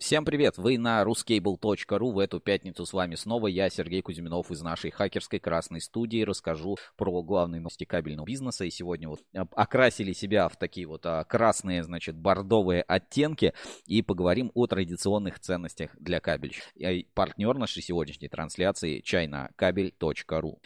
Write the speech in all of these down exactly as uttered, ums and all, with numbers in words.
Всем привет! Вы на ruskable точка ру. В эту пятницу с вами снова я, Сергей Кузьминов, из нашей хакерской красной студии. Расскажу про главные новости кабельного бизнеса. И сегодня вот окрасили себя в такие вот красные, значит, бордовые оттенки. И поговорим о традиционных ценностях для кабельщиков. Партнер нашей сегодняшней трансляции чайна кабель точка ру.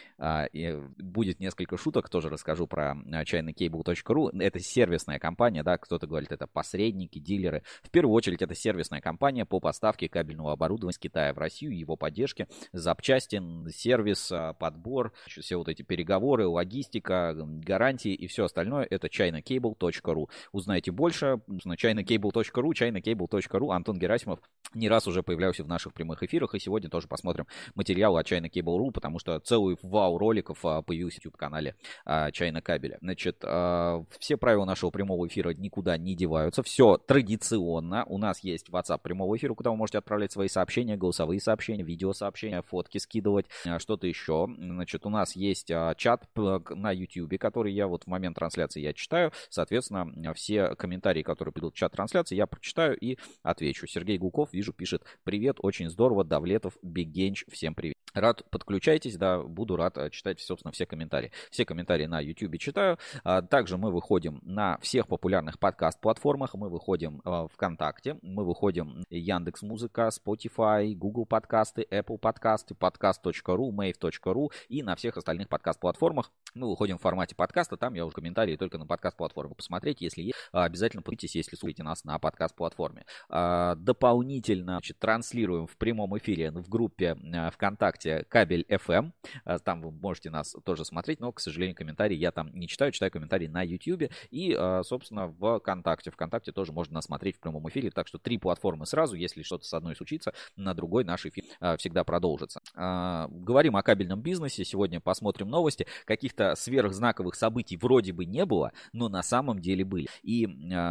Будет несколько шуток, тоже расскажу про чайна кейбл точка ру. Это сервисная компания, да, кто-то говорит, это посредники, дилеры. В первую очередь, это сервисная компания по поставке кабельного оборудования с Китая в Россию, его поддержке, запчасти, сервис, подбор, все вот эти переговоры, логистика, гарантии и все остальное. Это чайна кейбл точка ру. Узнаете больше на чайна кейбл точка ру, чайна кейбл точка ру. Антон Герасимов не раз уже появлялся в наших прямых эфирах, и сегодня тоже посмотрим материалы о чайна кейбл точка ру, потому что целый вау роликов появился в YouTube-канале Чайна Кабеля. Значит, все правила нашего прямого эфира никуда не деваются, все традиционно. У нас есть WhatsApp прямого эфира, куда вы можете отправлять свои сообщения, голосовые сообщения, видеосообщения, фотки скидывать, что-то еще. Значит, у нас есть чат на YouTube, который я вот в момент трансляции я читаю. Соответственно, все комментарии, которые придут в чат трансляции, я прочитаю и отвечу. Сергей Гулков, вижу, пишет: привет, очень здорово, Давлетов, Биггенч, всем привет. Рад, подключайтесь, да, буду рад читать, собственно, все комментарии. Все комментарии на YouTube читаю. Также мы выходим на всех популярных подкаст-платформах, мы выходим в ВКонтакте, мы выходим Яндекс.Музыка, Spotify, Google подкасты, Apple подкасты, подкаст точка ру, мейв точка ру и на всех остальных подкаст-платформах. Мы выходим в формате подкаста, там я уже комментарии только на подкаст-платформе. Посмотрите, если есть, обязательно подпишитесь, если слушаете нас на подкаст-платформе. Дополнительно, значит, транслируем в прямом эфире в группе ВКонтакте Кабель эф эм. Там вы можете нас тоже смотреть, но, к сожалению, комментарии я там не читаю, читаю комментарии на YouTube и, собственно, в ВКонтакте. ВКонтакте тоже можно нас смотреть в прямом эфире, так что три платформы сразу, если что-то с одной случится, на другой наш эфир всегда продолжится. Говорим о кабельном бизнесе, сегодня посмотрим новости. Каких-то сверхзнаковых событий вроде бы не было, но на самом деле были. И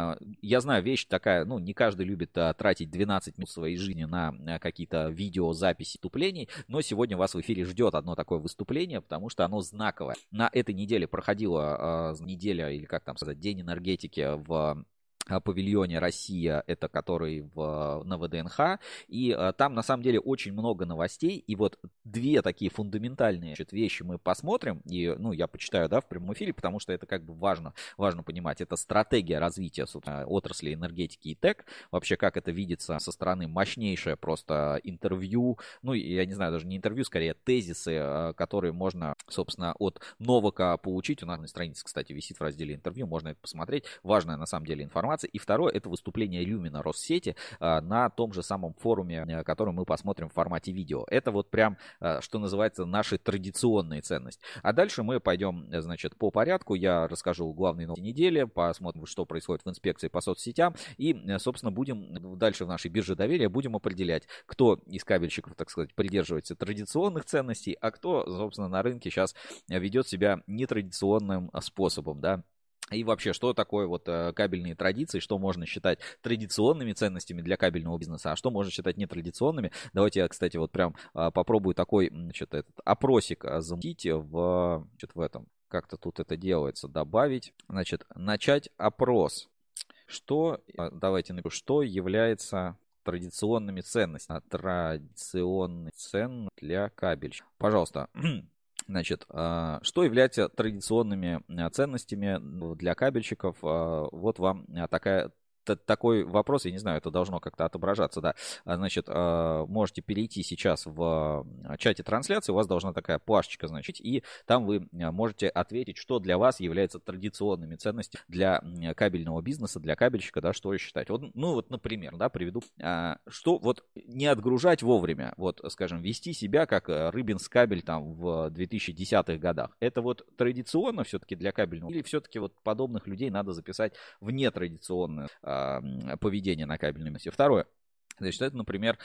я знаю, вещь такая, ну, не каждый любит тратить двенадцать минут своей жизни на какие-то видеозаписи выступлений, но сегодня вас в эфире ждет одно такое выступление, потому что оно знаковое. На этой неделе проходила э, неделя, или как там сказать, День энергетики в павильоне «Россия», это который в, на вэ дэ эн ха, и а, там на самом деле очень много новостей, и вот две такие фундаментальные, значит, вещи мы посмотрим, и, ну, я почитаю, да, в прямом эфире, потому что это как бы важно, важно понимать, это стратегия развития, собственно, отрасли энергетики и ТЭК, вообще как это видится со стороны, мощнейшее просто интервью, ну, я не знаю, даже не интервью, скорее тезисы, которые можно, собственно, от Новака получить, у нас на странице, кстати, висит в разделе интервью, можно это посмотреть, важная на самом деле информация. И второе, это выступление Люмина Россети а, на том же самом форуме, а, который мы посмотрим в формате видео. Это вот прям, а, что называется, наши традиционные ценности. А дальше мы пойдем, значит, по порядку. Я расскажу главные новости недели, посмотрим, что происходит в инспекции по соцсетям. И, собственно, будем дальше в нашей бирже доверия будем определять, кто из кабельщиков, так сказать, придерживается традиционных ценностей, а кто, собственно, на рынке сейчас ведет себя нетрадиционным способом, да. И вообще, что такое вот кабельные традиции, что можно считать традиционными ценностями для кабельного бизнеса, а что можно считать нетрадиционными. Давайте я, кстати, вот прям попробую такой, значит, этот опросик замутить в, значит, в этом, как-то тут это делается, добавить, значит, начать опрос. Что, давайте напишу, что является традиционными ценностями, традиционные ценности для кабельщиков. Пожалуйста. Значит, что является традиционными ценностями для кабельщиков? Вот вам такая... Такой вопрос, я не знаю, это должно как-то отображаться, да. Значит, можете перейти сейчас в чате трансляции, у вас должна такая плашечка, значит, и там вы можете ответить, что для вас является традиционными ценностями для кабельного бизнеса, для кабельщика, да, что считать. Вот, ну вот, например, да, приведу, что вот не отгружать вовремя, вот, скажем, вести себя как Рыбинскабель там в две тысячи десятых годах. Это вот традиционно все-таки для кабельного, или все-таки вот подобных людей надо записать в нетрадиционное поведение на кабельном месте. Второе. Значит, это, например,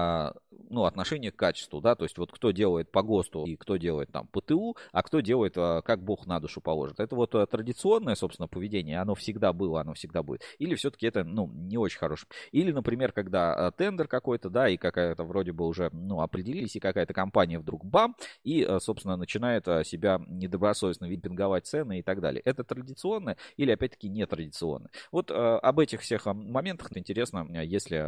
ну, отношение к качеству, да, то есть вот кто делает по ГОСТу и кто делает там по ТУ, а кто делает как Бог на душу положит. Это вот традиционное, собственно, поведение, оно всегда было, оно всегда будет. Или все-таки это, ну, не очень хорошее. Или, например, когда тендер какой-то, да, и какая-то вроде бы уже, ну, определились, и какая-то компания вдруг бам, и, собственно, начинает себя недобросовестно випинговать цены и так далее. Это традиционное или, опять-таки, нетрадиционное. Вот об этих всех моментах интересно, если у вас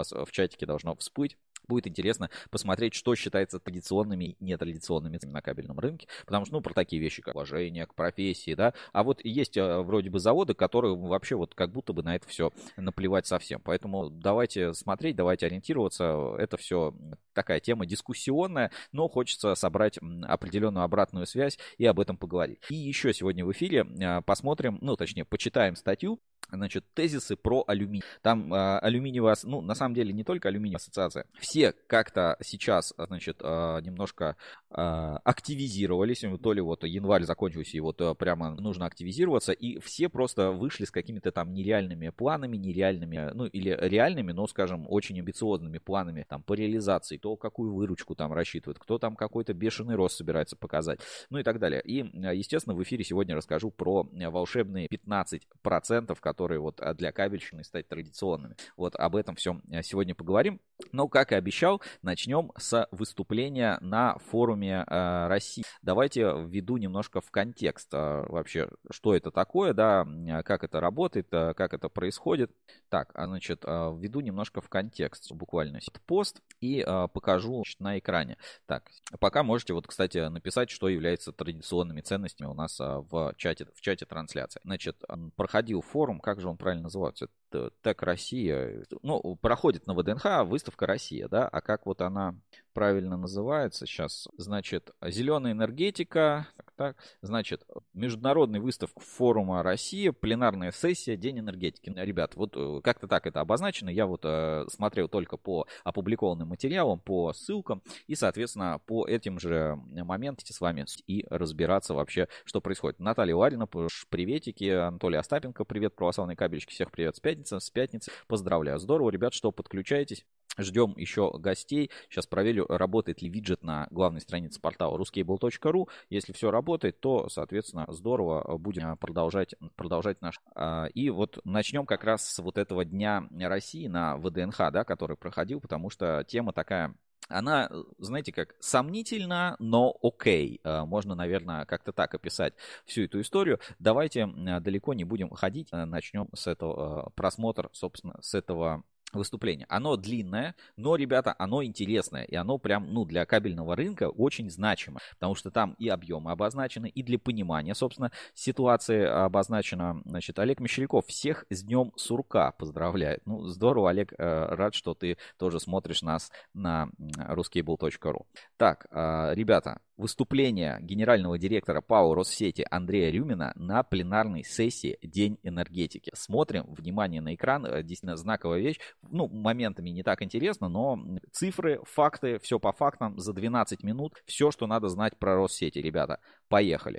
вас в чатике должно всплыть. Будет интересно посмотреть, что считается традиционными и нетрадиционными на кабельном рынке, потому что, ну, про такие вещи, как уважение к профессии, да, а вот есть вроде бы заводы, которые вообще вот как будто бы на это все наплевать совсем, поэтому давайте смотреть, давайте ориентироваться, это все такая тема дискуссионная, но хочется собрать определенную обратную связь и об этом поговорить. И еще сегодня в эфире посмотрим, ну, точнее, почитаем статью, значит, тезисы про алюминий. Там э, алюминиевая, ну, на самом деле не только алюминиевая ассоциация. Все как-то сейчас, значит, э, немножко э, активизировались. То ли вот январь закончился, и вот э, прямо нужно активизироваться. И все просто вышли с какими-то там нереальными планами, нереальными, ну, или реальными, но, скажем, очень амбициозными планами там по реализации, то, какую выручку там рассчитывает, кто там какой-то бешеный рост собирается показать, ну и так далее. И, естественно, в эфире сегодня расскажу про волшебные пятнадцать процентов, которые которые вот для кабельщины стать традиционными. Вот об этом всем сегодня поговорим. Но, как и обещал, начнем с выступления на форуме э, России. Давайте введу немножко в контекст э, вообще, что это такое, да, как это работает, э, как это происходит. Так, а, значит, э, введу немножко в контекст, буквально пост, и э, покажу, значит, на экране. Так, пока можете, вот, кстати, написать, что является традиционными ценностями у нас э, в чате, в чате трансляции. Значит, проходил форум, как же он правильно называется? ТЭК Россия. Ну, проходит на ВДНХ выставка Россия, да, а как вот она правильно называется сейчас? Значит, зеленая энергетика, так, так, значит, международная выставка форума Россия, пленарная сессия, День энергетики. Ребят, вот как-то так это обозначено, я вот э, смотрел только по опубликованным материалам, по ссылкам, и, соответственно, по этим же моментам с вами и разбираться вообще, что происходит. Наталья Ларина, приветики, Анатолий Остапенко, привет, православные кабельщики, всех привет с пятницы, с пятницы, поздравляю, здорово, ребят, что подключаетесь. Ждем еще гостей. Сейчас проверю, работает ли виджет на главной странице портала рускейбл точка ру. Если все работает, то, соответственно, здорово. Будем продолжать, продолжать наш. И вот начнем как раз с вот этого Дня России на ВДНХ, да, который проходил, потому что тема такая... Она, знаете, как сомнительна, но окей. Можно, наверное, как-то так описать всю эту историю. Давайте далеко не будем ходить. Начнем с этого просмотра, собственно, с этого выступление. Оно длинное, но, ребята, оно интересное. И оно прям, ну, для кабельного рынка очень значимо. Потому что там и объемы обозначены, и для понимания, собственно, ситуации обозначена. Значит, Олег Мещеряков, всех с Днем Сурка поздравляет. Ну, здорово, Олег, рад, что ты тоже смотришь нас на рускейбл точка ру. Так, ребята, выступление генерального директора ПАО Россети Андрея Рюмина на пленарной сессии День энергетики. Смотрим, внимание на экран, действительно знаковая вещь. Ну, моментами не так интересно, но цифры, факты, все по фактам за двенадцать минут. Все, что надо знать про Россети, ребята. Поехали.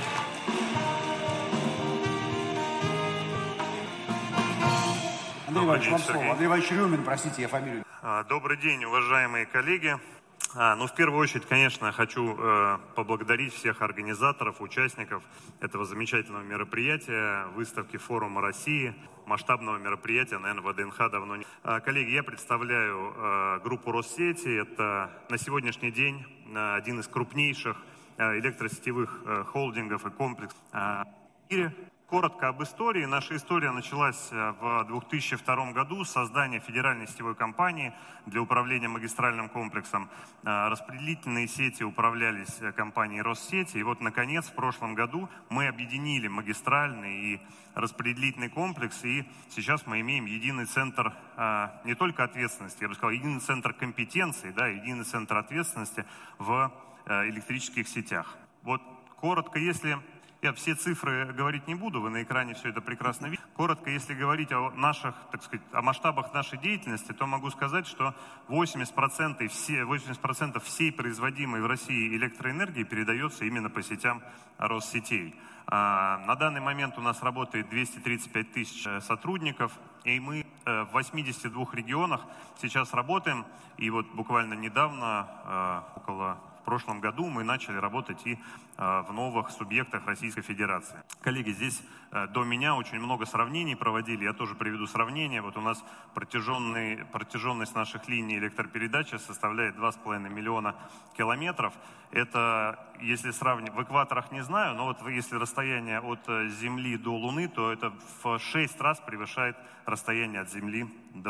Андрей Иванович, вам слово. Андрей Иванович Рюмин, простите, я фамилию. Добрый день, уважаемые коллеги. А, ну, в первую очередь, конечно, хочу э, поблагодарить всех организаторов, участников этого замечательного мероприятия, выставки форума России, масштабного мероприятия, наверное, ВДНХ давно не... А, коллеги, я представляю э, группу Россети. Это на сегодняшний день э, один из крупнейших э, электросетевых э, холдингов и комплексов э, в мире. Коротко об истории. Наша история началась в две тысячи втором году с создания федеральной сетевой компании для управления магистральным комплексом. Распределительные сети управлялись компанией Россети. И вот, наконец, в прошлом году мы объединили магистральный и распределительный комплекс. И сейчас мы имеем единый центр не только ответственности, я бы сказал, единый центр компетенции, да, единый центр ответственности в электрических сетях. Вот коротко, если... Я все цифры говорить не буду, вы на экране все это прекрасно видите. Коротко, если говорить о наших, так сказать, о масштабах нашей деятельности, то могу сказать, что восемьдесят процентов, все, восемьдесят процентов всей производимой в России электроэнергии передается именно по сетям Россетей. А, на данный момент у нас работает двести тридцать пять тысяч сотрудников, и мы в восьмидесяти двух регионах сейчас работаем. И вот буквально недавно, около... В прошлом году мы начали работать и э, в новых субъектах Российской Федерации. Коллеги, здесь э, до меня очень много сравнений проводили, я тоже приведу сравнение. Вот у нас протяженный, протяженность наших линий электропередачи составляет два с половиной миллиона километров. Это, если сравнивать, в экваторах не знаю, но вот если расстояние от Земли до Луны, то это в шесть раз превышает расстояние от Земли до Луны.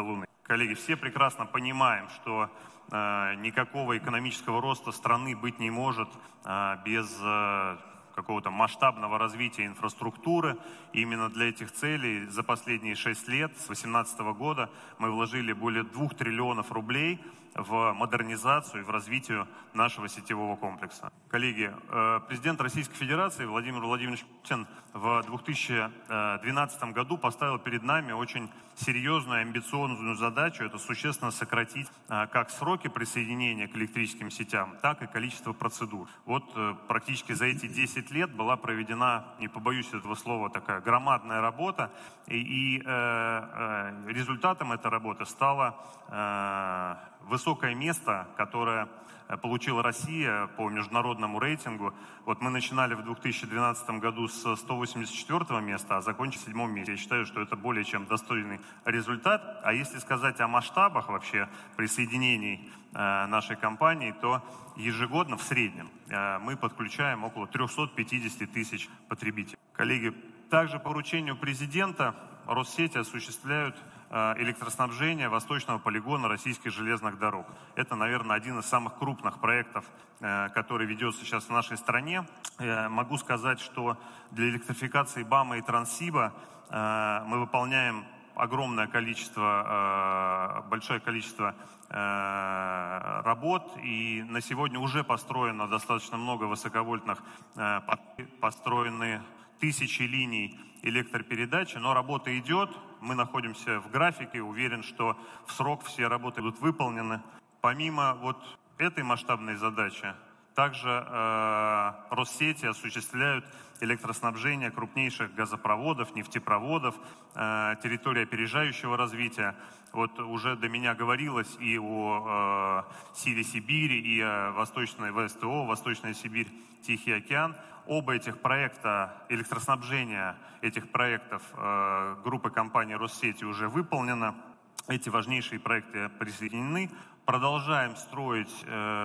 Коллеги, все прекрасно понимаем, что э, никакого экономического роста страны быть не может э, без э, какого-то масштабного развития инфраструктуры. И именно для этих целей за последние шесть лет, с две тысячи восемнадцатого года, мы вложили более двух триллионов рублей в модернизацию и в развитие нашего сетевого комплекса. Коллеги, президент Российской Федерации Владимир Владимирович Путин в две тысячи двенадцатом году поставил перед нами очень серьезную, амбициозную задачу. Это существенно сократить как сроки присоединения к электрическим сетям, так и количество процедур. Вот практически за эти десять лет была проведена, не побоюсь этого слова, такая громадная работа. И, и э, э, результатом этой работы стало э, высокое место, которое получила Россия по международному рейтингу. Вот мы начинали в две тысячи двенадцатом году с сто восемьдесят четвёртого места, а закончили в седьмом месте. Я считаю, что это более чем достойный результат. А если сказать о масштабах вообще присоединений э, нашей компании, то ежегодно в среднем э, мы подключаем около триста пятьдесят тысяч потребителей. Коллеги, также по поручению президента Россети осуществляют электроснабжение восточного полигона российских железных дорог. Это, наверное, один из самых крупных проектов, который ведется сейчас в нашей стране. Могу сказать, что для электрификации БАМа и Транссиба мы выполняем огромное количество, большое количество работ, и на сегодня уже построено достаточно много высоковольтных, построены тысячи линий электропередачи, но работа идет, мы находимся в графике, уверен, что в срок все работы будут выполнены. Помимо вот этой масштабной задачи, также э, Россети осуществляют электроснабжение крупнейших газопроводов, нефтепроводов, э, территории опережающего развития. Вот уже до меня говорилось и о э, Силе Сибири, и о Восточной ВСТО, Восточная Сибирь, Тихий океан. Оба этих проекта, электроснабжения этих проектов э, группы компаний Россети уже выполнено. Эти важнейшие проекты присоединены. Продолжаем строить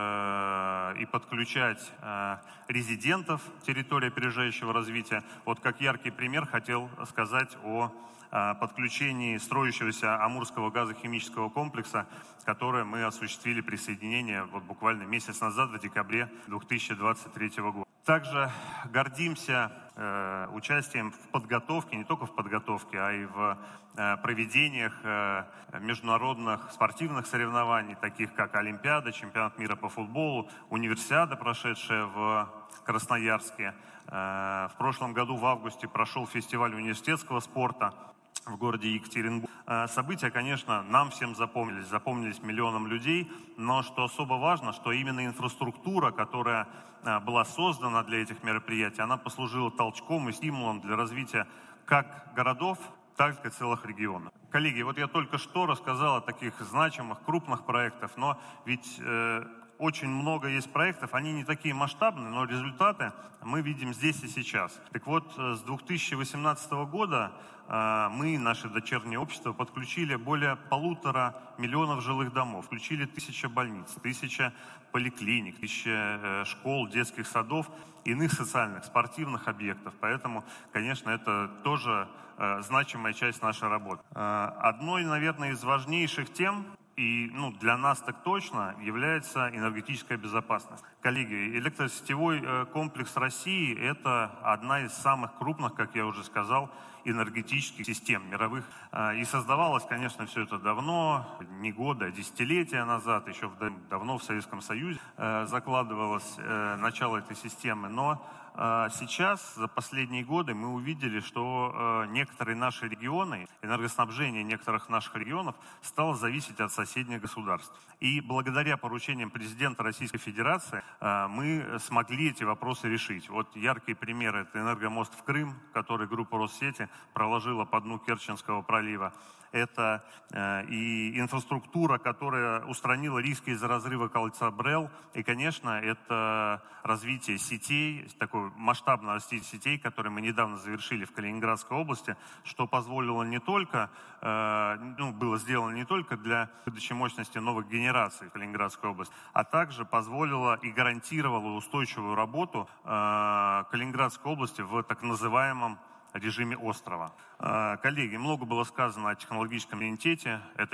э, и подключать э, резидентов территории опережающего развития. Вот как яркий пример хотел сказать о э, подключении строящегося Амурского газохимического комплекса, которое мы осуществили присоединение вот буквально месяц назад, в декабре две тысячи двадцать третьего года. Также гордимся э, участием в подготовке, не только в подготовке, а и в э, проведениях э, международных спортивных соревнований, таких как Олимпиада, Чемпионат мира по футболу, Универсиада, прошедшая в Красноярске. Э, в прошлом году в августе прошел фестиваль университетского спорта в городе Екатеринбург. События, конечно, нам всем запомнились, запомнились миллионам людей, но что особо важно, что именно инфраструктура, которая была создана для этих мероприятий, она послужила толчком и стимулом для развития как городов, так и целых регионов. Коллеги, вот я только что рассказал о таких значимых, крупных проектах, но ведь э, очень много есть проектов, они не такие масштабные, но результаты мы видим здесь и сейчас. Так вот, с две тысячи восемнадцатого года э, мы, наше дочернее общество, подключили более полутора миллионов жилых домов, включили тысяча больниц, тысяча поликлиник, тысяча э, школ, детских садов, иных социальных, спортивных объектов. Поэтому, конечно, это тоже э, значимая часть нашей работы. Э, одной, наверное, из важнейших тем, и ну, для нас так точно, является энергетическая безопасность. Коллеги, электросетевой э, комплекс России – это одна из самых крупных, как я уже сказал, энергетических систем мировых. Э, и создавалось, конечно, все это давно, не года, а десятилетия назад, еще в, давно в Советском Союзе э, закладывалось э, начало этой системы. Но э, сейчас, за последние годы, мы увидели, что э, некоторые наши регионы, энергоснабжение некоторых наших регионов стало зависеть от соседних государств. И благодаря поручениям президента Российской Федерации э, мы смогли эти вопросы решить. Вот яркий пример – это энергомост в Крым, который группа Россети проложила по дну Керченского пролива. Это э, и инфраструктура, которая устранила риски из-за разрыва кольца Брел. И, конечно, это развитие сетей, такое масштабное развитие сетей, которое мы недавно завершили в Калининградской области, что позволило не только, э, ну, было сделано не только для выдачи мощности новых генераций в Калининградской области, а также позволило и гарантировало устойчивую работу э, Калининградской области в так называемом режиме острова. Коллеги, много было сказано о технологическом идентитете. Это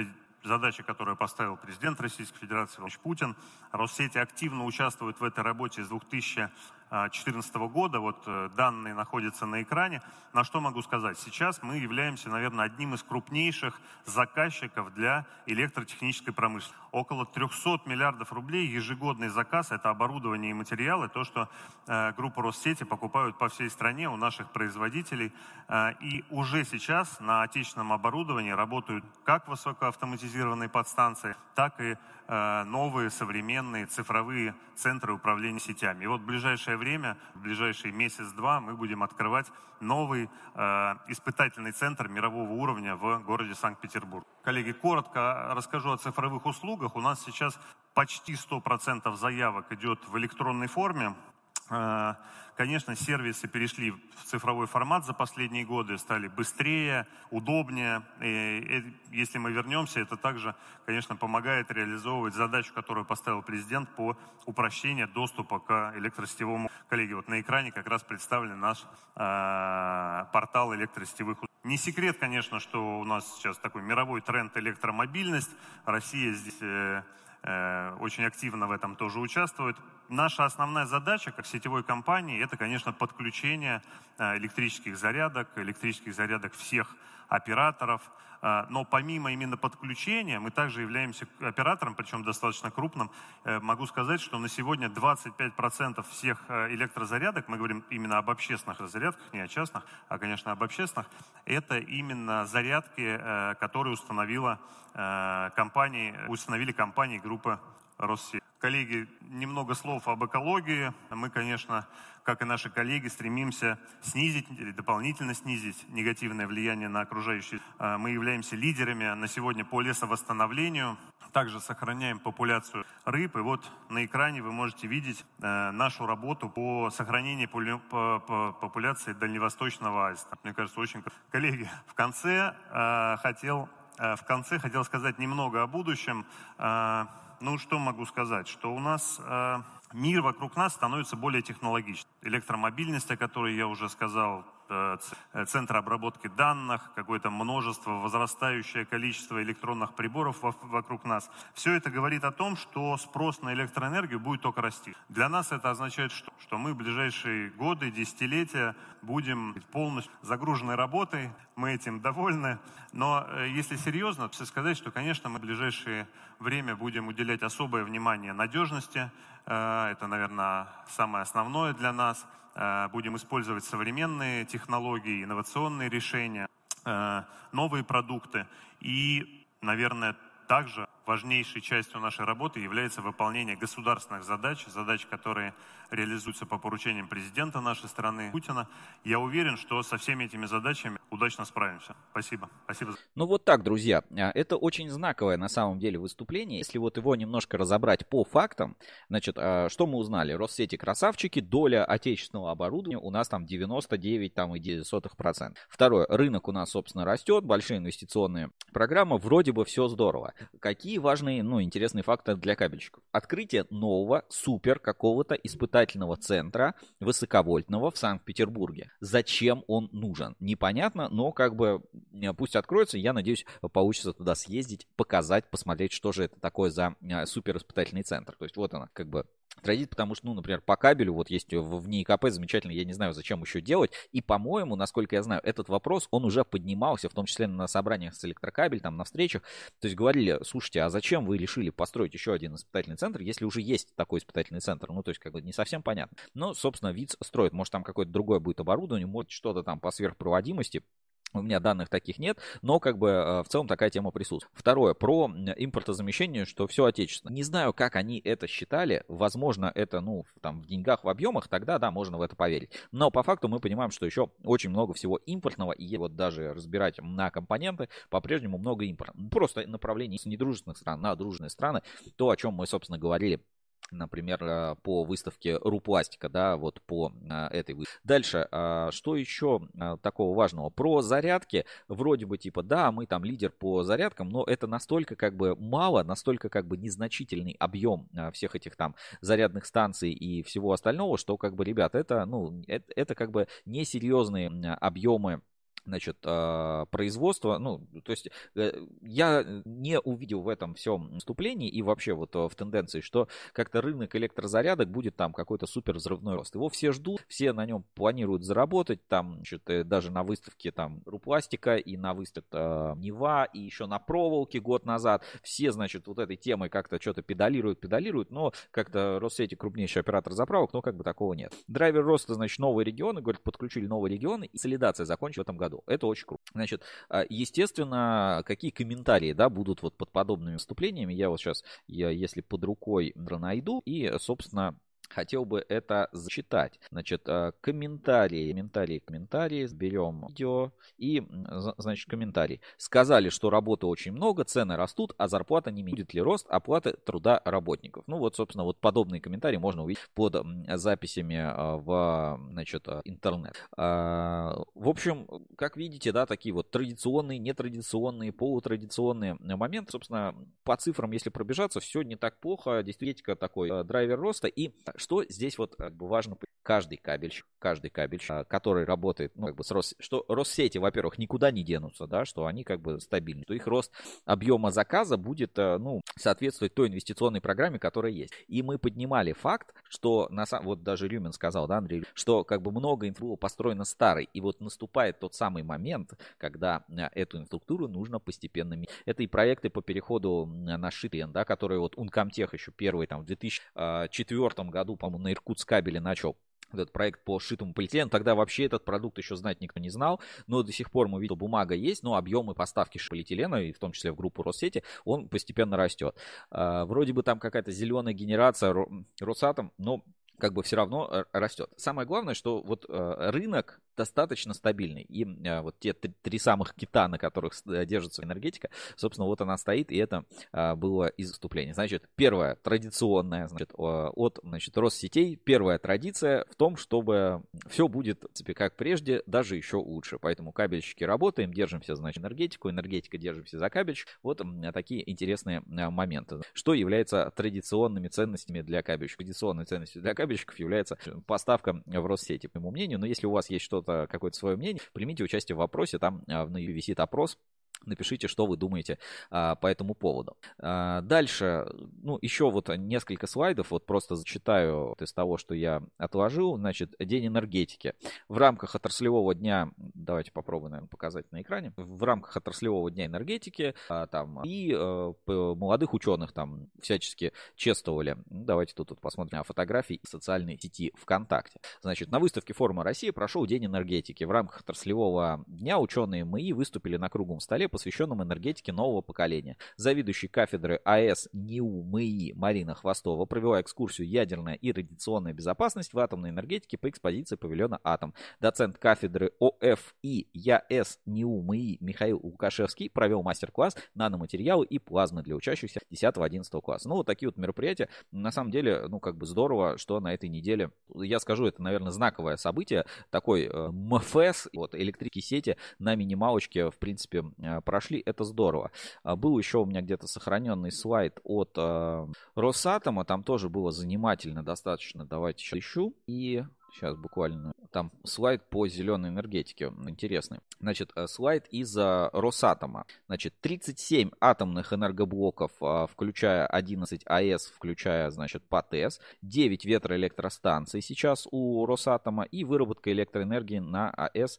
задача, которую поставил президент Российской Федерации Владимир Путин. Россети активно участвует в этой работе с две тысячи четырнадцатого года. Вот данные находятся на экране. На что могу сказать? Сейчас мы являемся, наверное, одним из крупнейших заказчиков для электротехнической промышленности. Около триста миллиардов рублей ежегодный заказ – это оборудование и материалы, то, что э, группа Россети покупают по всей стране у наших производителей. Э, и уже сейчас на отечественном оборудовании работают как высокоавтоматизированные подстанции, так и э, новые современные цифровые центры управления сетями. И вот в ближайшее время, в ближайший месяц-два мы будем открывать новый э, испытательный центр мирового уровня в городе Санкт-Петербург. Коллеги, коротко расскажу о цифровых услугах. У нас сейчас почти сто процентов заявок идет в электронной форме. Конечно, сервисы перешли в цифровой формат за последние годы, стали быстрее, удобнее. И если мы вернемся, это также, конечно, помогает реализовывать задачу, которую поставил президент по упрощению доступа к электросетевому. Коллеги, вот на экране как раз представлен наш э, портал электросетевых услуг. Не секрет, конечно, что у нас сейчас такой мировой тренд электромобильность. Россия здесь э, э, очень активно в этом тоже участвует. Наша основная задача, как сетевой компании, это, конечно, подключение э, электрических зарядок, электрических зарядок всех операторов. Э, но помимо именно подключения, мы также являемся оператором, причем достаточно крупным. Э, могу сказать, что на сегодня двадцать пять процентов всех э, электрозарядок, мы говорим именно об общественных зарядках, не о частных, а, конечно, об общественных, это именно зарядки, э, которые установила, э, компании, установили компании группы Россети. Коллеги, немного слов об экологии. Мы, конечно, как и наши коллеги, стремимся снизить или дополнительно снизить негативное влияние на окружающий. Мы являемся лидерами на сегодня по лесовосстановлению. Также сохраняем популяцию рыб. И вот на экране вы можете видеть нашу работу по сохранению популяции дальневосточного аиста. Мне кажется, очень... Коллеги, в конце хотел, в конце хотел сказать немного о будущем. Ну, что могу сказать? Что у нас э, мир вокруг нас становится более технологичным. Электромобильность, о которой я уже сказал, э, центры обработки данных, какое-то множество, возрастающее количество электронных приборов во- вокруг нас. Все это говорит о том, что спрос на электроэнергию будет только расти. Для нас это означает, что, что мы в ближайшие годы, десятилетия будем полностью загружены работой, мы этим довольны. Но э, если серьезно, то сказать, что, конечно, мы в ближайшее время будем уделять особое внимание надежности. Э, это, наверное, самое основное для нас. Э, будем использовать современные технологии, инновационные решения, э, новые продукты. И, наверное, также важнейшей частью нашей работы является выполнение государственных задач, задач, которые реализуются по поручениям президента нашей страны, Путина. Я уверен, что со всеми этими задачами удачно справимся. Спасибо. Спасибо. Ну вот так, друзья. Это очень знаковое на самом деле выступление. Если вот его немножко разобрать по фактам, значит, что мы узнали? Россети красавчики, доля отечественного оборудования у нас там девяносто девять целых девять десятых процента. Второе, рынок у нас, собственно, растет, большие инвестиционные программы, вроде бы все здорово. Какие важные, ну, интересные факты для кабельщиков? Открытие нового, супер какого-то испытательного центра высоковольтного в Санкт-Петербурге. Зачем он нужен? Непонятно, но как бы пусть откроется. Я надеюсь, получится туда съездить, показать, посмотреть, что же это такое за супер испытательный центр. То есть вот она, как бы традиция, потому что, ну, например, по кабелю, вот есть в НИИКП замечательно, я не знаю, зачем еще делать. И, по-моему, насколько я знаю, этот вопрос, он уже поднимался, в том числе на собраниях с электрокабель, там, на встречах. То есть говорили, слушайте, а зачем вы решили построить еще один испытательный центр, если уже есть такой испытательный центр? Ну, то есть, как бы не совсем понятно. Но, собственно, ВИЦ строит. Может, там какое-то другое будет оборудование, может, что-то там по сверхпроводимости. У меня данных таких нет, но как бы в целом такая тема присутствует. Второе, про импортозамещение, что все отечественно. Не знаю, как они это считали. Возможно, это, ну, там, в деньгах, в объемах, тогда, да, можно в это поверить. Но по факту мы понимаем, что еще очень много всего импортного, и вот даже разбирать на компоненты, по-прежнему много импорта. Просто направление с недружественных стран на дружные страны, то, о чем мы, собственно, говорили. Например, по выставке РУ-пластика, да, вот по этой выставке. Дальше, что еще такого важного? Про зарядки, вроде бы типа, да, мы там лидер по зарядкам, но это настолько как бы мало, настолько как бы незначительный объем всех этих там зарядных станций и всего остального, что как бы, ребят, это, ну, это, это как бы несерьезные объемы значит, производства, ну, то есть я не увидел в этом всем вступлении и вообще вот в тенденции, что как-то рынок электрозарядок будет там какой-то супер взрывной рост. Его все ждут, все на нем планируют заработать, там, значит, даже на выставке там Рупластика и на выставке э, Нева, и еще на проволоке год назад, все, значит, вот этой темой как-то что-то педалируют, педалируют, но как-то Россети крупнейший оператор заправок, но как бы такого нет. Драйвер роста, значит, новые регионы, говорят, подключили новые регионы, и солидация закончится в этом году. Это очень круто. Значит, естественно, какие комментарии, да, будут вот под подобными выступлениями, я вот сейчас, я, если под рукой найду, и, собственно, хотел бы это зачитать. Значит, комментарии, комментарии, комментарии. Берем видео и, значит, комментарий. Сказали, что работы очень много, цены растут, а зарплата не меняется. Будет ли рост оплаты труда работников? Ну вот, собственно, вот подобные комментарии можно увидеть под записями в, значит, интернет. В общем, как видите, да, такие вот традиционные, нетрадиционные, полутрадиционные моменты. Собственно, по цифрам, если пробежаться, все не так плохо. Действительно, такой драйвер роста. И что здесь вот как бы важно, каждый кабельщик, каждый кабельщик, который работает, ну, как бы с Рос... что Россети, во-первых, никуда не денутся, да, что они как бы стабильны, то их рост объема заказа будет, ну, соответствовать той инвестиционной программе, которая есть. И мы поднимали факт, что, на самом... вот даже Рюмин сказал, да, Андрей, что как бы много инфраструктуры построено старой, и вот наступает тот самый момент, когда эту инфраструктуру нужно постепенно менять. Это и проекты по переходу на Шитлен, да, которые вот Ункомтех еще первый там в две тысячи четвёртом году, по-моему, на Иркутскабеле начал этот проект по шитому полиэтилену. Тогда вообще этот продукт еще знать никто не знал, но до сих пор мы видим, что бумага есть, но объемы поставки полиэтилена, и в том числе в группу Россети, он постепенно растет. Вроде бы там какая-то зеленая генерация Росатом, но как бы все равно растет. Самое главное, что вот рынок достаточно стабильный. И вот те три, три самых кита, на которых держится энергетика, собственно, вот она стоит, и это было из выступления. Значит, первая традиционная, значит, от, значит, Россетей, первая традиция в том, чтобы все будет, в принципе, как прежде, даже еще лучше. Поэтому кабельщики работаем, держимся, значит, энергетику, энергетика держимся за кабельщик. Вот такие интересные моменты. Что является традиционными ценностями для кабельщиков? Традиционной ценностью для кабельщиков является поставка в Россети, по моему мнению. Но если у вас есть что-то, какое-то свое мнение, примите участие в вопросе, там на YouTube висит опрос. Напишите, что вы думаете а, по этому поводу. А, дальше, ну, еще вот несколько слайдов, вот просто зачитаю вот из того, что я отложил. Значит, День энергетики. В рамках отраслевого дня, давайте попробуем, наверное, показать на экране, в рамках отраслевого дня энергетики а, там и а, молодых ученых там всячески чествовали. Давайте тут, тут посмотрим на фотографии и социальной сети ВКонтакте. Значит, на выставке форума России прошел День энергетики. В рамках отраслевого дня ученые МИИ выступили на круглом столе, посвященном энергетике нового поколения. Заведующий кафедры АЭС НИУ МИИ Марина Хвостова провела экскурсию «Ядерная и радиационная безопасность в атомной энергетике» по экспозиции павильона «Атом». Доцент кафедры ОФИ ЯС НИУ МИИ Михаил Лукашевский провел мастер-класс «Наноматериалы и плазмы» для учащихся десятого-одиннадцатого класса. Ну, вот такие вот мероприятия. На самом деле, ну, как бы здорово, что на этой неделе, я скажу, это, наверное, знаковое событие, такой э, МФС, вот, электрические сети на минималочке, в принципе, прошли, это здорово. Был еще у меня где-то сохраненный слайд от э, Росатома, там тоже было занимательно достаточно. Давайте сейчас ищу. И сейчас буквально там слайд по зеленой энергетике интересный. Значит, слайд из э, Росатома. Значит, тридцать семь атомных энергоблоков, э, включая одиннадцать АЭС, включая, значит, ПАТЭС, девять ветроэлектростанций сейчас у Росатома и выработка электроэнергии на АЭС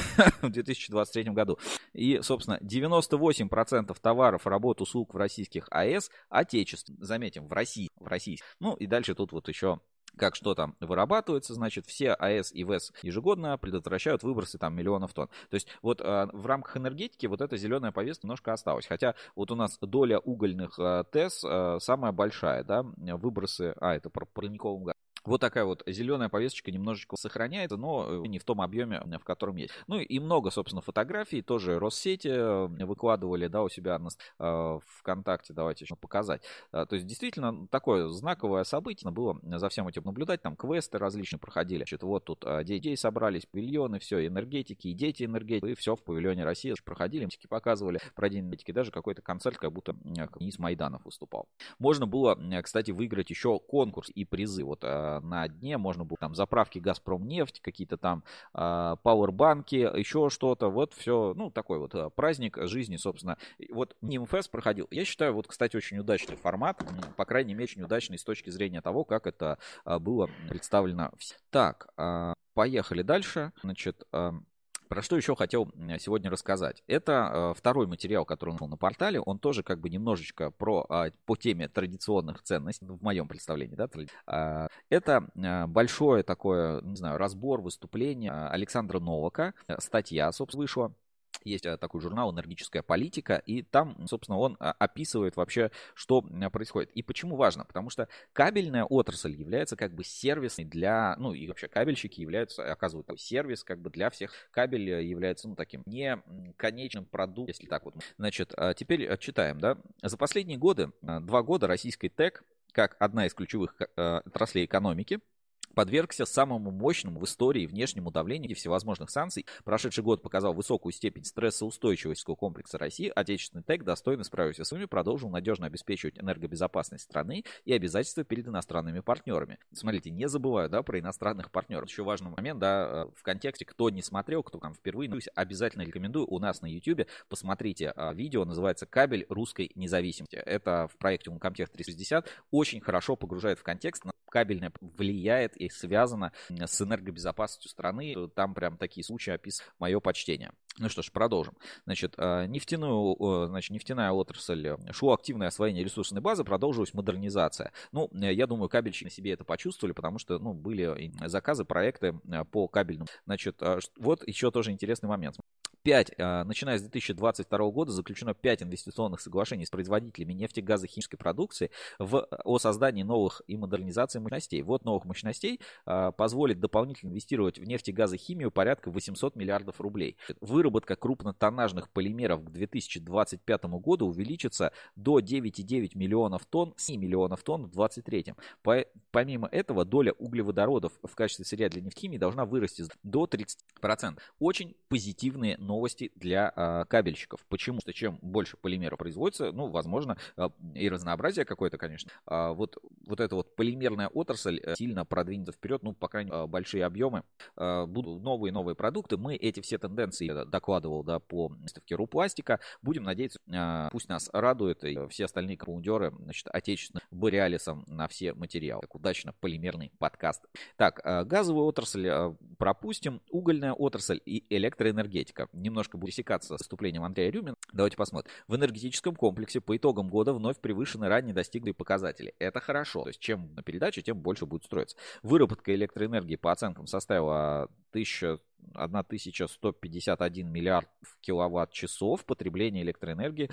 в две тысячи двадцать третьем году. И, собственно, девяносто восемь процентов товаров, работ, услуг в российских АЭС отечественных. Заметим, в России. В России. Ну и дальше тут вот еще как что там вырабатывается, значит, все АЭС и ВЭС ежегодно предотвращают выбросы там миллионов тонн. То есть вот э, в рамках энергетики вот эта зеленая повестка немножко осталась. Хотя вот у нас доля угольных э, ТЭС э, самая большая, да, выбросы, а, это про парниковым газом. Вот такая вот зеленая повесточка немножечко сохраняется, но не в том объеме, в котором есть. Ну и много, собственно, фотографий. Тоже Россети выкладывали, да, у себя на э, ВКонтакте. Давайте еще показать. То есть действительно такое знаковое событие было за всем этим наблюдать. Там квесты различные проходили. Значит, вот тут детей собрались, павильоны, все, энергетики, и дети энергетики, и все в павильоне России проходили, показывали про день энергетики. Даже какой-то концерт, как будто Денис Майданов выступал. Можно было, кстати, выиграть еще конкурс и призы. Вот на дне, можно было там заправки Газпромнефть, какие-то там пауэрбанки, еще что-то, вот все, ну, такой вот праздник жизни, собственно. Вот нимфест проходил, я считаю, вот, кстати, очень удачный формат, по крайней мере, очень удачный с точки зрения того, как это было представлено. Так, поехали дальше, значит... Про что еще хотел сегодня рассказать? Это второй материал, который он был на портале. Он тоже как бы немножечко про, по теме традиционных ценностей, в моем представлении. Да? Это большое такое, не знаю, разбор, выступление Александра Новака. Статья, собственно, вышла. Есть такой журнал «Энергетическая политика», и там, собственно, он описывает вообще, что происходит. И почему важно? Потому что кабельная отрасль является как бы сервисной для, ну и вообще кабельщики являются, оказывают такой сервис как бы для всех. Кабель является, ну, таким не конечным продуктом, если так вот. Значит, теперь читаем, да. За последние годы, два года российский ТЭК, как одна из ключевых отраслей экономики, подвергся самому мощному в истории внешнему давлению и всевозможных санкций. Прошедший год показал высокую степень стрессоустойчивости комплекса России. Отечественный ТЭК, достойно справившись с вами, продолжил надежно обеспечивать энергобезопасность страны и обязательства перед иностранными партнерами. Смотрите, не забываю, да, про иностранных партнеров. Еще важный момент, да, в контексте, кто не смотрел, кто там впервые, ну, обязательно рекомендую, у нас на YouTube посмотрите видео, называется «Кабель русской независимости». Это в проекте Uncomtech триста шестьдесят, очень хорошо погружает в контекст, кабельное влияет и связано с энергобезопасностью страны. Там прям такие случаи описаны. Мое почтение. Ну что ж, продолжим. Значит, нефтяную, значит, нефтяная отрасль, шло активное освоение ресурсной базы, продолжилась модернизация. Ну, я думаю, кабельщики на себе это почувствовали, потому что, ну, были заказы, проекты по кабельному. Значит, вот еще тоже интересный момент. пять, начиная с две тысячи двадцать второго года заключено пять инвестиционных соглашений с производителями нефтегазохимической продукции в, о создании новых и модернизации мощностей. Вот новых мощностей а, позволит дополнительно инвестировать в нефтегазохимию порядка восемьсот миллиардов рублей. Выработка крупнотоннажных полимеров к две тысячи двадцать пятому году увеличится до девять целых девять десятых миллионов тонн, семь миллионов тонн в две тысячи двадцать третьем. По, помимо этого, доля углеводородов в качестве сырья для нефтехимии должна вырасти до тридцати процентов. Очень позитивные новости. Новости для а, кабельщиков. Почему? Потому что чем больше полимеров производится, ну, возможно, а, и разнообразие какое-то, конечно. А, вот, вот эта вот полимерная отрасль сильно продвинется вперед, ну, по крайней мере, большие объемы. А, будут новые и новые продукты. Мы эти все тенденции докладывал, да, по выставке РУ-пластика. Будем надеяться, а, пусть нас радует и все остальные компаундеры, значит, отечественным Бореалисом на все материалы. Как удачно полимерный подкаст. Так, а, газовую отрасль а, пропустим, угольная отрасль и электроэнергетика. Немножко будет пересекаться с выступлением Андрея Рюмина. Давайте посмотрим. В энергетическом комплексе по итогам года вновь превышены ранее достигнутые показатели. Это хорошо. То есть чем на передаче, тем больше будет строиться. Выработка электроэнергии по оценкам составила тысяча тысяча сто пятьдесят один миллиард киловатт-часов. Потребление электроэнергии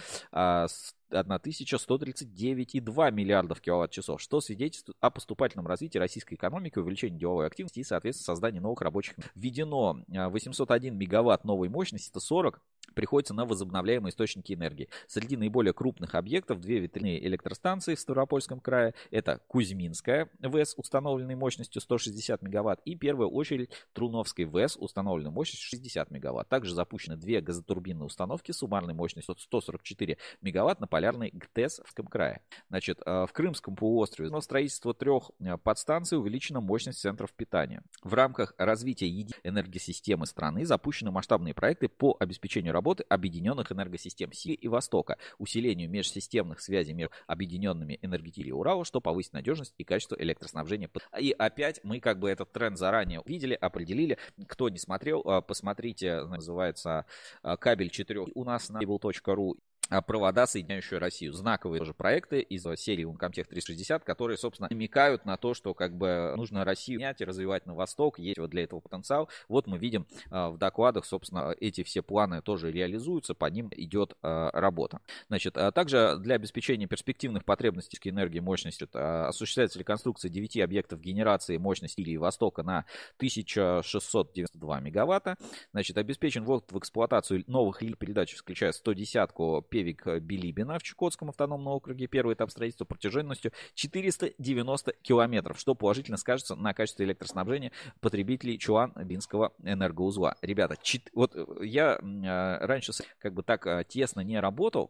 тысяча сто тридцать девять целых два десятых миллиардов киловатт-часов, что свидетельствует о поступательном развитии российской экономики, увеличении деловой активности и, соответственно, создании новых рабочих. Введено восемьсот один мегаватт новой мощности, сто сорок приходится на возобновляемые источники энергии. Среди наиболее крупных объектов две ветряные электростанции в Ставропольском крае. Это Кузьминская ВЭС установленной мощностью сто шестьдесят мегаватт и первая очередь Труновской ВЭС установленной мощностью шестьдесят мегаватт. Также запущены две газотурбинные установки суммарной мощностью сто сорок четыре мегаватт на полярной ГТЭС в крае. Значит, в Крымском полуострове на строительство трех подстанций увеличена мощность центров питания. В рамках развития единой энергосистемы страны запущены масштабные проекты по обеспечению работы объединенных энергосистем Сибири и Востока, усилению межсистемных связей между объединенными энергетиками Урала, что повысит надежность и качество электроснабжения. И опять мы как бы этот тренд заранее увидели, определили. Кто не смотрел, посмотрите, называется «Кабель четырех» у нас на cable точка ру. Провода, соединяющие Россию. Знаковые тоже проекты из серии Uncomtech триста шестьдесят, которые, собственно, намекают на то, что как бы нужно Россию менять и развивать на восток. Есть вот для этого потенциал. Вот мы видим в докладах, собственно, эти все планы тоже реализуются, по ним идет работа. Значит, также для обеспечения перспективных потребностей энергии мощности осуществляется реконструкция девяти объектов генерации мощности Сибири и Востока на тысяча шестьсот девяносто два мегаватта. Значит, обеспечен ввод в эксплуатацию новых линий передач, включая сто десятку Певек-Билибина в Чукотском автономном округе. Первый этап строительства протяженностью четыреста девяносто километров, что положительно скажется на качестве электроснабжения потребителей Чуан-Бинского энергоузла. Ребята, чит... вот я раньше как бы так тесно не работал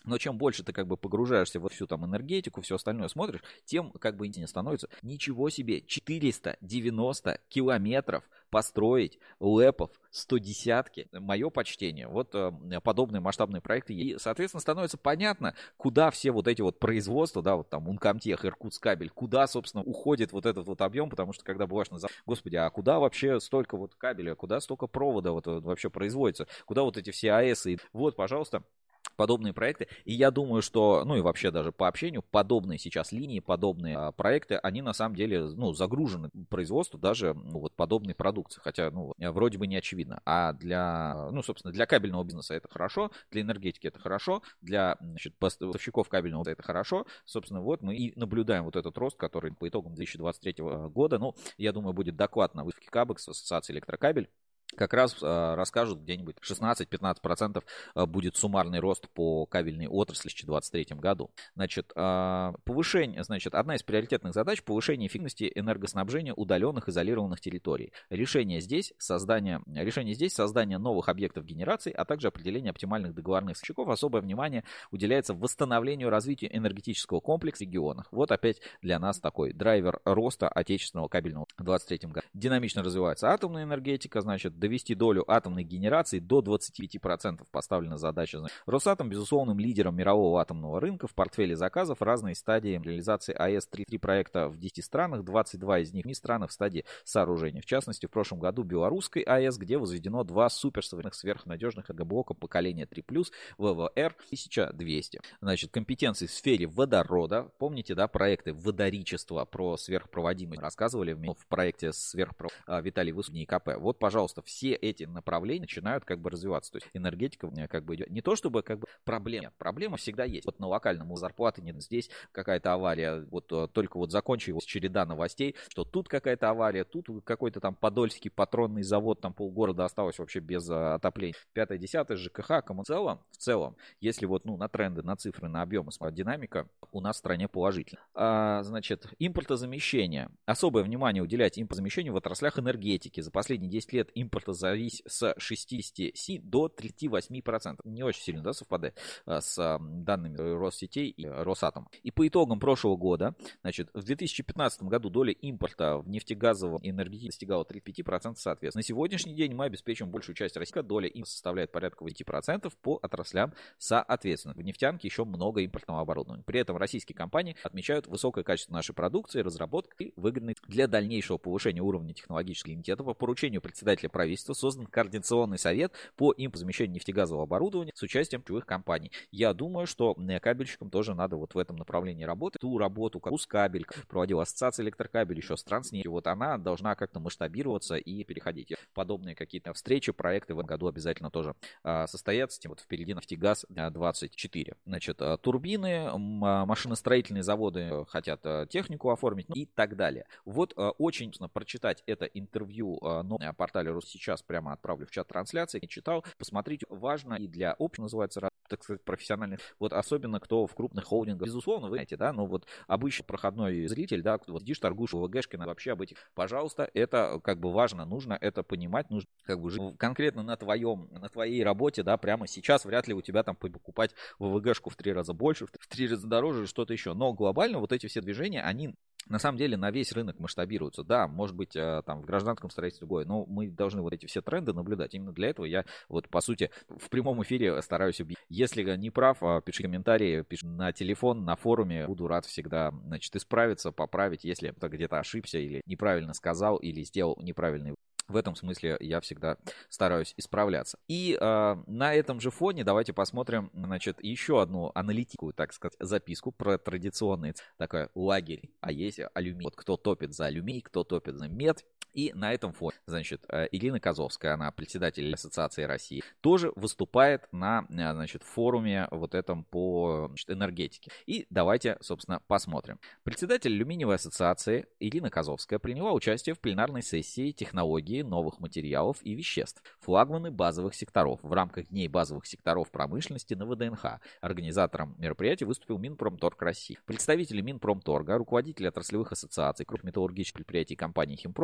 Но чем больше ты как бы погружаешься во всю там энергетику, все остальное смотришь, тем как бы интереснее становится. Ничего себе, четыреста девяносто километров построить лэпов, сто десятки. Мое почтение. Вот э, подобные масштабные проекты. И, соответственно, становится понятно, куда все вот эти вот производства, да, вот там Ункомтех, Иркутскабель, куда, собственно, уходит вот этот вот объем, потому что когда бываешь на заводе, господи, а куда вообще столько вот кабеля, куда столько провода вот, вот вообще производится, куда вот эти все АЭС, и вот, пожалуйста, подобные проекты. И я думаю, что, ну и вообще даже по общению, подобные сейчас линии, подобные а, проекты, они на самом деле, ну, загружены производству даже, ну, вот подобной продукции. Хотя, ну, вроде бы не очевидно. А для, ну, собственно, для кабельного бизнеса это хорошо, для энергетики это хорошо, для, значит, поставщиков кабельного это хорошо. Собственно, вот мы и наблюдаем вот этот рост, который по итогам две тысячи двадцать третьего года, ну, я думаю, будет доклад на выставке КАБЭКС, Ассоциации Электрокабель. Как раз э, расскажут, где-нибудь шестнадцать-пятнадцать процентов э, будет суммарный рост по кабельной отрасли в две тысячи двадцать третьем году. Значит, э, повышение, значит, одна из приоритетных задач — повышение эффективности энергоснабжения удаленных изолированных территорий. Решение здесь создание, решение здесь создание новых объектов генерации, а также определение оптимальных договорных поставщиков. Особое внимание уделяется восстановлению и развитию энергетического комплекса в регионах. Вот опять для нас такой драйвер роста отечественного кабельного в двадцать третьем году. Динамично развивается атомная энергетика, значит, довести долю атомной генерации до двадцати пяти процентов поставлена задача. Росатом безусловным лидером мирового атомного рынка, в портфеле заказов разные стадии реализации АЭС, три проекта в десяти странах, двадцать два из них в странах в стадии сооружения. В частности, в прошлом году белорусской АЭС, где возведено два суперсовременных сверхнадежных энергоблока поколения три плюс, ВВР тысяча двести. Значит, компетенции в сфере водорода. Помните, да, проекты водоричества про сверхпроводимость рассказывали в проекте сверхпроводимость Виталий Высокий и КП. Вот, пожалуйста, все эти направления начинают как бы развиваться. То есть энергетика как бы идет. Не то чтобы как бы проблема. Проблема всегда есть. Вот на локальном у зарплаты нет, здесь какая-то авария. Вот только вот закончилась череда новостей, что тут какая-то авария, тут какой-то там Подольский патронный завод, там полгорода осталось вообще без отопления. Пятое, десятое, ЖКХ, кому в целом, в целом, если вот ну на тренды, на цифры, на объемы, динамика у нас в стране положительная. А, значит, импортозамещение. Особое внимание уделять импортозамещению в отраслях энергетики. За последние десять лет импорта завис с шестидесяти семи до тридцати восьми процентов. Не очень сильно, да, совпадает с данными Россетей и Росатома. И по итогам прошлого года, значит, в две тысячи пятнадцатом году доля импорта в нефтегазовом и энергетике достигала тридцати пяти процентов соответственно. На сегодняшний день мы обеспечиваем большую часть России. Доля импорта составляет порядка восьми процентов по отраслям соответственно. В нефтянке еще много импортного оборудования. При этом российские компании отмечают высокое качество нашей продукции, разработок и выгодный для дальнейшего повышения уровня технологического иммунитета. По поручению председателя правительства создан координационный совет по импортозамещению нефтегазового оборудования с участием ключевых компаний. Я думаю, что кабельщикам тоже надо вот в этом направлении работать. Ту работу, как Ускабель проводила Ассоциация Электрокабель, еще стран с ней, вот она должна как-то масштабироваться и переходить. Подобные какие-то встречи, проекты в этом году обязательно тоже а, состоятся. Вот впереди Нефтегаз двадцать четыре. Значит, турбины, машиностроительные заводы хотят технику оформить, ну, и так далее. Вот а, очень нужно прочитать это интервью а, на портале Рус. Сейчас прямо отправлю в чат трансляции. Не читал. Посмотрите, важно и для общего, называется, так сказать, профессиональных. Вот особенно кто в крупных холдингах. Безусловно, вы знаете, да, но вот обычный проходной зритель, да, вот сидишь, торгуешь ВВГшкой, вообще об этих, пожалуйста, это как бы важно, нужно это понимать, нужно как бы жить конкретно на твоем, на твоей работе, да, прямо сейчас вряд ли у тебя там покупать ВВГшку в три раза больше, в три раза дороже или что-то еще. Но глобально вот эти все движения, они на самом деле на весь рынок масштабируются. Да, может быть, там в гражданском строительстве другое, но мы должны вот эти все тренды наблюдать. Именно для этого я вот, по сути, в прямом эфире стараюсь убедить. Если не прав, пиши комментарии, пиши на телефон, на форуме. Буду рад всегда, значит, исправиться, поправить, если где-то ошибся или неправильно сказал, или сделал неправильный. В этом смысле я всегда стараюсь исправляться. И э, на этом же фоне давайте посмотрим, значит, еще одну аналитику, так сказать, записку про традиционный такой лагерь. А есть алюминий. Вот кто топит за алюминий, кто топит за мед. И на этом фоне, значит, Ирина Козовская, она председатель Ассоциации России, тоже выступает на, значит, форуме вот этом по, значит, энергетике. И давайте, собственно, посмотрим. Председатель Алюминиевой ассоциации Ирина Козовская приняла участие в пленарной сессии технологии новых материалов и веществ, флагманы базовых секторов в рамках Дней базовых секторов промышленности на ВДНХ. Организатором мероприятия выступил Минпромторг России. Представители Минпромторга, руководители отраслевых ассоциаций, крупных металлургических предприятий и компании Химпрома обсудили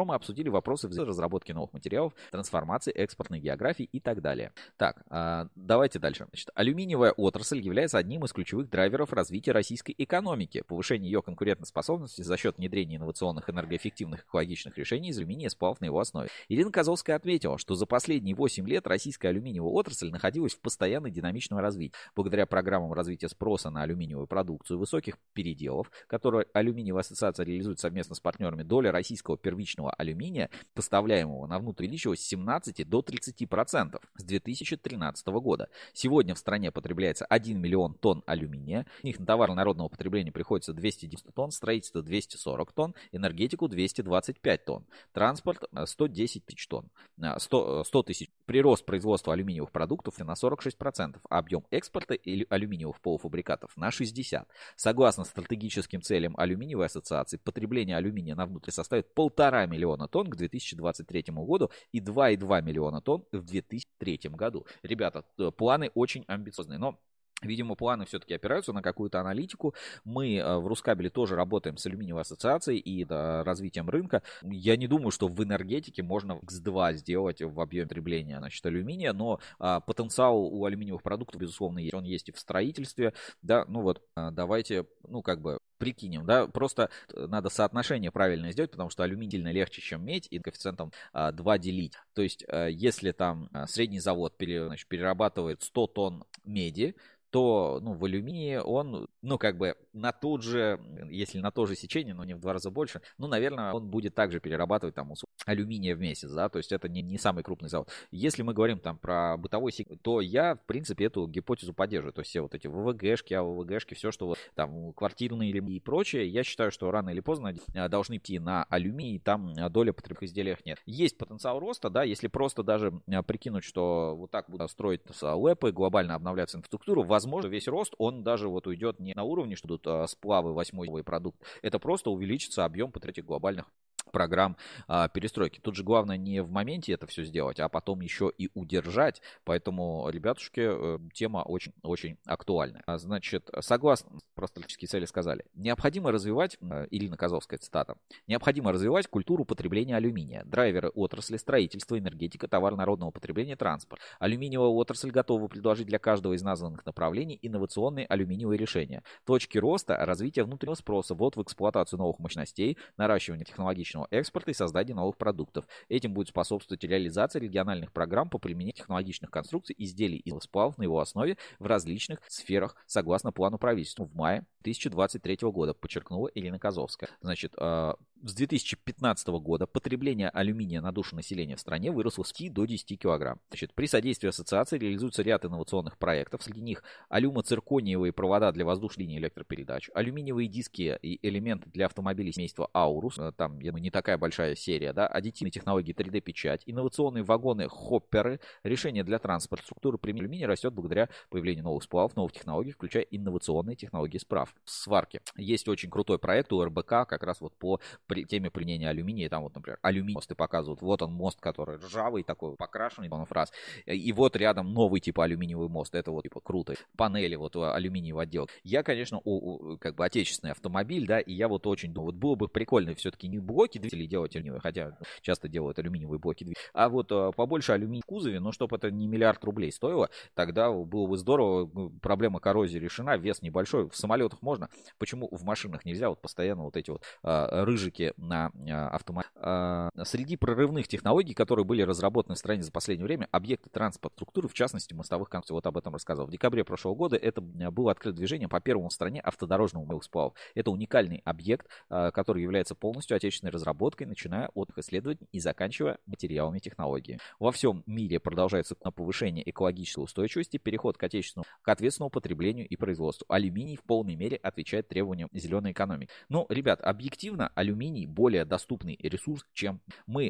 обсудили вопросы в разработке новых материалов, трансформации, экспортной географии и так далее. Так, давайте дальше. Значит, алюминиевая отрасль является одним из ключевых драйверов развития российской экономики. Повышение ее конкурентоспособности за счет внедрения инновационных, энергоэффективных, экологичных решений из алюминия сплавов на его основе. Ирина Козловская отметила, что за последние восемь лет российская алюминиевая отрасль находилась в постоянно динамичном развитии. Благодаря программам развития спроса на алюминиевую продукцию, высоких переделов, которые алюминиевая ассоциация реализует совместно с партнерами, доля российского первичного алюминия, поставляемого на внутрь, увеличилась с семнадцати до тридцати процентов с две тысячи тринадцатого года. Сегодня в стране потребляется один миллион тонн алюминия. В них на товары народного потребления приходится двести девяносто тонн, строительство двести сорок тонн, энергетику двести двадцать пять тонн, транспорт сто десять тысяч тонн, сто, сто тысяч. Прирост производства алюминиевых продуктов на сорок шесть процентов, а объем экспорта алюминиевых полуфабрикатов на шестьдесят процентов. Согласно стратегическим целям алюминиевой ассоциации, потребление алюминия на внутрь составит полтора миллиона тонн к две тысячи двадцать третьему году и два и два миллиона тонн в две тысячи третьем году. Ребята, планы очень амбициозные, но видимо, планы все-таки опираются на какую-то аналитику. Мы в Рускабеле тоже работаем с алюминиевой ассоциацией и да, развитием рынка. Я не думаю, что в энергетике можно икс два сделать в объеме потребления, значит, алюминия, но а, потенциал у алюминиевых продуктов, безусловно, есть. Он есть и в строительстве. Да, ну вот, а, давайте, ну как бы прикинем, да, просто надо соотношение правильно сделать, потому что алюминий сильно легче, чем медь, и коэффициентом а, два делить. То есть, а, если там а, средний завод пере, значит, перерабатывает сто тонн меди, то, ну, в алюминии он, ну, как бы на тот же, если на то же сечение, но не в два раза больше, ну, наверное, он будет также перерабатывать там алюминия в месяц, да, то есть это не, не самый крупный завод. Если мы говорим там про бытовой сегмент, то я, в принципе, эту гипотезу поддерживаю, то есть все вот эти ВВГшки, АВВГшки, все, что вот там квартирные и прочее, я считаю, что рано или поздно должны идти на алюминий, там доля потребных изделий нет. Есть потенциал роста, да, если просто даже прикинуть, что вот так будут строить ЛЭПы, глобально обновляться инфраструктуру, возможно, весь рост, он даже вот уйдет не на уровне, что тут а, сплавы, восьмой продукт. Это просто увеличится объем под этих глобальных программ а, перестройки. Тут же главное не в моменте это все сделать, а потом еще и удержать. Поэтому, ребятушки, э, тема очень-очень актуальная. А, значит, согласно про стратегические цели сказали, необходимо развивать, э, Ирина Козловская цитата, необходимо развивать культуру потребления алюминия, драйверы отрасли, строительство, энергетика, товар народного потребления, транспорт. Алюминиевая отрасль готова предложить для каждого из названных направлений инновационные алюминиевые решения. Точки роста, развития внутреннего спроса, ввод в эксплуатацию новых мощностей, наращивание технологичного экспорта и создания новых продуктов. Этим будет способствовать реализация региональных программ по применению технологичных конструкций, изделий и сплавов на его основе в различных сферах согласно плану правительства в мае две тысячи двадцать третьего года, подчеркнула Ирина Козловская. Значит, с две тысячи пятнадцатого года потребление алюминия на душу населения в стране выросло с пяти до десяти килограмм. Значит, при содействии ассоциации реализуется ряд инновационных проектов. Среди них алюмоциркониевые провода для воздушной линии электропередач, алюминиевые диски и элементы для автомобилей семейства Аурус. Там, я думаю, не такая большая серия, да, аддитивные технологии три дэ-печать, инновационные вагоны-хопперы, решения для транспорта. Структура применения алюминия растет благодаря появлению новых сплавов, новых технологий, включая инновационные технологии справ, сварки. Есть очень крутой проект у эр бэ ка как раз вот по при теме применения алюминия. Там вот, например, алюминий мосты показывают. Вот он мост, который ржавый, такой покрашенный, он раз. И вот рядом новый типа алюминиевый мост. Это вот типа круто. Панели вот алюминиевый отдел. Я, конечно, у, у, как бы отечественный автомобиль, да, и я вот очень думаю, вот было бы прикольно все-таки не блоки двигателей делать алюминиевые, хотя часто делают алюминиевые блоки двигателей, а вот а, побольше алюминия в кузове, но чтобы это не миллиард рублей стоило, тогда было бы здорово. Проблема коррозии решена, вес небольшой. В самолетах можно. Почему в машинах нельзя? Вот постоянно вот эти вот а, рыжики на автомобиле. Среди прорывных технологий, которые были разработаны в стране за последнее время, объекты транспортной структуры, в частности мостовых конструкций, вот об этом рассказал. В декабре прошлого года это было открыто движение по первому в стране автодорожному сплаву. Это уникальный объект, который является полностью отечественной разработкой, начиная от исследований и заканчивая материалами технологии. Во всем мире продолжается повышение экологической устойчивости, переход к отечественному, к ответственному потреблению и производству. Алюминий в полной мере отвечает требованиям зеленой экономики. Но, ребят, объективно алюминий более доступный ресурс, чем мы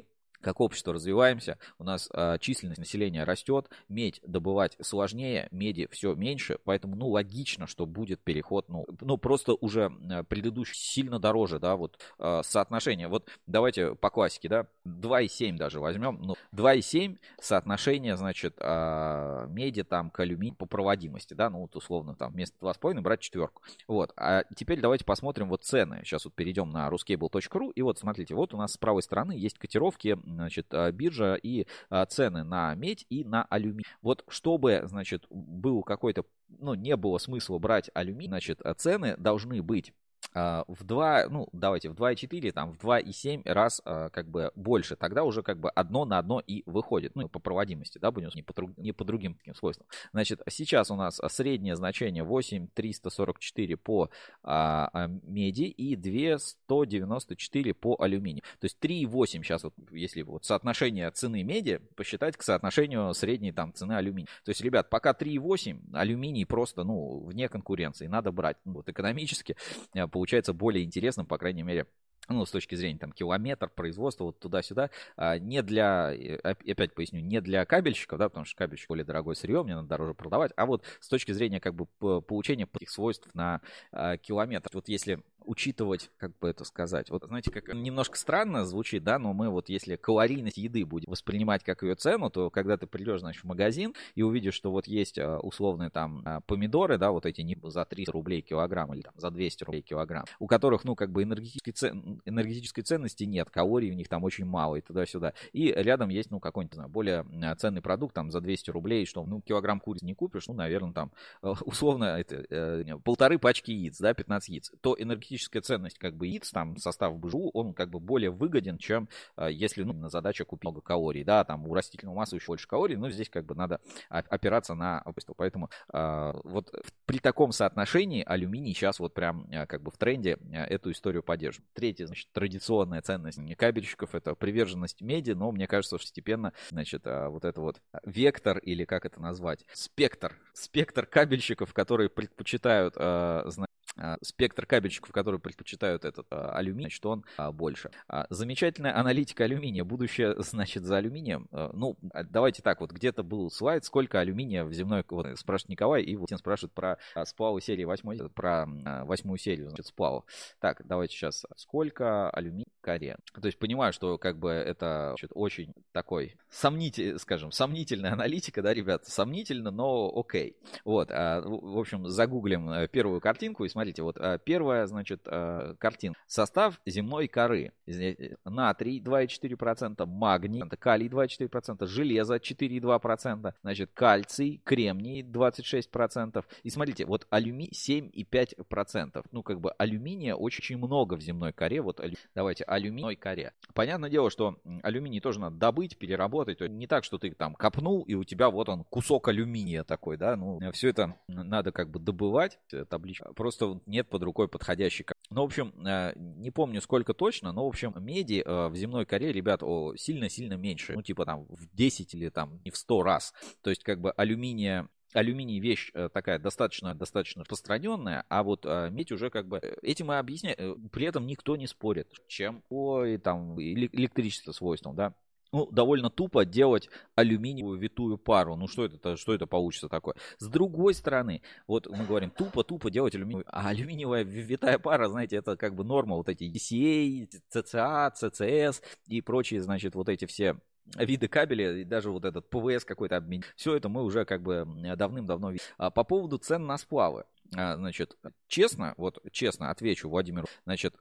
как общество развиваемся, у нас э, численность населения растет, медь добывать сложнее, меди все меньше, поэтому, ну, логично, что будет переход, ну, ну просто уже предыдущий сильно дороже, да, вот э, соотношение, вот давайте по классике, да, два и семь даже возьмем, ну, два и семь соотношение, значит, э, меди там к алюминию по проводимости, да, ну, вот условно там вместо два с половиной брать четверку, вот, а теперь давайте посмотрим вот цены, сейчас вот перейдем на ruskable точка ру, и вот смотрите, вот у нас с правой стороны есть котировки, значит, биржа и а, цены на медь и на алюминий. Вот чтобы, значит, был какой-то, ну, не было смысла брать алюминий, значит, цены должны быть а, в два, ну, давайте, в два и четыре, там, в два и семь раз а, как бы больше. Тогда уже как бы одно на одно и выходит. Ну, по проводимости, да, будем, не по, не по другим таким свойствам. Значит, сейчас у нас среднее значение восемь тысяч триста сорок четыре по а, а, меди и две тысячи сто девяносто четыре по алюминию. То есть три и восемь сейчас, вот, если вот соотношение цены меди посчитать к соотношению средней там цены алюминия. То есть, ребят, пока три и восемь, алюминий просто, ну, вне конкуренции, надо брать. Ну, вот экономически получается более интересным, по крайней мере, ну, с точки зрения там километр производства, вот туда-сюда, а, не для, опять поясню, не для кабельщиков, да, потому что кабельщик более дорогое сырье, мне надо дороже продавать, а вот с точки зрения как бы получения таких свойств на а, километр. Вот если учитывать, как бы это сказать, вот знаете, как немножко странно звучит, да, но мы вот если калорийность еды будем воспринимать как ее цену, то когда ты придешь, значит, в магазин и увидишь, что вот есть условные там помидоры, да, вот эти не за триста рублей килограмм или там за двести рублей килограмм, у которых, ну, как бы энергетической, цен, энергетической ценности нет, калорий у них там очень мало и туда-сюда, и рядом есть, ну, какой-нибудь, не знаю, более ценный продукт там за двести рублей, что, ну, килограмм курицы не купишь, ну, наверное, там условно это, э, полторы пачки яиц, да, пятнадцать яиц, то энергетическая ценность как бы яиц, там состав БЖУ, он как бы более выгоден, чем э, если, ну, на задача купить много калорий, да, там у растительного масла еще больше калорий, но здесь как бы надо опираться на опытство, поэтому э, вот при таком соотношении алюминий сейчас вот прям э, как бы в тренде э, эту историю поддерживает. Третья, значит, традиционная ценность кабельщиков — это приверженность меди, но мне кажется, что постепенно, значит, э, вот это вот вектор или как это назвать, спектр, спектр кабельщиков, которые предпочитают, э, значит, спектр кабельщиков, которые предпочитают этот а, алюминий, что он а, больше. А, замечательная аналитика алюминия. Будущее, значит, за алюминием. А, ну, давайте так, вот где-то был слайд, сколько алюминия в земной... Вот, спрашивает Николай, и вот он спрашивает про а, сплавы серии восьмой, про а, восьмую серию, значит, сплавов. Так, давайте сейчас. Сколько алюминия в коре? То есть понимаю, что как бы это, значит, очень такой сомнительный, скажем, сомнительная аналитика, да, ребята? Сомнительно, но окей. Вот, а, в общем, загуглим первую картинку и смотрим. Смотрите, вот первая, значит, картина. Состав земной коры. Натрий два и четыре процента, магний, калий два и четыре процента, железо четыре и два процента, значит, кальций, кремний двадцать шесть процентов. И смотрите, вот алюминий семь и пять процентов. Ну, как бы алюминия очень много в земной коре. Вот алю... давайте, алюминий в коре. Понятное дело, что алюминий тоже надо добыть, переработать. То есть не так, что ты там копнул, и у тебя вот он кусок алюминия такой, да. Ну, все это надо как бы добывать. Табличка. Просто нет под рукой подходящей. Ну, в общем, не помню сколько точно, но, в общем, меди в земной коре, ребят, сильно-сильно меньше. Ну, типа там в десять или там не в сто раз. То есть, как бы алюминия, алюминий вещь такая достаточно, достаточно распространенная, а вот а, медь уже как бы этим и объясняет. При этом никто не спорит, чем ой, там электричество свойством, да. Ну, довольно тупо делать алюминиевую витую пару. Ну, что это, что это получится такое? С другой стороны, вот мы говорим, тупо-тупо делать алюминиевую. А алюминиевая витая пара, знаете, это как бы норма. Вот эти ди си эй, си си эй, си си эс и прочие, значит, вот эти все виды кабеля, и даже вот этот пэ вэ эс какой-то обмен. Все это мы уже как бы давным-давно видим. А по поводу цен на сплавы. Значит, честно, вот честно отвечу Владимиру, значит,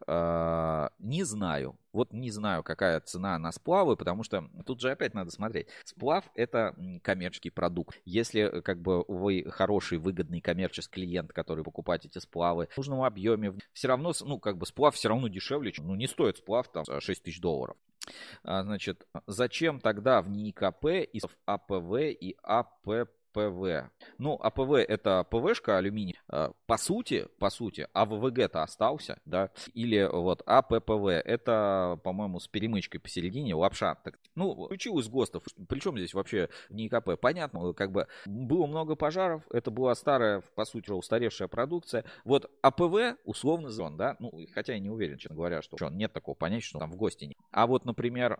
не знаю, вот не знаю, какая цена на сплавы, потому что тут же опять надо смотреть. Сплав — это коммерческий продукт. Если как бы вы хороший, выгодный коммерческий клиент, который покупает эти сплавы в нужном объеме, все равно, ну, как бы сплав все равно дешевле, ну, не стоит сплав там шесть тысяч долларов. Значит, зачем тогда в НИИКП и в а пэ вэ и а пэ АПВ. Ну, АПВ это ПВшка алюминий. По сути, по сути, АВВГ-то остался, да. Или вот АППВ. Это, по-моему, с перемычкой посередине, лапша. Так, ну, включил из ГОСТов. Причем здесь вообще не ИКП? Понятно, как бы было много пожаров. Это была старая, по сути, уже устаревшая продукция. Вот АПВ условно зон, да. Ну, хотя я не уверен, честно говоря, что нет такого понятия, что там в ГОСТе нет. А вот, например,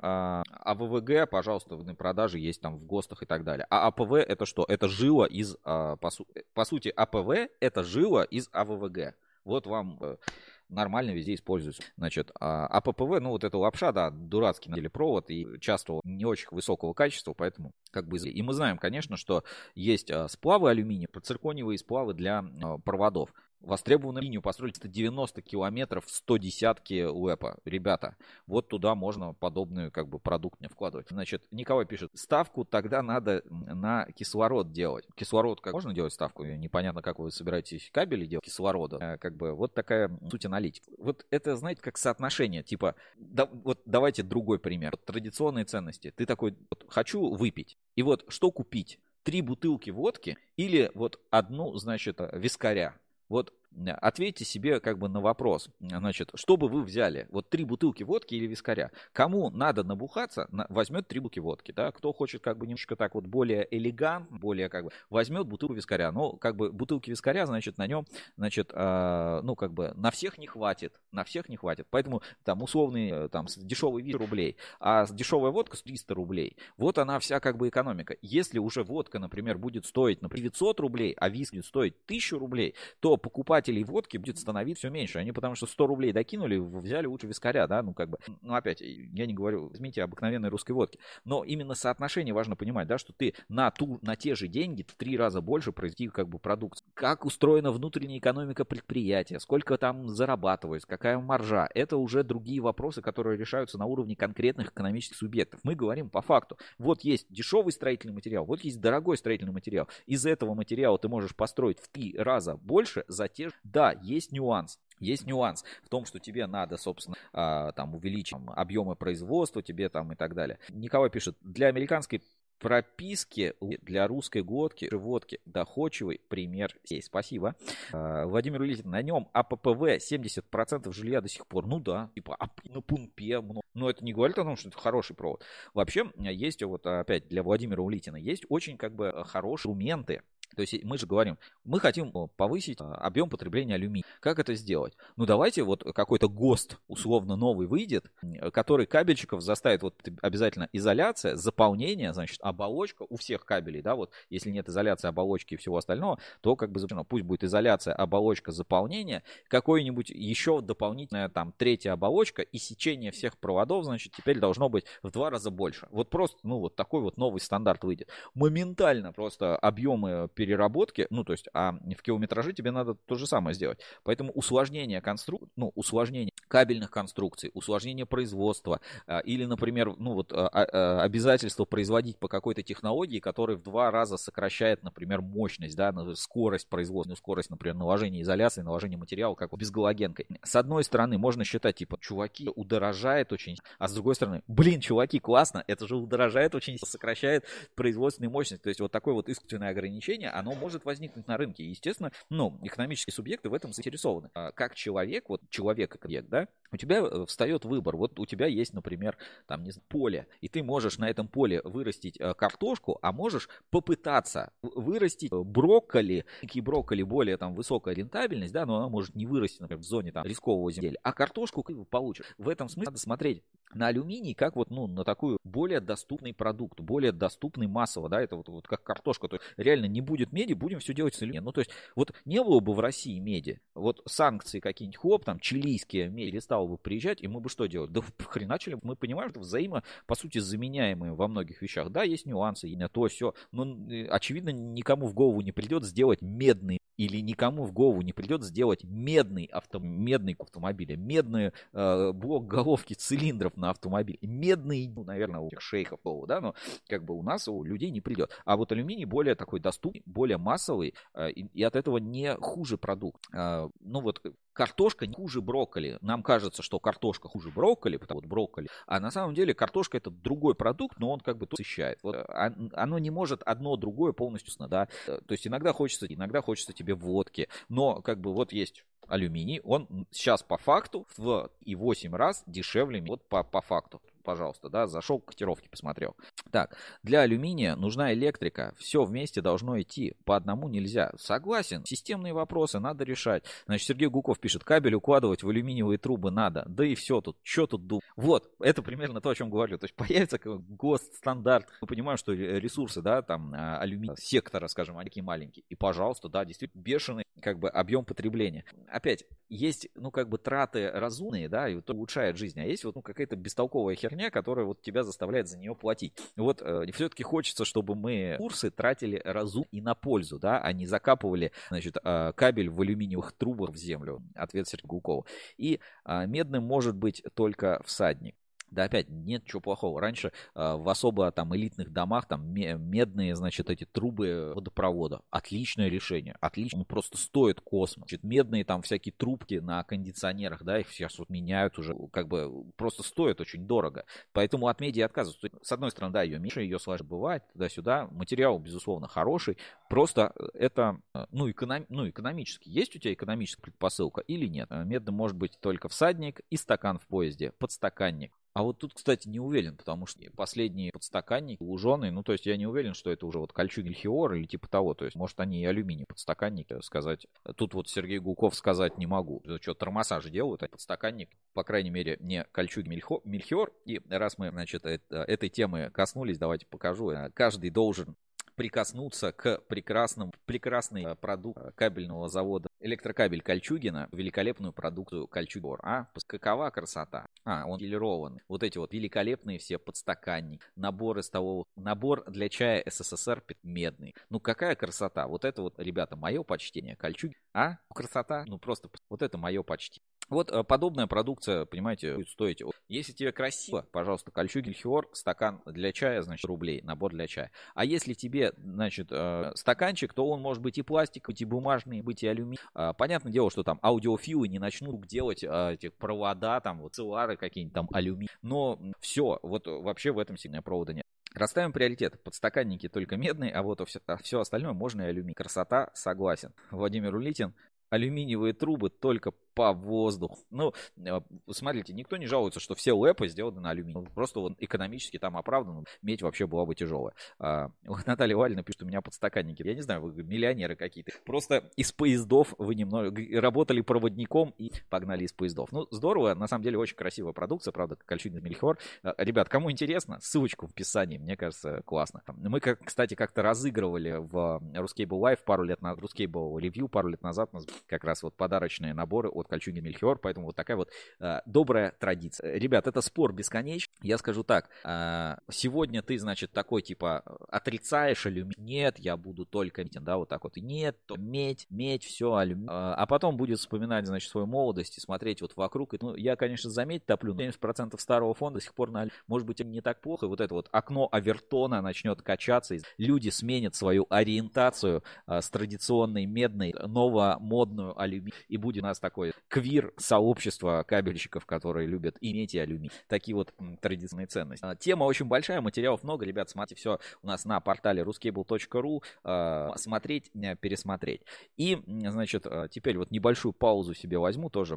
АВВГ, пожалуйста, на продаже есть там в ГОСТах и так далее. А АПВ это что? Это жила из, по, су- по сути, АПВ это жила из АВВГ. Вот вам нормально везде используется. Значит, АППВ, ну вот это лапша, да, дурацкий на деле провод и часто не очень высокого качества, поэтому как бы... И мы знаем, конечно, что есть сплавы алюминия, циркониевые сплавы для проводов. Востребованную линию построили сто девяносто километров, сто десятки УЭПа. Ребята, вот туда можно подобную как бы продукт не вкладывать. Значит, Николай пишет, ставку тогда надо на кислород делать. Кислород, как можно делать ставку? Непонятно, как вы собираетесь кабели делать кислорода. Как бы вот такая суть аналитики. Вот это, знаете, как соотношение. Типа, да, вот давайте другой пример. Вот традиционные ценности. Ты такой, вот, хочу выпить. И вот что купить? Три бутылки водки или вот одну, значит, вискаря? Вот ответьте себе как бы на вопрос, значит, что бы вы взяли, вот три бутылки водки или вискаря? Кому надо набухаться, возьмет три бутылки водки, да? Кто хочет как бы немножко так вот более элегантно, более как бы, возьмет бутылку вискаря. Ну, как бы бутылки вискаря, значит, на нем, значит, э, ну, как бы на всех не хватит, на всех не хватит. Поэтому там условный, там, дешевый вид рублей, а дешевая водка с триста рублей. Вот она вся как бы экономика. Если уже водка, например, будет стоить, например, девятьсот рублей, а виски будет стоить тысячу рублей, то покупателей водки будет становиться все меньше. Они потому что сто рублей докинули, взяли лучше вискаря, да, ну как бы, ну опять, я не говорю, возьмите обыкновенной русской водки, но именно соотношение важно понимать, да, что ты на, ту, на те же деньги в три раза больше произвести как бы продукцию. Как устроена внутренняя экономика предприятия, сколько там зарабатывают, какая маржа, это уже другие вопросы, которые решаются на уровне конкретных экономических субъектов. Мы говорим по факту. Вот есть дешевый строительный материал, вот есть дорогой строительный материал. Из этого материала ты можешь построить в три раза больше за те же. Да, есть нюанс. Есть нюанс в том, что тебе надо, собственно, там увеличить там, объемы производства, тебе там и так далее. Николай пишет, для американской прописки, для русской водки, водки доходчивый пример есть. Спасибо. Владимир Улитин, на нем АППВ семьдесят процентов жилья до сих пор. Ну да, типа на пунпе много. Но это не говорит о том, что это хороший провод. Вообще, есть вот опять для Владимира Улитина, есть очень как бы хорошие аргументы. То есть мы же говорим, мы хотим повысить объем потребления алюминия. Как это сделать? Ну давайте вот какой-то ГОСТ условно новый выйдет, который кабельщиков заставит вот обязательно изоляция, заполнение, значит оболочка у всех кабелей, да, вот если нет изоляции, оболочки и всего остального, то как бы запрещено. Пусть будет изоляция, оболочка, заполнение, какой-нибудь еще дополнительная там третья оболочка и сечение всех проводов, значит теперь должно быть в два раза больше. Вот просто, ну вот такой вот новый стандарт выйдет. Моментально просто объемы переработки, ну, то есть, а в километраже тебе надо то же самое сделать. Поэтому усложнение конструкции, ну, усложнение кабельных конструкций, усложнение производства а, или, например, ну, вот а, а, обязательство производить по какой-то технологии, которая в два раза сокращает, например, мощность, да, скорость производства, скорость, например, наложения изоляции, наложения материала, как вот безгалогенкой. С одной стороны, можно считать, типа, чуваки, удорожает очень, а с другой стороны, блин, чуваки, классно, это же удорожает очень, сокращает производственную мощность. То есть, вот такое вот искусственное ограничение, оно может возникнуть на рынке. И, естественно, ну, экономические субъекты в этом заинтересованы. А как человек, вот человек как объект, да, у тебя встает выбор. Вот у тебя есть, например, там, не знаю, поле, и ты можешь на этом поле вырастить картошку, а можешь попытаться вырастить брокколи. Такие брокколи более там высокая рентабельность, да, но она может не вырасти, например, в зоне там рискового земли, а картошку ты получишь. В этом смысле надо смотреть на алюминий как вот, ну, на такую более доступный продукт, более доступный массово, да, это вот, вот как картошка, то есть реально не будет меди, будем все делать с алюминием. Ну, то есть вот не было бы в России меди, вот санкции какие-нибудь, хлоп, там, чилийские меди перестало бы приезжать, и мы бы что делали? Да хреначили, мы понимаем, что взаимо, по сути, заменяемые во многих вещах. Да, есть нюансы, и на то, все, но, очевидно, никому в голову не придет сделать медный, или никому в голову не придет сделать медный, авто, медный автомобиль, медный э, блок головки цилиндров на автомобиле, медный, ну, наверное, у этих шейхов, да, но как бы у нас, у людей не придет. А вот алюминий более такой доступный, более массовый, э, и, и от этого не хуже продукт. Э, ну вот картошка не хуже брокколи. Нам кажется, что картошка хуже брокколи, потому что брокколи, а на самом деле картошка это другой продукт, но он как бы насыщает. Вот, оно не может одно другое полностью, да. То есть иногда хочется, иногда хочется тебе водки, но как бы вот есть алюминий, он сейчас по факту в и восемь раз дешевле, вот по, по факту. Пожалуйста, да, зашел к котировке, посмотрел. Так, для алюминия нужна электрика. Все вместе должно идти. По одному нельзя. Согласен, системные вопросы надо решать. Значит, Сергей Гуков пишет, кабель укладывать в алюминиевые трубы надо. Да и все тут. Что тут думать? Вот, это примерно то, о чем говорю. То есть появится госстандарт. Мы понимаем, что ресурсы, да, там, алюминия, сектора, скажем, они такие маленькие. И, пожалуйста, да, действительно бешеный, как бы, объем потребления. Опять, есть, ну, как бы, траты разумные, да, и это улучшает жизнь. А есть вот, ну, какая-то бестолковая херня, которая вот тебя заставляет за нее платить. Вот э, все-таки хочется, чтобы мы курсы тратили разум и на пользу, да, а не закапывали, значит, э, кабель в алюминиевых трубах в землю. Ответ Сергея Гукова. И э, медным может быть только всадник. Да, опять, нет ничего плохого. Раньше э, в особо там элитных домах там медные, значит, эти трубы водопровода. Отличное решение. Отлично. Ну, просто стоит космос. Значит, медные там всякие трубки на кондиционерах, да, их сейчас вот меняют уже, как бы, просто стоит очень дорого. Поэтому от меди отказываются. С одной стороны, да, ее меньше, ее сложнее бывает, туда-сюда. Материал, безусловно, хороший. Просто это, ну, эконом... ну, экономически. Есть у тебя экономическая предпосылка или нет? Медным может быть только всадник и стакан в поезде, подстаканник. А вот тут, кстати, не уверен, потому что последние подстаканники луженые, ну, то есть я не уверен, что это уже вот Кольчугин-Мельхиор или типа того, то есть, может, они и алюминий подстаканники сказать. Тут вот Сергей Гуков сказать не могу. Что, тормоза же делают, а подстаканник, по крайней мере, не Кольчугин-Мельхиор. И раз мы, значит, этой темы коснулись, давайте покажу. Каждый должен прикоснуться к прекрасному, прекрасной продукту кабельного завода Электрокабель Кольчугина, великолепную продукцию Кольчугин. А, какова красота? А, он гелированный. Вот эти вот великолепные все подстаканники, набор из того, набор для чая СССР медный. Ну какая красота? Вот это вот, ребята, мое почтение. Кольчугин. А, красота? Ну просто, вот это мое почтение. Вот подобная продукция, понимаете, будет стоить. Если тебе красиво, пожалуйста, Кольчугин-Мельхиор, стакан для чая, значит, рублей, набор для чая. А если тебе, значит, стаканчик, то он может быть и пластиковый, и бумажный, быть и алюминий. Понятное дело, что там аудиофилы не начнут делать эти провода, там, вот, целлары какие-нибудь там алюминий. Но все, вот вообще в этом сильного провода нет. Расставим приоритеты. Подстаканники только медные, а вот все, все остальное можно и алюминий. Красота, согласен. Владимир Улитин. Алюминиевые трубы только по воздуху. Ну, смотрите, никто не жалуется, что все лэпы сделаны на алюминии. Просто вот экономически там оправдано. Медь вообще была бы тяжелая. А, вот Наталья Валина пишет, у меня подстаканники. Я не знаю, вы миллионеры какие-то. Просто из поездов вы немного работали проводником и погнали из поездов. Ну, здорово. На самом деле, очень красивая продукция. Правда, Кольчугин-Мельхиор. Ребят, кому интересно, ссылочку в описании. Мне кажется, классно. Мы, как, кстати, как-то разыгрывали в Ruscable Live пару лет назад, Ruscable Review пару лет назад. Как раз вот подарочные наборы от Кольчугин-Мельхиор, поэтому вот такая вот э, добрая традиция. Ребят, это спор бесконечный. Я скажу так, э, сегодня ты, значит, такой типа отрицаешь алюминий. Нет, я буду только медь, да, вот так вот. Нет, то медь, медь, все, алюминий. Э, а потом будет вспоминать, значит, свою молодость и смотреть вот вокруг. И, ну, я, конечно, за медь топлю, но семьдесят процентов старого фонда до сих пор на, может быть, не так плохо. И вот это вот окно Авертона начнет качаться. И люди сменят свою ориентацию э, с традиционной медной, новомодную алюминий. И будет у нас такое квир-сообщество кабельщиков, которые любят и медь, и алюминий. Такие вот м, традиционные ценности. А, тема очень большая, материалов много. Ребят, смотрите, все у нас на портале ruscable точка ру. А, смотреть, пересмотреть. И, значит, теперь вот небольшую паузу себе возьму тоже.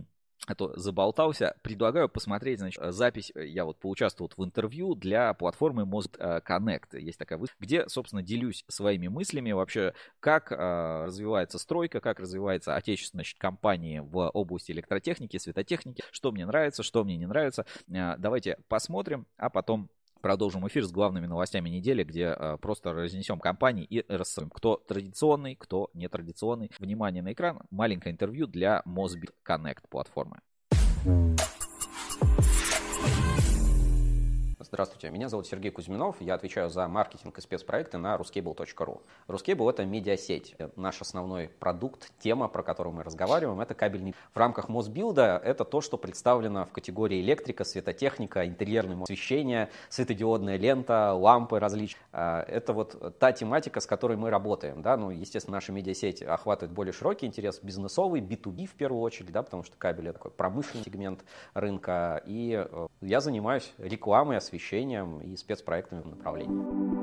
А то заболтался. Предлагаю посмотреть, значит, запись. Я вот поучаствовал в интервью для платформы MozConnect. Есть такая выставка, где, собственно, делюсь своими мыслями вообще, как э, развивается стройка, как развивается отечественная, значит, компания в области электротехники, светотехники, что мне нравится, что мне не нравится. Э, давайте посмотрим, а потом продолжим эфир с главными новостями недели, где э, просто разнесем компании и рассмотрим, кто традиционный, кто нетрадиционный. Внимание на экран. Маленькое интервью для MozConnect платформы. Здравствуйте, меня зовут Сергей Кузьминов, я отвечаю за маркетинг и спецпроекты на Ruscable точка ру. Ruscable — это медиасеть. Наш основной продукт, тема, про которую мы разговариваем, это кабельный. В рамках Мосбилда это то, что представлено в категории электрика, светотехника, интерьерное освещение, светодиодная лента, лампы различные. Это вот та тематика, с которой мы работаем. Да? Ну, естественно, наша медиасеть охватывает более широкий интерес, бизнесовый, би ту би в первую очередь, да, потому что кабель — это такой промышленный сегмент рынка. И я занимаюсь рекламой, освещением и спецпроектами в направлении.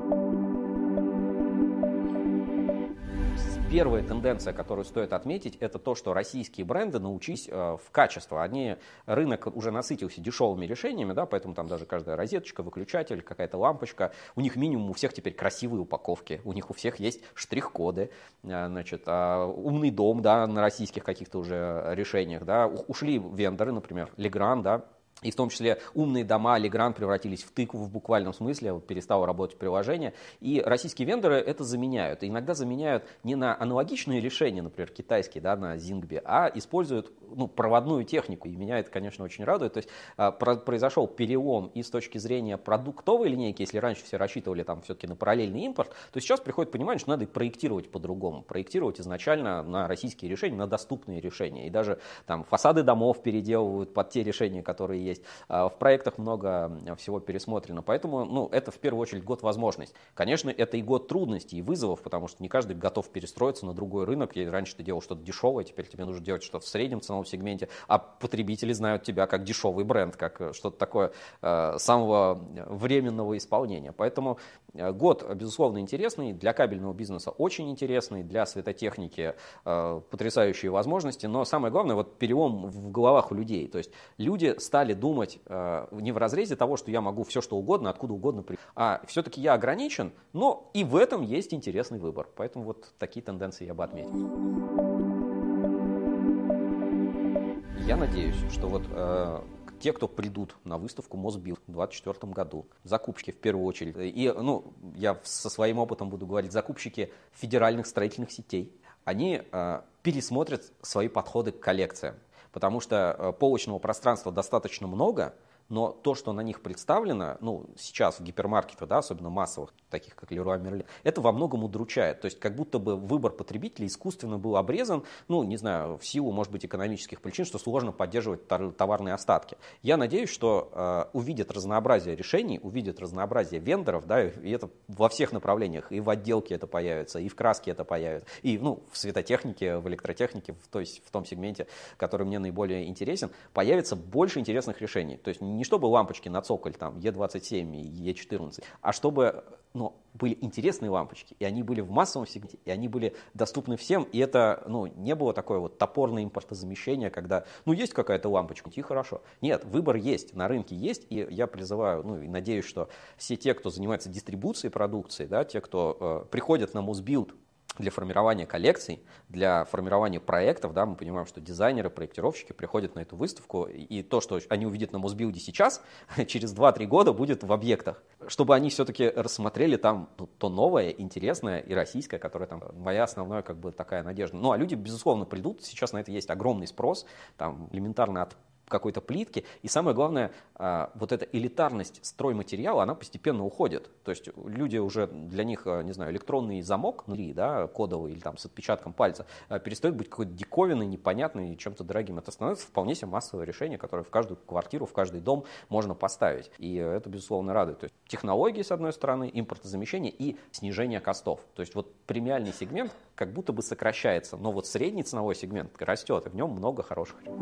Первая тенденция, которую стоит отметить, это то, что российские бренды научились э, в качество. Они, рынок уже насытился дешевыми решениями, да, поэтому там даже каждая розеточка, выключатель, какая-то лампочка. У них минимум у всех теперь красивые упаковки, у них у всех есть штрих-коды, э, значит, э, умный дом, да, на российских каких-то уже решениях. Да. Ушли вендоры, например, Legrand, да. И в том числе умные дома Legrand превратились в тыкву в буквальном смысле, перестало работать приложение. И российские вендоры это заменяют. И иногда заменяют не на аналогичные решения, например, китайские, да, на Zigbee, а используют ну, проводную технику. И меня это, конечно, очень радует. То есть произошел перелом и с точки зрения продуктовой линейки, если раньше все рассчитывали там все-таки на параллельный импорт, то сейчас приходит понимание, что надо и проектировать по-другому. Проектировать изначально на российские решения, на доступные решения. И даже там фасады домов переделывают под те решения, которые есть. В проектах много всего пересмотрено, поэтому ну, это в первую очередь год возможностей. Конечно, это и год трудностей и вызовов, потому что не каждый готов перестроиться на другой рынок. И раньше ты делал что-то дешевое, теперь тебе нужно делать что-то в среднем ценовом сегменте, а потребители знают тебя как дешевый бренд, как что-то такое э, самого временного исполнения. Поэтому год, безусловно, интересный, для кабельного бизнеса очень интересный, для светотехники э, потрясающие возможности, но самое главное, вот перелом в головах у людей. То есть люди стали думать э, не в разрезе того, что я могу все что угодно, откуда угодно, а все-таки я ограничен, но и в этом есть интересный выбор. Поэтому вот такие тенденции я бы отметил. Я надеюсь, что вот э, те, кто придут на выставку Мосбилд в двадцать четвёртом году, закупщики в первую очередь, и ну, я со своим опытом буду говорить, закупщики федеральных строительных сетей, они э, пересмотрят свои подходы к коллекциям. Потому что полочного пространства достаточно много, но то, что на них представлено, ну, сейчас в гипермаркетах, да, особенно массовых, таких как Leroy Merlin, это во многом удручает. То есть как будто бы выбор потребителей искусственно был обрезан, ну, не знаю, в силу, может быть, экономических причин, что сложно поддерживать товарные остатки. Я надеюсь, что э, увидят разнообразие решений, увидят разнообразие вендоров, да, и это во всех направлениях, и в отделке это появится, и в краске это появится, и ну, в светотехнике, в электротехнике, в, то есть в том сегменте, который мне наиболее интересен, появится больше интересных решений. То есть не чтобы лампочки на цоколь, там, Е двадцать семь и Е четырнадцать, а чтобы ну, были интересные лампочки, и они были в массовом сегменте, и они были доступны всем, и это ну, не было такое вот топорное импортозамещение, когда, ну, есть какая-то лампочка, и хорошо. Нет, выбор есть, на рынке есть, и я призываю, ну, и надеюсь, что все те, кто занимается дистрибуцией продукции, да, те, кто э, приходят на Мосбилд для формирования коллекций, для формирования проектов, да, мы понимаем, что дизайнеры, проектировщики приходят на эту выставку, и то, что они увидят на Мосбилде сейчас, через два-три года будет в объектах, чтобы они все-таки рассмотрели там ну, то новое, интересное и российское, которое там моя основная как бы такая надежда. Ну, а люди, безусловно, придут, сейчас на это есть огромный спрос, там элементарно от какой-то плитки. И самое главное, вот эта элитарность стройматериала, она постепенно уходит. То есть люди уже, для них, не знаю, электронный замок внутри, да, кодовый или там с отпечатком пальца, перестает быть какой-то диковинной, непонятной, чем-то дорогим. Это становится вполне себе массовое решение, которое в каждую квартиру, в каждый дом можно поставить. И это, безусловно, радует. То есть технологии, с одной стороны, импортозамещение и снижение костов. То есть вот премиальный сегмент как будто бы сокращается, но вот средний ценовой сегмент растет, и в нем много хороших решений.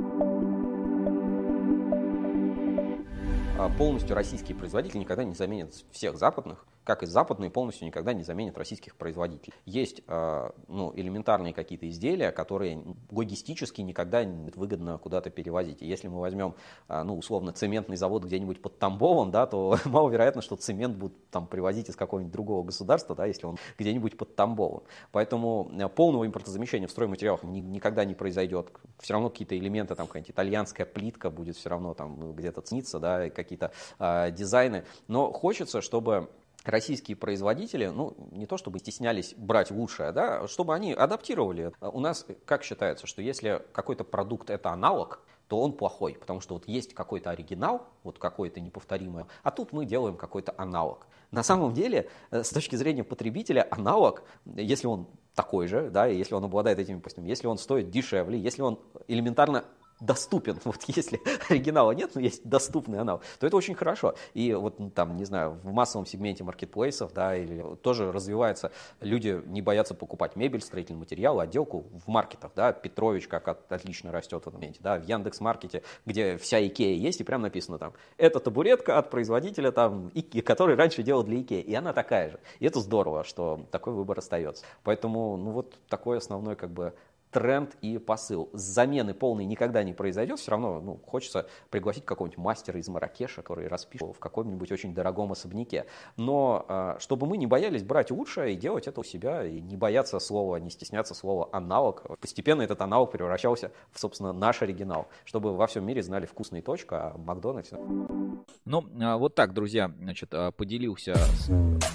Полностью российские производители никогда не заменят всех западных, как и западные полностью никогда не заменят российских производителей. Есть ну, элементарные какие-то изделия, которые логистически никогда не выгодно куда-то перевозить. И если мы возьмем, ну, условно, цементный завод где-нибудь под Тамбовом, да, то маловероятно, что цемент будут там привозить из какого-нибудь другого государства, да, если он где-нибудь под Тамбовом. Поэтому полного импортозамещения в стройматериалах никогда не произойдет. Все равно какие-то элементы, там какая-нибудь итальянская плитка будет все равно там где-то цениться, да, какие-то э, дизайны. Но хочется, чтобы российские производители, ну, не то чтобы стеснялись брать лучшее, да, чтобы они адаптировали. У нас как считается, что если какой-то продукт это аналог, то он плохой, потому что вот есть какой-то оригинал, вот какой-то неповторимый, а тут мы делаем какой-то аналог. На самом деле, с точки зрения потребителя, аналог, если он такой же, да, если он обладает этими качествами, если он стоит дешевле, если он элементарно доступен, вот если оригинала нет, но есть доступный аналог, то это очень хорошо. И вот там, не знаю, в массовом сегменте маркетплейсов, да, или тоже развивается, люди не боятся покупать мебель, строительный материал, отделку в маркетах, да, Петрович как от, отлично растет в этом моменте, да, в Яндекс.Маркете, где вся Икея есть, и прям написано там, это табуретка от производителя, там, Икея, который раньше делал для Икеи, и она такая же. И это здорово, что такой выбор остается. Поэтому, ну вот такой основной как бы тренд и посыл. Замены полной никогда не произойдет, все равно ну, хочется пригласить какого-нибудь мастера из Марракеша, который распишет в каком-нибудь очень дорогом особняке. Но чтобы мы не боялись брать лучшее и делать это у себя, и не бояться слова, не стесняться слова аналог, постепенно этот аналог превращался в, собственно, наш оригинал, чтобы во всем мире знали вкусный точка, а Макдональдс... Ну, вот так, друзья, значит, поделился с...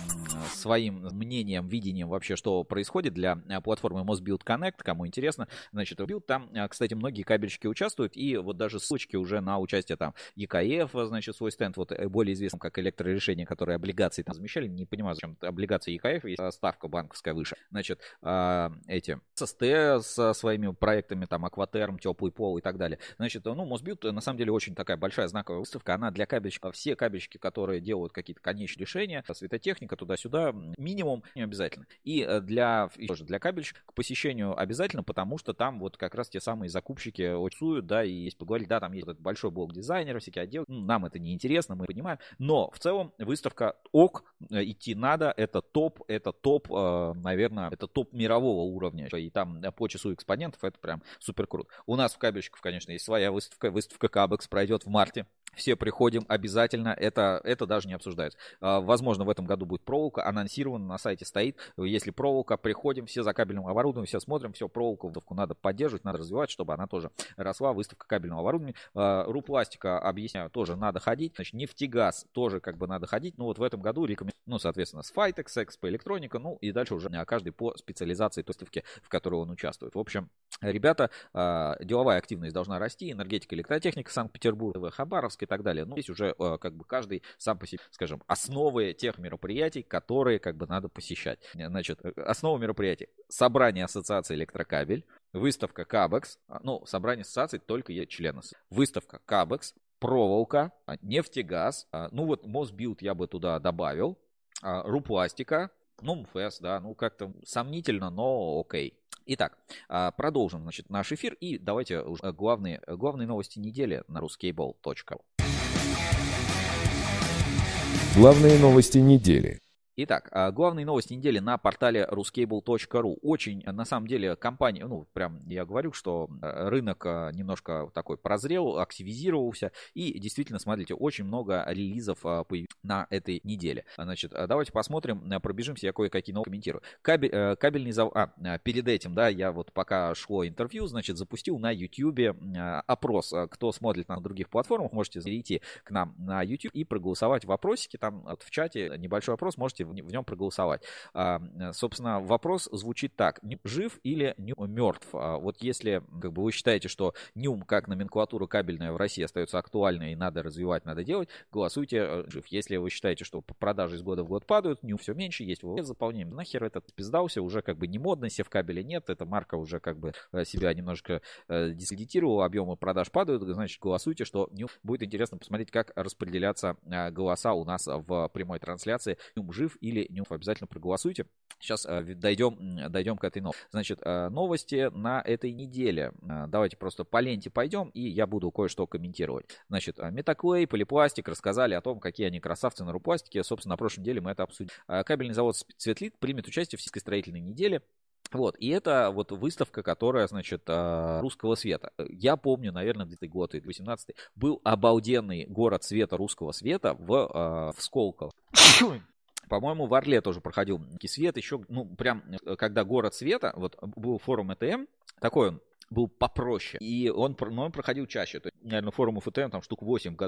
своим мнением, видением вообще, что происходит для платформы Mosbuild Connect, кому интересно, значит, Build, там, кстати, многие кабельщики участвуют, и вот даже ссылочки уже на участие там и ка эф, значит, свой стенд, вот более известным как электрорешение, которые облигации там размещали, не понимаю, зачем облигации и ка эф, есть ставка банковская выше, значит, эти эс эс тэ со своими проектами, там, Акватерм, Теплый пол и так далее, значит, ну, Mosbuild, на самом деле, очень такая большая знаковая выставка, она для кабельщиков, все кабельщики, которые делают какие-то конечные решения, светотехника, туда-сюда, минимум не обязательно. И для, и тоже для кабельщиков к посещению обязательно, потому что там вот как раз те самые закупщики очуют, да, и если поговорить, да, там есть этот большой блок дизайнеров, всякие отделы, ну, нам это не интересно, мы понимаем, но в целом выставка ок, идти надо, это топ, это топ, наверное, это топ мирового уровня, и там по часу экспонентов это прям супер круто. У нас в кабельщиков, конечно, есть своя выставка, выставка Кабекс пройдет в марте. Все приходим обязательно, это, это даже не обсуждается. Возможно, в этом году будет проволока, анонсировано, на сайте стоит. Если проволока, приходим, все за кабельным оборудованием, все смотрим, все, проволоку, выставку надо поддерживать, надо развивать, чтобы она тоже росла. Выставка кабельного оборудования. Рупластика, объясняю, тоже надо ходить. Значит, нефтегаз тоже как бы надо ходить. Ну вот в этом году рекомендую, ну, соответственно, с Файтекс, Экспо, электроника, ну и дальше уже каждый по специализации той выставки, в которой он участвует. В общем, ребята, деловая активность должна расти, энергетика, электротехника, Санкт-Петербург, Хабаровск и так далее. Ну, здесь уже как бы каждый сам по себе, скажем, основы тех мероприятий, которые как бы надо посещать. Значит, основа мероприятий: собрание ассоциации Электрокабель, выставка Кабекс, ну, собрание ассоциаций только есть члены. Выставка Кабекс, проволока, нефтегаз, ну вот Mosbuild я бы туда добавил, Рупластика, ну, МФС, да, ну как-то сомнительно, но окей. Итак, продолжим, значит, наш эфир и давайте уже главные, главные новости недели на ruskable точка ру. Главные новости недели. Итак, главные новости недели на портале ruskable точка ру. Очень, на самом деле, компания, ну, прям я говорю, что рынок немножко такой прозрел, активизировался. И действительно, смотрите, очень много релизов появилось на этой неделе. Значит, давайте посмотрим, пробежимся, я кое-какие новости комментирую. Кабель, кабельный завод, а, перед этим, да, я вот пока шло интервью, значит, запустил на YouTube опрос. Кто смотрит на других платформах, можете зайти к нам на YouTube и проголосовать в вопросике. Там вот в чате небольшой опрос, можете в нем проголосовать. А, собственно, вопрос звучит так: жив или Нюм мертв? А, вот если как бы вы считаете, что Нюм как номенклатура кабельная в России остается актуальной и надо развивать, надо делать, голосуйте жив. Если вы считаете, что продажи из года в год падают, Нюм все меньше, есть заполнение, нахер этот спиздался, уже как бы не модно, севкабеля нет, эта марка уже как бы себя немножко дискредитировала, объемы продаж падают, значит, голосуйте, что Нюм. Будет интересно посмотреть, как распределяться голоса у нас в прямой трансляции. Нюм жив или не, обязательно проголосуйте. Сейчас э, дойдем, дойдем к этой новости. Значит, э, новости на этой неделе. Э, давайте просто по ленте пойдем, и я буду кое-что комментировать. Значит, Метаклей, Полипластик рассказали о том, какие они красавцы на рупластике. Собственно, на прошлой неделе мы это обсудили. Э, кабельный завод Светлит примет участие в Всероссийской строительной неделе. Вот, и это вот выставка, которая, значит, русского света. Я помню, наверное, две тысячи год, восемнадцатый, был обалденный город света, русского света в, в Сколково. По-моему, в Орле тоже проходил свет, еще, ну, прям, когда город света, вот, был форум и тэ эм, такой он был попроще, и он, ну, он проходил чаще, то есть, наверное, форум и тэ эм там штук восемь в году был.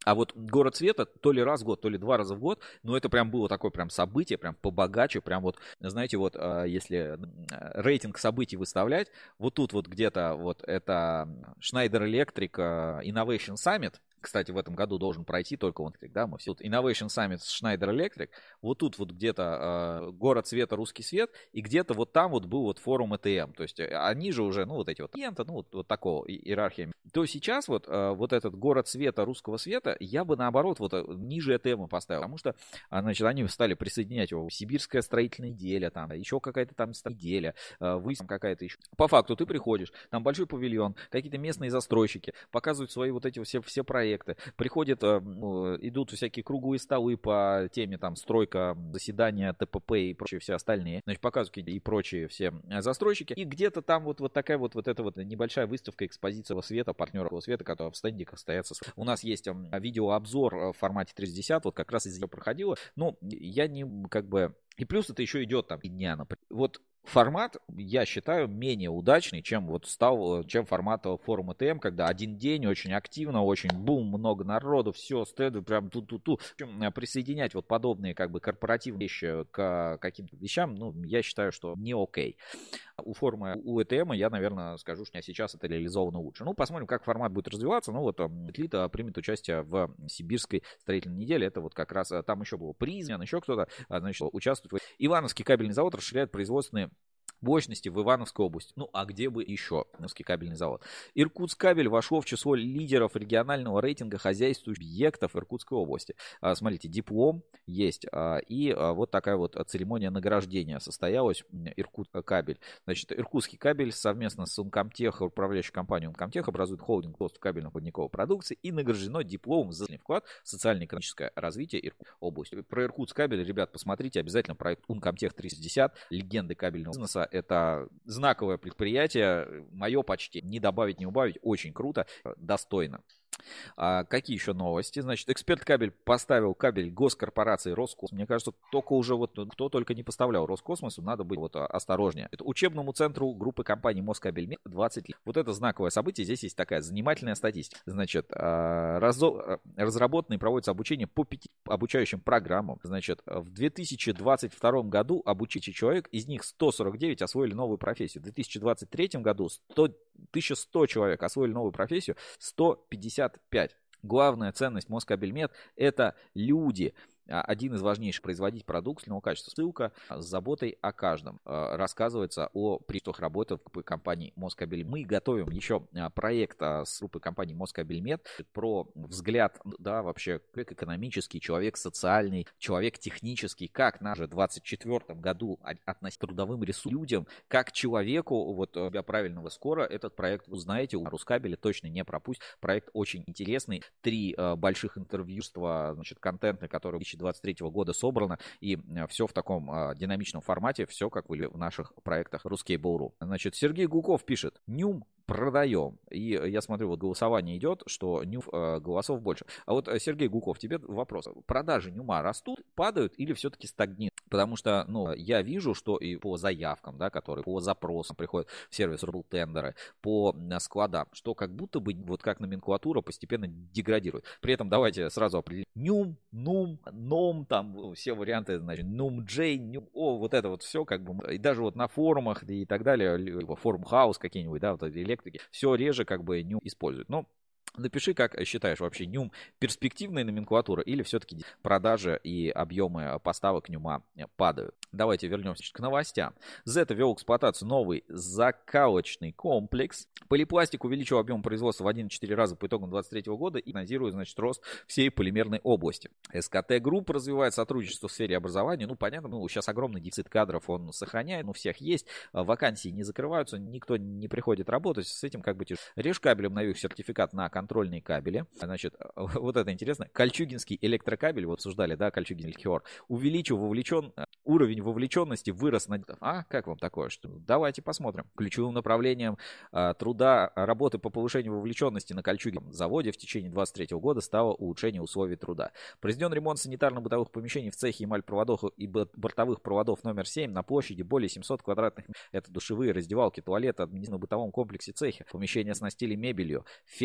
А вот город света то ли раз в год, то ли два раза в год, но это прям было такое прям событие, прям побогаче, прям вот, знаете, вот если рейтинг событий выставлять, вот тут вот где-то вот это Schneider Electric Innovation Summit. Кстати, в этом году должен пройти только он, да, мы все. Тут Innovation Summit с Schneider Electric. Вот тут вот где-то э, город света, русский свет, и где-то вот там вот был вот форум и ти эм. То есть они же уже, ну, вот эти вот клиенты, ну, вот, вот такого иерархия. То сейчас вот, э, вот этот город света, русского света, я бы наоборот вот ниже и ти эм поставил, потому что, значит, они стали присоединять его. Сибирская строительная неделя, там, еще какая-то там неделя, э, выставка какая-то еще. По факту ты приходишь, там большой павильон, какие-то местные застройщики показывают свои вот эти все, все проекты. Приходят, идут всякие круглые столы по теме там стройка, заседания, ТПП и прочие все остальные. Значит, показывают и прочие все застройщики. И где-то там вот, вот такая вот, вот эта вот небольшая выставка, экспозиция света, партнеров света, которая в стендиках стоятся. У нас есть видеообзор в формате триста шестьдесят, вот как раз из нее проходило. Ну, я не как бы... И плюс это еще идет там дня, например. Вот формат, я считаю, менее удачный, чем вот стал, чем формат форума и ти эм, когда один день очень активно, очень бум, много народу, все, стенды, прям ту-ту-ту. Присоединять вот подобные как бы корпоративные вещи к каким-то вещам, ну, я считаю, что не окей. У форума у и ти эм я, наверное, скажу, что сейчас это реализовано лучше. Ну, посмотрим, как формат будет развиваться. Ну, вот Лита примет участие в Сибирской строительной неделе. Это вот как раз, там еще был Призмен, еще кто-то, значит, участвует. Ивановский кабельный завод расширяет производственные мощности в Ивановской области. Ну, а где бы еще? Ивановский кабельный завод. Иркутскабель вошло в число лидеров регионального рейтинга хозяйствующих объектов Иркутской области. А, смотрите, диплом есть. А, и а, вот такая вот церемония награждения состоялась. Иркуткабель. Значит, Иркутский кабель совместно с Uncomtech, управляющей компанией Uncomtech, образует холдинг постов кабельно-проводниковой продукции и награждено дипломом за вклад в социально-экономическое развитие Иркутской области. Про Иркутскабель, ребят, посмотрите обязательно проект Uncomtech триста шестьдесят, легенды кабельного бизнеса. Это знаковое предприятие, мое почти, не добавить, не убавить, очень круто, достойно. А какие еще новости? Значит, Эксперт Кабель поставил кабель госкорпорации Роскосмос. Мне кажется, только уже вот кто только не поставлял Роскосмосу, надо быть вот осторожнее. Это учебному центру группы компаний Москабельмет двадцать лет. Вот это знаковое событие. Здесь есть такая занимательная статистика. Значит, разо... разработано и проводится обучение по пяти обучающим программам. Значит, в две тысячи двадцать втором году обучили человек, из них сто сорок девять освоили новую профессию. В две тысячи двадцать третьем году тысяча сто человек освоили новую профессию, сто пятьдесят пять. Главная ценность Москабельмет – это люди. Один из важнейших производить продукт качества. Ссылка с заботой о каждом. Рассказывается о преимуществах работы в компании Москабель. Мы готовим еще проект с группой компании Москабельмет про взгляд, да, вообще человек экономический, человек социальный, человек технический, как на же двадцать четвёртом году относиться к трудовым ресурсам людям, как человеку, вот себя правильного скоро этот проект узнаете у Рускабеля, точно не пропусть. Проект очень интересный. Три больших интервью, значит, контента, который две тысячи двадцать третьего года собрано, и все в таком а, динамичном формате, все как были в наших проектах Ruskable точка ру. Значит, Сергей Гуков пишет: Нюм продаем. И я смотрю, вот голосование идет, что Нюм э, голосов больше. А вот, Сергей Гуков, тебе вопрос. Продажи Нюма растут, падают или все-таки стагнируют? Потому что, ну, я вижу, что и по заявкам, да, которые по запросам приходят в сервис рублтендеры, по складам, что как будто бы, вот как номенклатура постепенно деградирует. При этом давайте сразу определим. Нюм, Нум, Ном, там все варианты, значит, Нум Джей, Нюм, о, вот это вот все как бы, и даже вот на форумах и так далее, либо форум хаус какие-нибудь, да, вот эти электрики, все реже как бы Нюм используют. Но напиши, как считаешь, вообще Нюм перспективная номенклатура или все-таки продажи и объемы поставок Нюма падают? Давайте вернемся к новостям. Зета ввел в эксплуатацию новый закалочный комплекс. Полипластик увеличил объем производства в один целых четыре раза по итогам двадцать третьего года и прогнозирует, значит, рост всей полимерной области. СКТ Групп развивает сотрудничество в сфере образования. Ну, понятно, ну, сейчас огромный дефицит кадров он сохраняет, у всех есть, вакансии не закрываются, никто не приходит работать, с этим как бы тяжело. Режкабель обновил сертификат на контрольные кабели. Значит, вот это интересно. Кольчугинский электрокабель, вот обсуждали, да, Кольчугин Эльхиор, увеличил вовлечен, уровень вовлеченности вырос на... А, как вам такое? Что? Давайте посмотрим. Ключевым направлением а, труда работы по повышению вовлеченности на Кольчугинском заводе в течение двадцать третьего года стало улучшение условий труда. Произведен ремонт санитарно-бытовых помещений в цехе эмаль-проводов и бортовых проводов номер семь на площади более семисот квадратных метров. Это душевые, раздевалки, туалеты, административно-бытовом комплексе цехи. Помещения оснастили мебелью, фенами для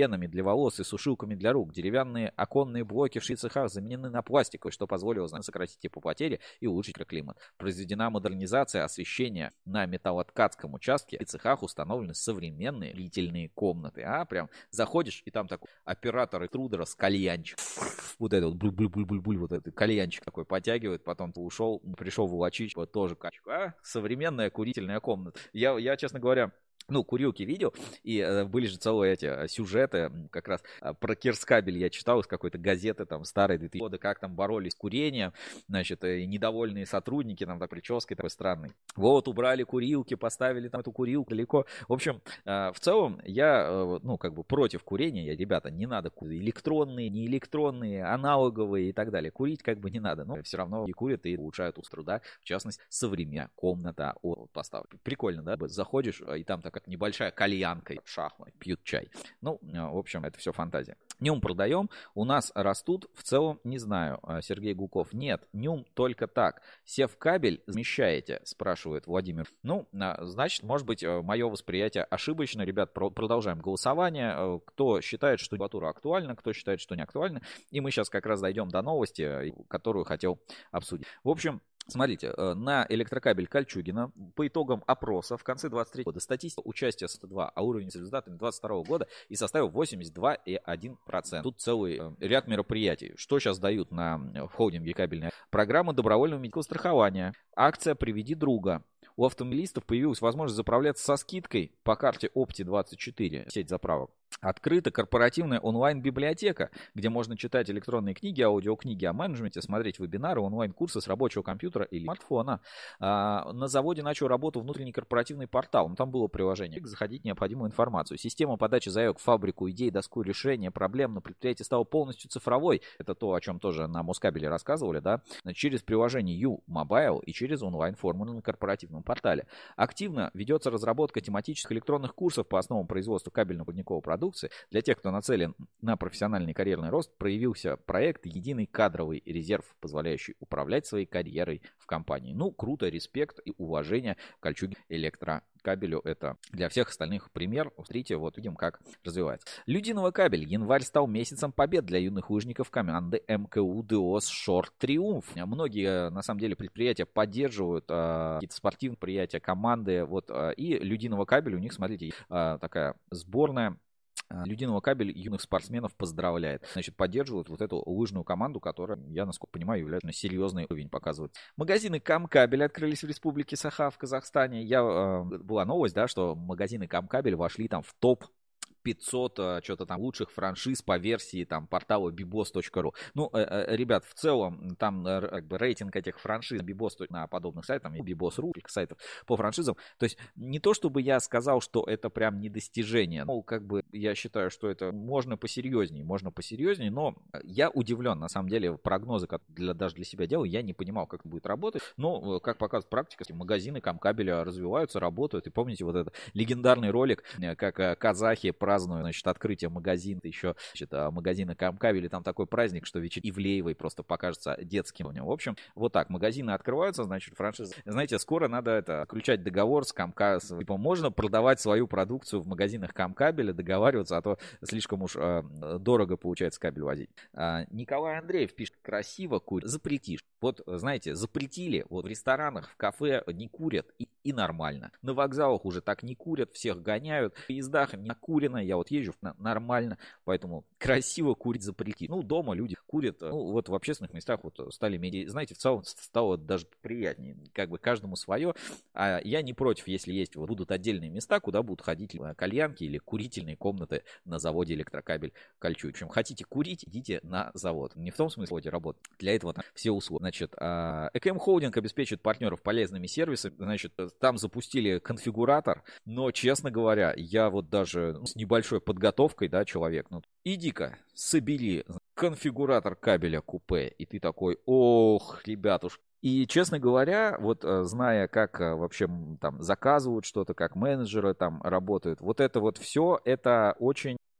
волос и сушилками для рук. Деревянные оконные блоки в швейцехах заменены на пластиковые, что позволило сократить теплопотери и улучшить климат. Произведена модернизация освещения на металлоткацком участке. В цехах установлены современные длительные комнаты. А, прям заходишь, и там такой оператор интрудера с кальянчик. Вот это вот буль-буль-буль-буль, вот этот кальянчик такой потягивает, потом ты ушел, пришел волочить, вот тоже качку. А, современная курительная комната. Я, я, честно говоря, ну, курилки видел, и э, были же целые эти э, сюжеты, как раз э, про Кирскабель я читал из какой-то газеты, там, старой двухтысячных года, как там боролись с курением, значит, э, недовольные сотрудники, там, так, прической такой странной. Вот, убрали курилки, поставили там эту курилку далеко. В общем, э, в целом, я, э, ну, как бы против курения, я, ребята, не надо курить. Электронные, не электронные, аналоговые и так далее. Курить как бы не надо, но все равно и курят, и улучшают ус труда, в частности, современная комната от поставки. Прикольно, да? Заходишь, и там такая небольшая кальянка, шахмат, пьют чай. Ну, в общем, это все фантазия. Нюм продаем, у нас растут, в целом, не знаю, Сергей Гуков. Нет, нюм только так. Севкабель замещаете, спрашивает Владимир. Ну, значит, может быть, мое восприятие ошибочно. Ребят, продолжаем голосование. Кто считает, что дебатура актуальна, кто считает, что не актуальна. И мы сейчас как раз дойдем до новости, которую хотел обсудить. В общем, смотрите, на электрокабель Кольчугино по итогам опроса в конце двадцать третьего года статистика участия сто два, а уровень с результатами двадцать второго года и составил восемьдесят два и один десятых процента. Тут целый ряд мероприятий. Что сейчас дают на в холдинге кабельной? Программа добровольного медицинского страхования, акция «Приведи друга». У автомобилистов появилась возможность заправляться со скидкой по карте Опти двадцать четыре, сеть заправок. Открыта корпоративная онлайн-библиотека, где можно читать электронные книги, аудиокниги о менеджменте, смотреть вебинары, онлайн-курсы с рабочего компьютера или смартфона. А, на заводе начал работу внутренний корпоративный портал. Ну, там было приложение. Заходить необходимую информацию. Система подачи заявок в фабрику, идей, доску, решения, проблем на предприятии стала полностью цифровой. Это то, о чем тоже на Москабеле рассказывали, да? Через приложение U-Mobile и через онлайн-форму на корпоративном портале. Активно ведется разработка тематических электронных курсов по основам производства кабельно-проводникового продукта. Для тех, кто нацелен на профессиональный карьерный рост, проявился проект «Единый кадровый резерв», позволяющий управлять своей карьерой в компании. Ну, круто, респект и уважение Кольчугино электрокабелю. Это для всех остальных пример. Смотрите, вот видим, как развивается. Людиново кабель. Январь стал месяцем побед для юных лыжников команды эм ка у ДОС Шорт Триумф. Многие, на самом деле, предприятия поддерживают э, какие-то спортивные предприятия, команды. Вот, э, и Людиново кабель, у них, смотрите, э, такая сборная. Людиново кабель юных спортсменов поздравляет. Значит, поддерживают вот эту лыжную команду, которая, я, насколько понимаю, является серьезный уровень показывает. Магазины Камкабель открылись в Республике Саха в Казахстане. Я, э, была новость, да, что магазины Камкабель вошли там в топ пятьсот что-то там лучших франшиз по версии там портала бибос точка ру. Ну, э, э, ребят, в целом там э, как бы рейтинг этих франшиз Бибос на подобных сайтах, там Бибос точка ру, сайтов по франшизам. То есть не то, чтобы я сказал, что это прям не достижение. Ну, как бы я считаю, что это можно посерьезнее, можно посерьезнее, но я удивлен, на самом деле, прогнозы, как для, даже для себя делаю, я не понимал, как это будет работать. Но, как показывает практика, магазины Камкабеля развиваются, работают. И помните вот этот легендарный ролик, как казахи празднуют, значит, открытие магазина, еще, значит, магазина Камкабеля, там такой праздник, что вечер Ивлеевой просто покажется детским. В общем, вот так, магазины открываются, значит, франшиза. Знаете, скоро надо это, включать договор с Камкабелем. Типа, можно продавать свою продукцию в магазинах Камкабеля, договариваться, а то слишком уж э, дорого получается кабель возить. А, Николай Андреев пишет, красиво курить, запретишь. Вот, знаете, запретили, вот в ресторанах, в кафе не курят, и, и нормально. На вокзалах уже так не курят, всех гоняют, в поездах не накурено, я вот езжу нормально, поэтому красиво курить запретить. Ну, дома люди курят, ну, вот в общественных местах вот стали меди, знаете, в целом стало даже приятнее, как бы каждому свое, а я не против, если есть, вот будут отдельные места, куда будут ходить кальянки или курительные комнаты на заводе электрокабель Кольчугино. В общем, хотите курить, идите на завод. Не в том смысле работать, для этого там все условия. Значит, ЭКМ Холдинг обеспечивает партнеров полезными сервисами, значит, там запустили конфигуратор, но, честно говоря, я вот даже ну, с небольшой подготовкой, да, человек, ну, иди-ка, собери конфигуратор кабеля купе, и ты такой, ох, ребятушки. И, честно говоря, вот зная, как вообще там заказывают что-то, как менеджеры там работают, вот это вот все, это очень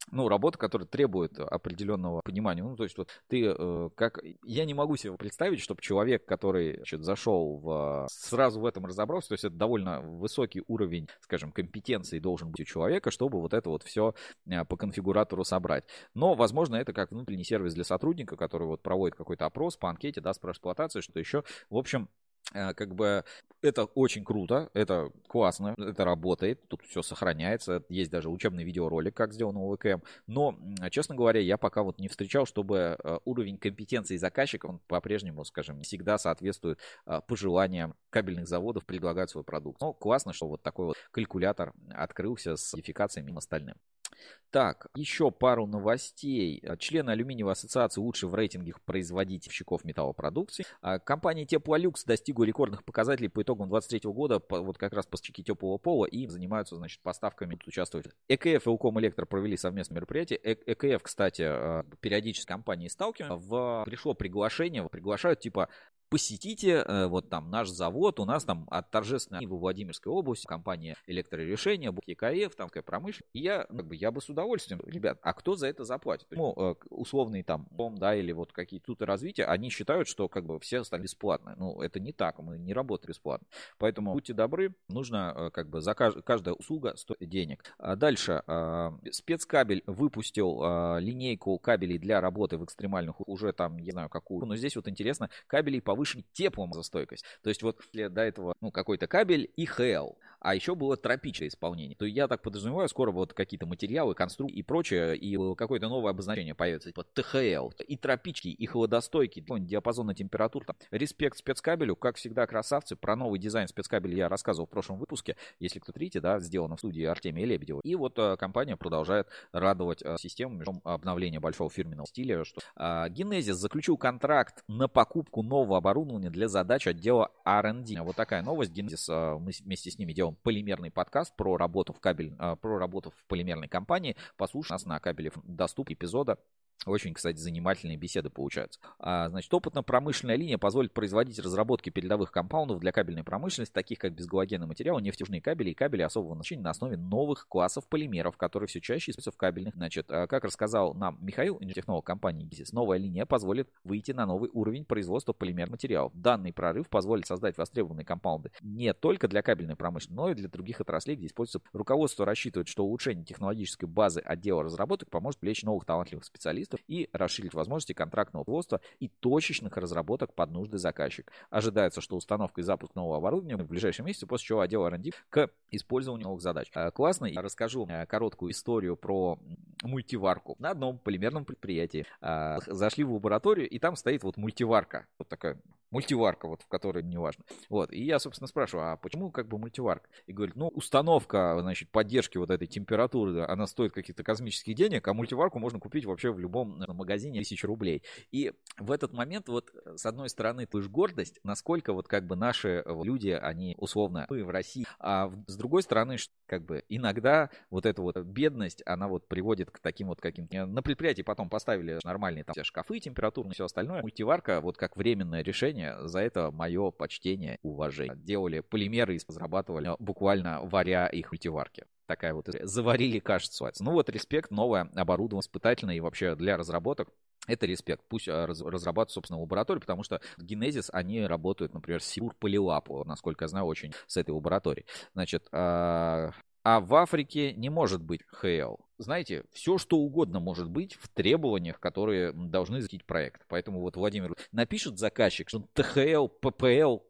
ну, работа, которая требует определенного понимания. Ну, то есть вот ты э, как... Я не могу себе представить, чтобы человек, который значит, зашел в... сразу в этом разобрался, то есть это довольно высокий уровень, скажем, компетенции должен быть у человека, чтобы вот это вот все по конфигуратору собрать. Но, возможно, это как внутренний сервис для сотрудника, который вот проводит какой-то опрос по анкете, да, спрашивает эксплуатацию, что еще. В общем, как бы это очень круто, это классно, это работает, тут все сохраняется, есть даже учебный видеоролик, как сделано о вэ ка эм, но, честно говоря, я пока вот не встречал, чтобы уровень компетенции заказчика, он по-прежнему, скажем, не всегда соответствует пожеланиям кабельных заводов предлагать свой продукт. Но классно, что вот такой вот калькулятор открылся с идентификациями и остальным. Так, еще пару новостей. Члены Алюминиевой ассоциации лучше в рейтинге производителей металлопродукции. Компания Теплолюкс достигла рекордных показателей по итогам двадцать третьего года, вот как раз поставщики теплого пола, и занимаются, значит, поставками, тут участвуют. э ка эф и Улком Электро провели совместное мероприятие. э ка эф, кстати, периодически с компанией сталкиваемся. В... Пришло приглашение, приглашают типа... Посетите э, вот там наш завод, у нас там от торжественной во Владимирской области, компания электрорешения, е ка эф, там такая промышленность. И я, как бы, я бы с удовольствием, ребят, а кто за это заплатит? Ну, э, условный там дом, да, или вот какие-то тут развития, они считают, что как бы все стали бесплатно. Ну, это не так, мы не работаем бесплатно. Поэтому будьте добры, нужно э, как бы за кажд... каждая услуга стоит денег. А дальше, э, спецкабель выпустил э, линейку кабелей для работы в экстремальных, уже там, я знаю какую, но здесь вот интересно, кабелей по повышенной тепломозостойкость. То есть вот до этого ну, какой-то кабель и эйч эл, а еще было тропическое исполнение. То я так подразумеваю, скоро вот какие-то материалы, конструкции и прочее, и какое-то новое обозначение появится, типа тэ ха эл, и тропический, и холодостойкий, диапазон температур. Там. Респект спецкабелю, как всегда, красавцы. Про новый дизайн спецкабеля я рассказывал в прошлом выпуске, если кто-то видите, да, сделано в студии Артемия Лебедева. И вот а, компания продолжает радовать а, систему обновления большого фирменного стиля. Что, а, Genesis заключил контракт на покупку нового оборудования для задач отдела ар энд ди. Вот такая новость. Genesis, мы вместе с ними делаем полимерный подкаст про работу в кабель, про работу в полимерной компании. Послушай нас на Кабеле доступ эпизода. Очень, кстати, занимательные беседы получаются. А, значит, опытно-промышленная линия позволит производить разработки передовых компаундов для кабельной промышленности, таких как безгалогенные материалы, нефтяные кабели и кабели особого назначения на основе новых классов полимеров, которые все чаще используются в кабельных. Значит, как рассказал нам Михаил, технолог компании Genesis, новая линия позволит выйти на новый уровень производства полимерных материалов. Данный прорыв позволит создать востребованные компаунды не только для кабельной промышленности, но и для других отраслей, где используется. Руководство рассчитывает, что улучшение технологической базы отдела разработок поможет привлечь новых талантливых специалистов и расширить возможности контрактного производства и точечных разработок под нужды заказчика. Ожидается, что установка и запуск нового оборудования в ближайшие месяцы, после чего отдел ар энд ди к использованию новых задач. Классно. Я расскажу короткую историю про мультиварку. На одном полимерном предприятии зашли в лабораторию, и там стоит вот мультиварка. Вот такая мультиварка, вот, в которой неважно. Вот. И я, собственно, спрашиваю, а почему как бы мультиварка? И говорит, ну, установка, значит, поддержки вот этой температуры, она стоит каких-то космических денег, а мультиварку можно купить вообще в любом магазине тысячи рублей. И в этот момент вот, с одной стороны, ты ж гордость, насколько вот как бы наши люди, они условно, мы в России, а с другой стороны, как бы иногда вот эта вот бедность, она вот приводит к таким вот каким-то... На предприятии потом поставили нормальные там все шкафы температурные, все остальное. Мультиварка вот как временное решение, за это мое почтение, уважение. Делали полимеры и разрабатывали, буквально варя их мультиварки. Такая вот, заварили, кажется. Ну вот, респект, новое оборудование испытательное и вообще для разработок. Это респект. Пусть раз, разрабатывают, собственно, лабораторию, потому что Genesis, они работают, например, с Сибур Полилапу, насколько я знаю, очень с этой лабораторией. Значит, а, а в Африке не может быть эйч эл. Знаете, все, что угодно может быть в требованиях, которые должны защитить проект. Поэтому вот Владимир напишет заказчик, что тэ ха эл, пэ пэ эл,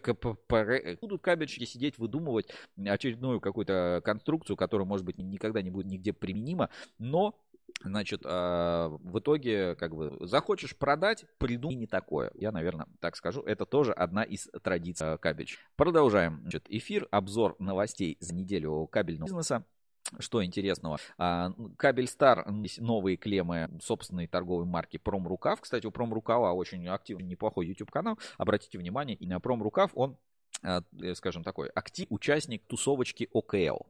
будут кабельщики сидеть, выдумывать очередную какую-то конструкцию, которая, может быть, никогда не будет нигде применима, но, значит, в итоге, как бы, захочешь продать, придумай не такое. Я, наверное, так скажу, это тоже одна из традиций кабельщика. Продолжаем. Значит, эфир, обзор новостей за неделю кабельного бизнеса. Что интересного, Кабельстар, новые клеммы собственной торговой марки Промрукав. Кстати, у Промрукава очень активный, неплохой YouTube-канал. Обратите внимание, и на Промрукав он, скажем, такой активный участник тусовочки о ка эл.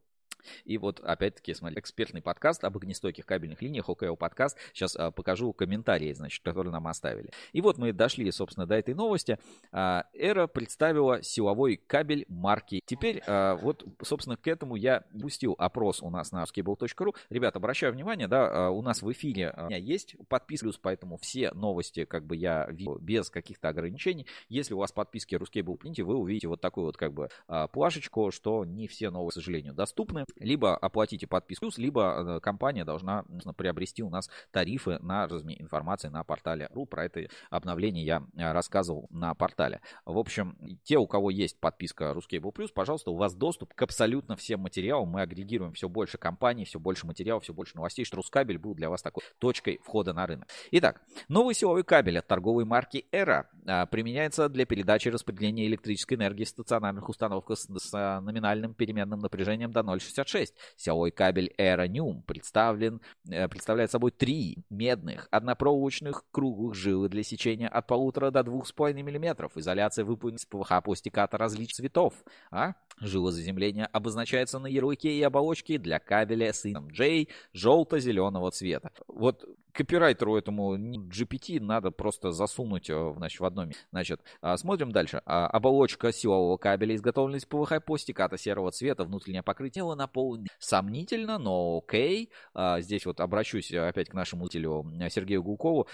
И вот опять-таки, смотри, экспертный подкаст об огнестойких кабельных линиях, ОКО подкаст. Сейчас а, покажу комментарии, значит, которые нам оставили. И вот мы дошли, собственно, до этой новости. А, Эра представила силовой кабель марки. Теперь а, вот, собственно, к этому я пустил опрос у нас на ruscable точка ру. Ребята, обращаю внимание, да, а, у нас в эфире а, у меня есть подписка, поэтому все новости как бы я вижу без каких-то ограничений. Если у вас подписки Ruscable, вы увидите вот такую вот как бы а, плашечку, что не все новости, к сожалению, доступны. Либо оплатите подписку, либо компания должна нужно приобрести у нас тарифы на размещение информации на портале .ру. Про это обновление я рассказывал на портале. В общем, те, у кого есть подписка Ruscable Plus, пожалуйста, у вас доступ к абсолютно всем материалам. Мы агрегируем все больше компаний, все больше материалов, все больше новостей, что Рускабель был для вас такой точкой входа на рынок. Итак, новый силовой кабель от торговой марки Эра применяется для передачи и распределения электрической энергии в стационарных установках с, с номинальным переменным напряжением до ноль целых шестьдесят шесть. Силовой кабель Эра Ньюм представлен, представляет собой три медных однопроволочных круглых жилы для сечения от полутора до двух с половиной миллиметров. Изоляция выполнена из ПВХ-пластиката различных цветов. А? Жила заземления обозначается на ярлыке и оболочке для кабеля с индексом J желто-зеленого цвета. Вот копирайтеру этому джи пи ти надо просто засунуть, значит, в одно место. Значит, смотрим дальше. Оболочка силового кабеля изготовлена из ПВХ-пластиката серого цвета, внутреннее покрытие наполнено. Сомнительно, но окей. Здесь вот обращусь опять к нашему учителю Сергею Гулкову.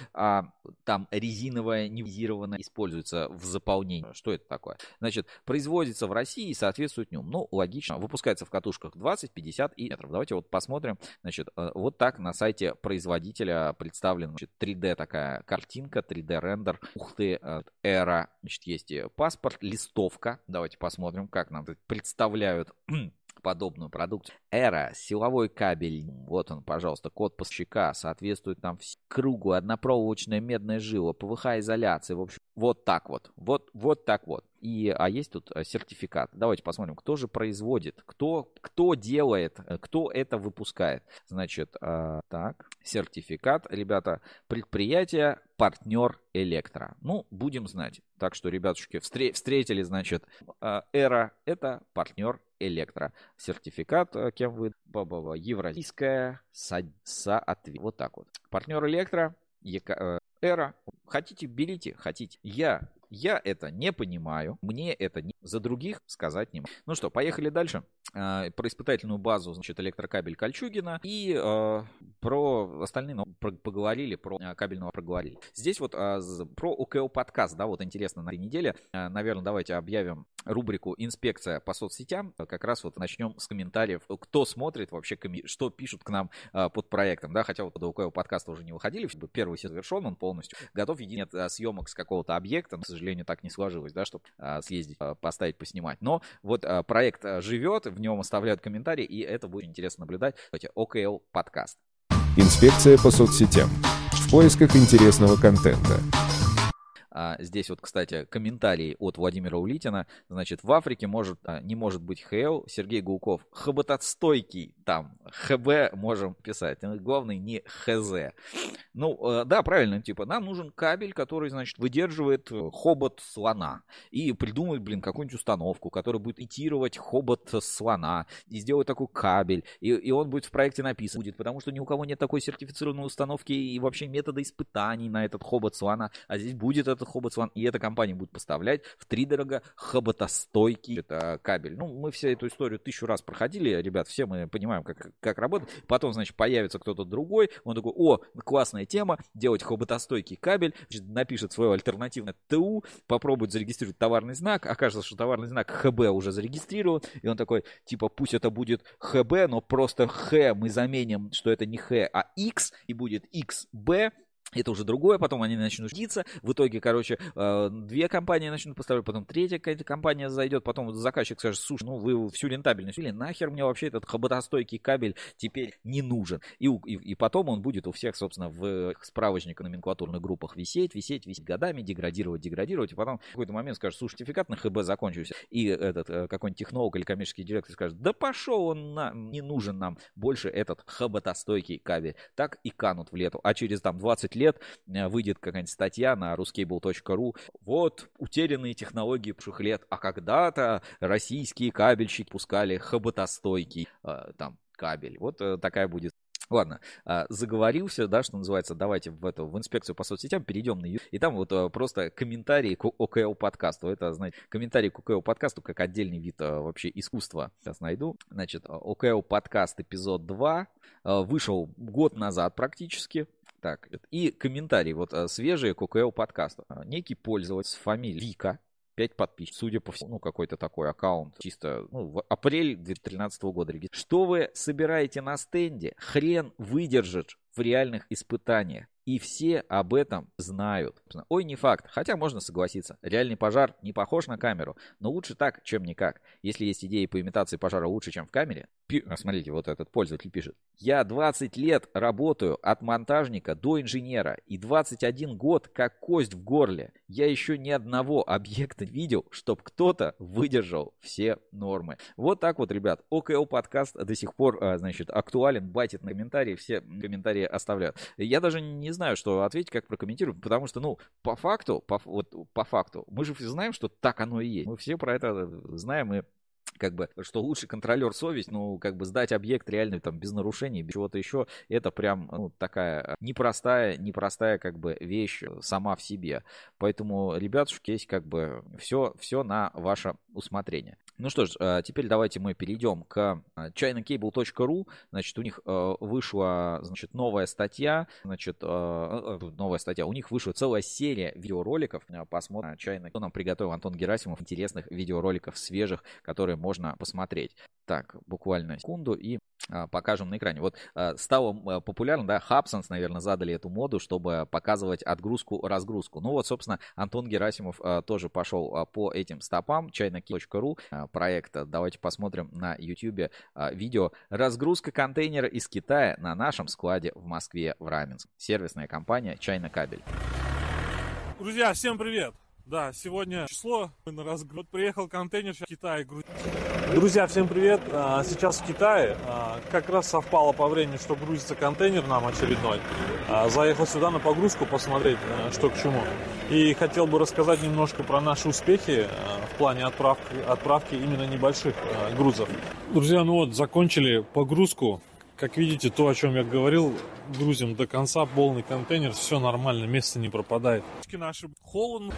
Там резиновая невизированная используется в заполнении. Что это такое? Значит, производится в России и соответствует нему. Ну, логично. Выпускается в катушках двадцать, пятьдесят и метров. Давайте вот посмотрим. Значит, вот так на сайте производителя представлена, значит, три дэ такая картинка, три дэ рендер. Ух ты, Эра. Значит, есть паспорт, листовка. Давайте посмотрим, как нам представляют подобную продукцию. Эра, силовой кабель. Вот он, пожалуйста, код поставщика. Соответствует там кругу, однопроволочная медная жила, ПВХ-изоляция. В общем, вот так вот. Вот, вот так вот. И, а есть тут сертификат. Давайте посмотрим, кто же производит, кто, кто делает, кто это выпускает. Значит, э, так, сертификат, ребята, предприятие партнер Электро. Ну, будем знать. Так что, ребятушки, встр- встретили, значит, э, Эра, это партнер Электро. Сертификат, э, кем вы? Баба, Евразийская соответствие. Вот так вот. Партнер Электро, э, Эра. Хотите, берите, хотите. Я... Я это не понимаю, мне это не... за других сказать не могу. Ну что, поехали дальше. Э, про испытательную базу, значит, электрокабель Кольчугина. И э, про остальные, ну, про, поговорили, про э, кабельного проговорили. Здесь вот э, про ОКО подкаст, да, вот интересно на этой неделе. Э, наверное, давайте объявим рубрику «Инспекция по соцсетям». Как раз вот начнем с комментариев. Кто смотрит вообще, коми... что пишут к нам э, под проектом, да, хотя вот до ОКО подкаста уже не выходили. Первый сезон завершен, он полностью готов. Единый от съемок с какого-то объекта, но, к сожалению, так не сложилось, да, чтобы а, съездить, а, поставить, поснимать. Но вот а, проект а, живет, в нем оставляют комментарии, и это будет интересно наблюдать. Давайте, ОКО подкаст. Инспекция по соцсетям. В поисках интересного контента. А, здесь вот, кстати, комментарий от Владимира Улитина. Значит, в Африке может, а, не может быть ХЛ. Сергей Гулков. Хоботостойкий там. ХБ можем писать. Главное, не ХЗ. Ну, да, правильно, типа, нам нужен кабель, который, значит, выдерживает хобот слона. И придумать, блин, какую-нибудь установку, которая будет имитировать хобот слона. И сделать такой кабель. И, и он будет в проекте написан. Будет, потому что ни у кого нет такой сертифицированной установки и вообще метода испытаний на этот хобот слона. А здесь будет этот хобот слон. И эта компания будет поставлять втридорога хоботостойкий это кабель. Ну, мы все эту историю тысячу раз проходили, ребят. Все мы понимаем, как, как работает. Потом, значит, появится кто-то другой. Он такой, о, классная тема, делать хоботостойкий кабель, значит, напишет свое альтернативное ТУ, попробует зарегистрировать товарный знак, окажется, что товарный знак ХБ уже зарегистрирован, и он такой, типа, пусть это будет ХБ, но просто Х мы заменим, что это не Х, а X, и будет икс бэ. Это уже другое, потом они начнут судиться. В итоге, короче, две компании начнут поставлять, потом третья какая-то компания зайдет, потом заказчик скажет, слушай, ну вы всю рентабельность, или нахер мне вообще этот хоботостойкий кабель теперь не нужен. И, и, и потом он будет у всех, собственно, в справочниках, номенклатурных группах висеть, висеть, висеть годами, деградировать, деградировать, и потом в какой-то момент скажет, слушай, сертификат на ХБ закончился. И этот какой-нибудь технолог или коммерческий директор скажет, да пошел он, на... не нужен нам больше этот хоботостойкий кабель. Так и канут в лету. А через там двадцать лет лет выйдет какая-нибудь статья на ruskable точка ру. Вот утерянные технологии прошлых лет, а когда-то российские кабельщики пускали хоботостойкий там кабель. Вот такая будет. Ладно, заговорился, да, что называется, давайте в эту, в инспекцию по соцсетям перейдем на YouTube. И там вот просто комментарии к ОКО подкасту. Это, знаете, комментарии к ОКО подкасту как отдельный вид вообще искусства. Сейчас найду. Значит, ОКО подкаст эпизод два вышел год назад практически. Так, и комментарии вот свежие к ОКО подкасту. Некий пользователь с фамилией Вика, пять подписчиков, судя по всему, ну, какой-то такой аккаунт, чисто, ну, в апреле две тысячи тринадцатого года. Что вы собираете на стенде, хрен выдержит в реальных испытаниях. И все об этом знают. Ой, не факт. Хотя можно согласиться. Реальный пожар не похож на камеру. Но лучше так, чем никак. Если есть идеи по имитации пожара лучше, чем в камере. Пи... Смотрите, вот этот пользователь пишет. Я двадцать лет работаю от монтажника до инженера. И двадцать один год как кость в горле. Я еще ни одного объекта видел, чтоб кто-то выдержал все нормы. Вот так вот, ребят. ОКО подкаст до сих пор, значит, актуален. Батит на комментарии. Все комментарии оставляют. Я даже не знаю, что ответить, как прокомментировать, потому что, ну, по факту, по, вот, по факту, мы же все знаем, что так оно и есть. Мы все про это знаем, и как бы, что лучший контролер совесть, ну, как бы сдать объект реально там без нарушений, без чего-то еще, это прям, ну, такая непростая, непростая, как бы, вещь сама в себе. Поэтому, ребятушки, есть, как бы, все, все на ваше усмотрение. Ну что ж, теперь давайте мы перейдем к чайнакейбл точка ру. Значит, у них вышла, значит, новая статья, значит, новая статья, у них вышла целая серия видеороликов. Посмотрим, China, что нам приготовил Антон Герасимов, интересных видеороликов свежих, которые можно посмотреть. Так, буквально секунду и а, покажем на экране. Вот а, стало популярно, да, Hubsense, наверное, задали эту моду, чтобы показывать отгрузку-разгрузку. Ну вот, собственно, Антон Герасимов а, тоже пошел а, по этим стопам. чайнакейбл точка ру а, проекта. Давайте посмотрим на YouTube а, видео. Разгрузка контейнера из Китая на нашем складе в Москве, в Раменске. Сервисная компания China Кабель. Друзья, всем привет! Да, сегодня число, на разгруз... приехал контейнер в Китае. Друзья, всем привет! Сейчас в Китае, как раз совпало по времени, что грузится контейнер нам очередной. Заехал сюда на погрузку посмотреть, что к чему. И хотел бы рассказать немножко про наши успехи в плане отправки, отправки именно небольших грузов. Друзья, ну вот, закончили погрузку. Как видите, то, о чем я говорил, грузим до конца, полный контейнер, все нормально, место не пропадает. Наши холодно.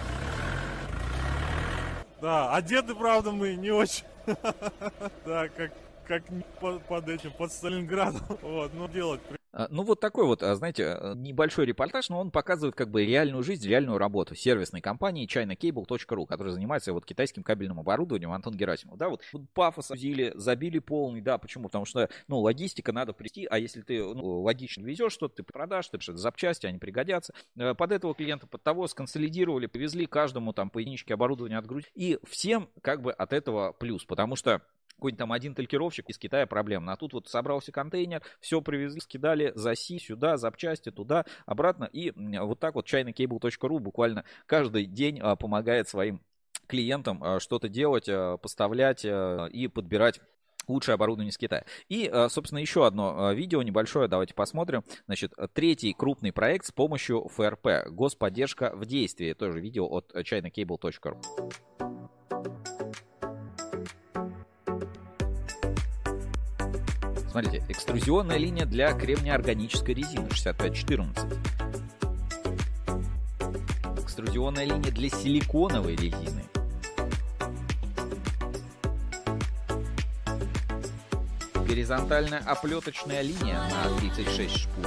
Да, одеты, правда, мы не очень. Да, как, как под этим, под Сталинградом. Вот, ну делать. Ну, вот такой вот, знаете, небольшой репортаж, но он показывает как бы реальную жизнь, реальную работу сервисной компании чайнакейбл точка ру, которая занимается вот китайским кабельным оборудованием. Антон Герасимов, да, вот пафос взяли, забили полный, да, почему? Потому что, ну, логистика надо привезти, а если ты, ну, логично везешь что-то, ты продашь, ты что-то запчасти, они пригодятся. Под этого клиента, под того сконсолидировали, повезли каждому там по единичке оборудования отгрузить, и всем как бы от этого плюс, потому что какой-нибудь там один талькировщик из Китая проблемно. А тут вот собрался контейнер, все привезли, скидали за си, сюда, запчасти, туда, обратно. И вот так вот чайнакейбл точка ру буквально каждый день помогает своим клиентам что-то делать, поставлять и подбирать лучшее оборудование из Китая. И, собственно, еще одно видео небольшое, давайте посмотрим. Значит, третий крупный проект с помощью эф эр пи. Господдержка в действии. Тоже видео от чайнакейбл точка ру. Смотрите, экструзионная линия для кремнеорганической резины шестьдесят пять четырнадцать. Экструзионная линия для силиконовой резины. Горизонтальная оплеточная линия на тридцать шесть шпул.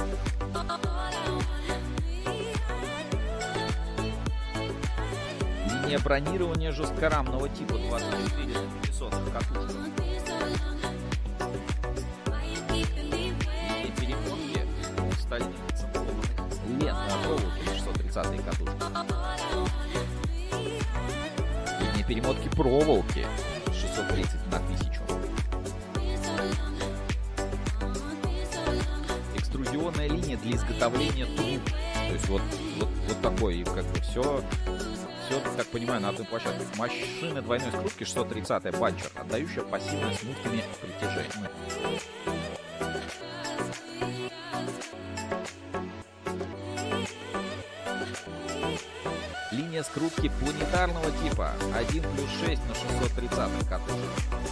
Линия бронирования жесткорамного типа двадцать четыре пятьсот катушек. Стальных цинкованных лент на проволоке шестьсот тридцать катушки. Линия перемотки проволоки шестьсот тридцать на тысячу. Экструзионная линия для изготовления труб. То есть вот, вот, вот такой, как бы все, все, так понимаю, на одной площадке. Машина двойной скрутки шестьсот тридцать банчер, отдающая пассивность нутками притяжения. Линия скрутки планетарного типа один плюс шесть на шестьсот тридцать катушек.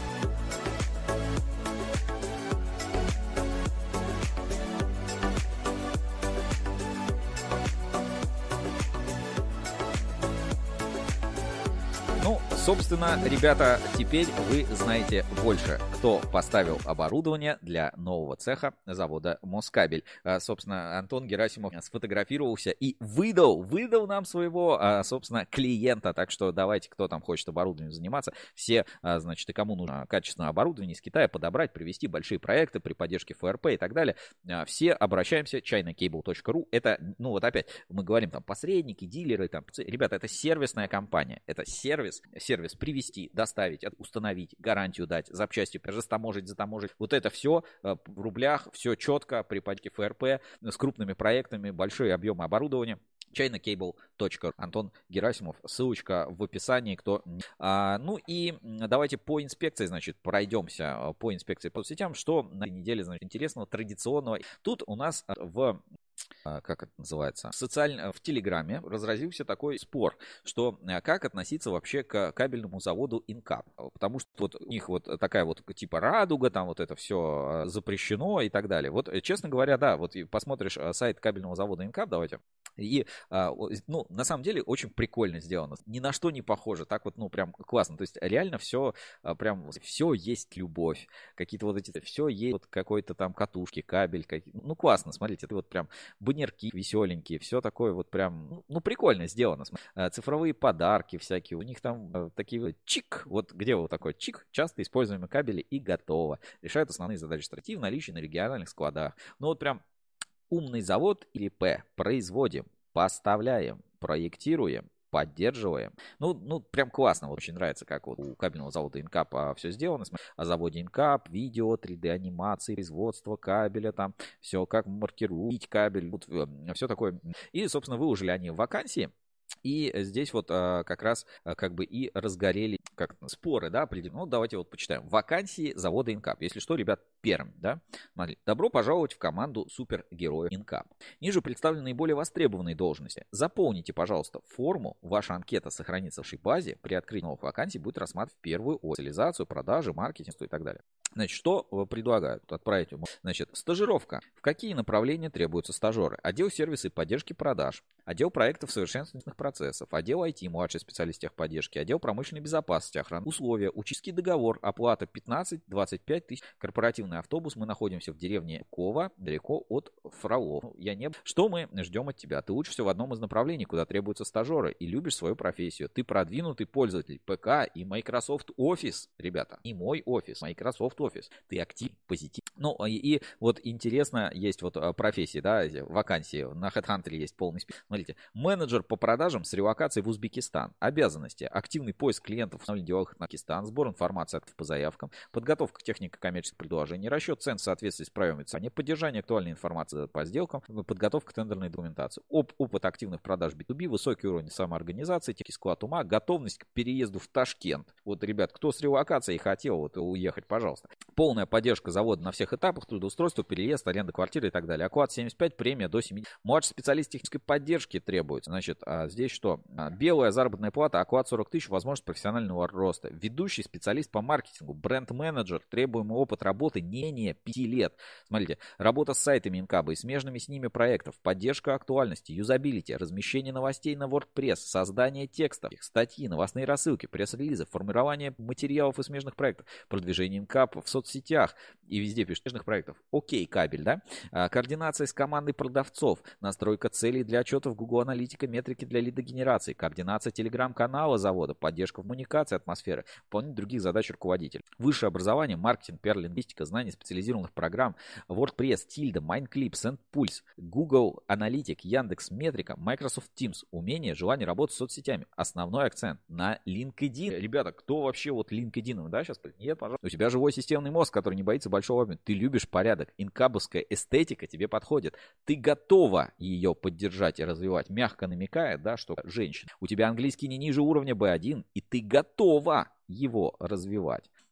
Ну, собственно, ребята, теперь вы знаете больше, кто поставил оборудование для нового цеха завода Москабель. А, собственно, Антон Герасимов сфотографировался и выдал, выдал нам своего, а, собственно, клиента. Так что давайте, кто там хочет оборудованием заниматься, все, а, значит, и кому нужно качественное оборудование из Китая подобрать, привести большие проекты при поддержке эф эр пи и так далее, а, все обращаемся, чайна кейбл точка ру. Это, ну вот опять, мы говорим там посредники, дилеры, там, ребята, это сервисная компания, это сервис, сервис привезти, доставить, установить, гарантию дать, запчасти растаможить, затаможить. Вот это все в рублях, все четко при поддержке эф эр пи с крупными проектами, большие объемы оборудования. чайна кейбл точка ру. Антон Герасимов, ссылочка в описании, кто... А, ну и давайте по инспекции, значит, пройдемся по инспекции по соцсетям, что на этой неделе, значит, интересного, традиционного. Тут у нас в... как это называется, в, социаль... в Телеграме разразился такой спор, что как относиться вообще к кабельному заводу Инкап, потому что вот у них вот такая вот типа радуга, там вот это все запрещено и так далее. Вот, честно говоря, да, вот посмотришь сайт кабельного завода Инкап, давайте, и, ну, на самом деле очень прикольно сделано, ни на что не похоже, так вот, ну, прям классно, то есть реально все, прям, все есть любовь, какие-то вот эти, все есть вот какой-то там катушки, кабель, какие... ну, классно, смотрите, это вот прям баннерки веселенькие, все такое вот прям, ну, ну прикольно сделано. Цифровые подарки всякие, у них там э, такие вот чик, вот где вот такой чик, часто используемые кабели и готово. Решают основные задачи стратегии в наличии на региональных складах. Ну вот прям умный завод или П. Производим, поставляем, проектируем, поддерживаем. Ну, ну, прям классно. Вот очень нравится, как вот у кабельного завода Инкап все сделано. О заводе Инкап, видео, три дэ анимации, производство кабеля, там все, как маркировать кабель, вот, все такое. И, собственно, выложили они в вакансии. И здесь вот а, как раз а, как бы и разгорели как споры, да, определенно. Ну, давайте вот почитаем. Вакансии завода Инкап. Если что, ребят, Пермь, да. Смотри. Добро пожаловать в команду супергероев Инкап. Ниже представлены наиболее востребованные должности. Заполните, пожалуйста, форму. Ваша анкета сохранится в вашей базе. При открытии новых вакансий будет рассматривать в первую очередь реализацию, продажи, маркетинг и так далее. Значит, что предлагают? Отправить ему. Значит, стажировка. В какие направления требуются стажеры? Отдел сервиса и поддержки продаж. Отдел проектов совершенствованных процессов. Отдел ай ти, младший специалист техподдержки. Отдел промышленной безопасности, охраны. Условия. Учительский договор. Оплата пятнадцать-двадцать пять тысяч. Корпоративный автобус. Мы находимся в деревне Кова, далеко от Фролов. Ну, я не... Что мы ждем от тебя? Ты учишься в одном из направлений, куда требуются стажеры, и любишь свою профессию. Ты продвинутый пользователь ПК и Microsoft Office, ребята. И мой офис. Microsoft Office. Ты актив, позитив. Ну, и, и вот интересно, есть вот профессии, да, вакансии. На HeadHunter есть полный список. Смотрите. Менеджер по продажам с релокацией в Узбекистан. Обязанности. Активный поиск клиентов, установление деловых на Пакистан, сбор информации по заявкам, подготовка технико-коммерческих предложений, расчет цен в соответствии с правилами цены, поддержание актуальной информации по сделкам, подготовка тендерной документации. Оп, опыт активных продаж би ту би, высокий уровень самоорганизации, технический склад ума, готовность к переезду в Ташкент. Вот, ребят, кто с релокацией хотел вот уехать, пожалуйста. Полная поддержка завода на всех этапах, трудоустройство, переезд, аренда квартиры и так далее. Оклад семьдесят пять, премия до семидесяти. Младший специалист технической поддержки требуется. Значит, а здесь что? А, белая заработная плата, оклад сорок тысяч, возможность профессионального роста. Ведущий специалист по маркетингу, бренд-менеджер, требуемый опыт работы не менее пяти лет. Смотрите, работа с сайтами Инкаба и смежными с ними проектов, поддержка актуальности, юзабилити, размещение новостей на WordPress, создание текстов, статьи, новостные рассылки, пресс-релизы, формирование материалов и смежных проектов, продвижение Инкапа в соцсетях и везде пишут смежных проектов. Окей, кабель, да? А, координация с командой продавцов, настройка целей для отчетов Google Аналитика, метрики для лидогенерации, координация телеграм-канала завода, поддержка коммуникации атмосферы, выполнение других задач руководителя. Высшее образование, маркетинг, пиар-лингвистика, знание специализированных программ, WordPress, Tilda, Mindclip, SendPulse, Google Аналитик, Яндекс Метрика, Microsoft Teams, умение, желание работать с соцсетями. Основной акцент на LinkedIn. Ребята, кто вообще вот LinkedIn, да, сейчас? Нет, пожалуйста. У тебя живой системный мозг, который не боится большого обмена. Ты любишь порядок. Инкабовская эстетика тебе подходит. Ты готова ее поддержать и развивать, мягко намекая, да, что женщина. У тебя английский не ниже уровня би один, и ты готова его развивать.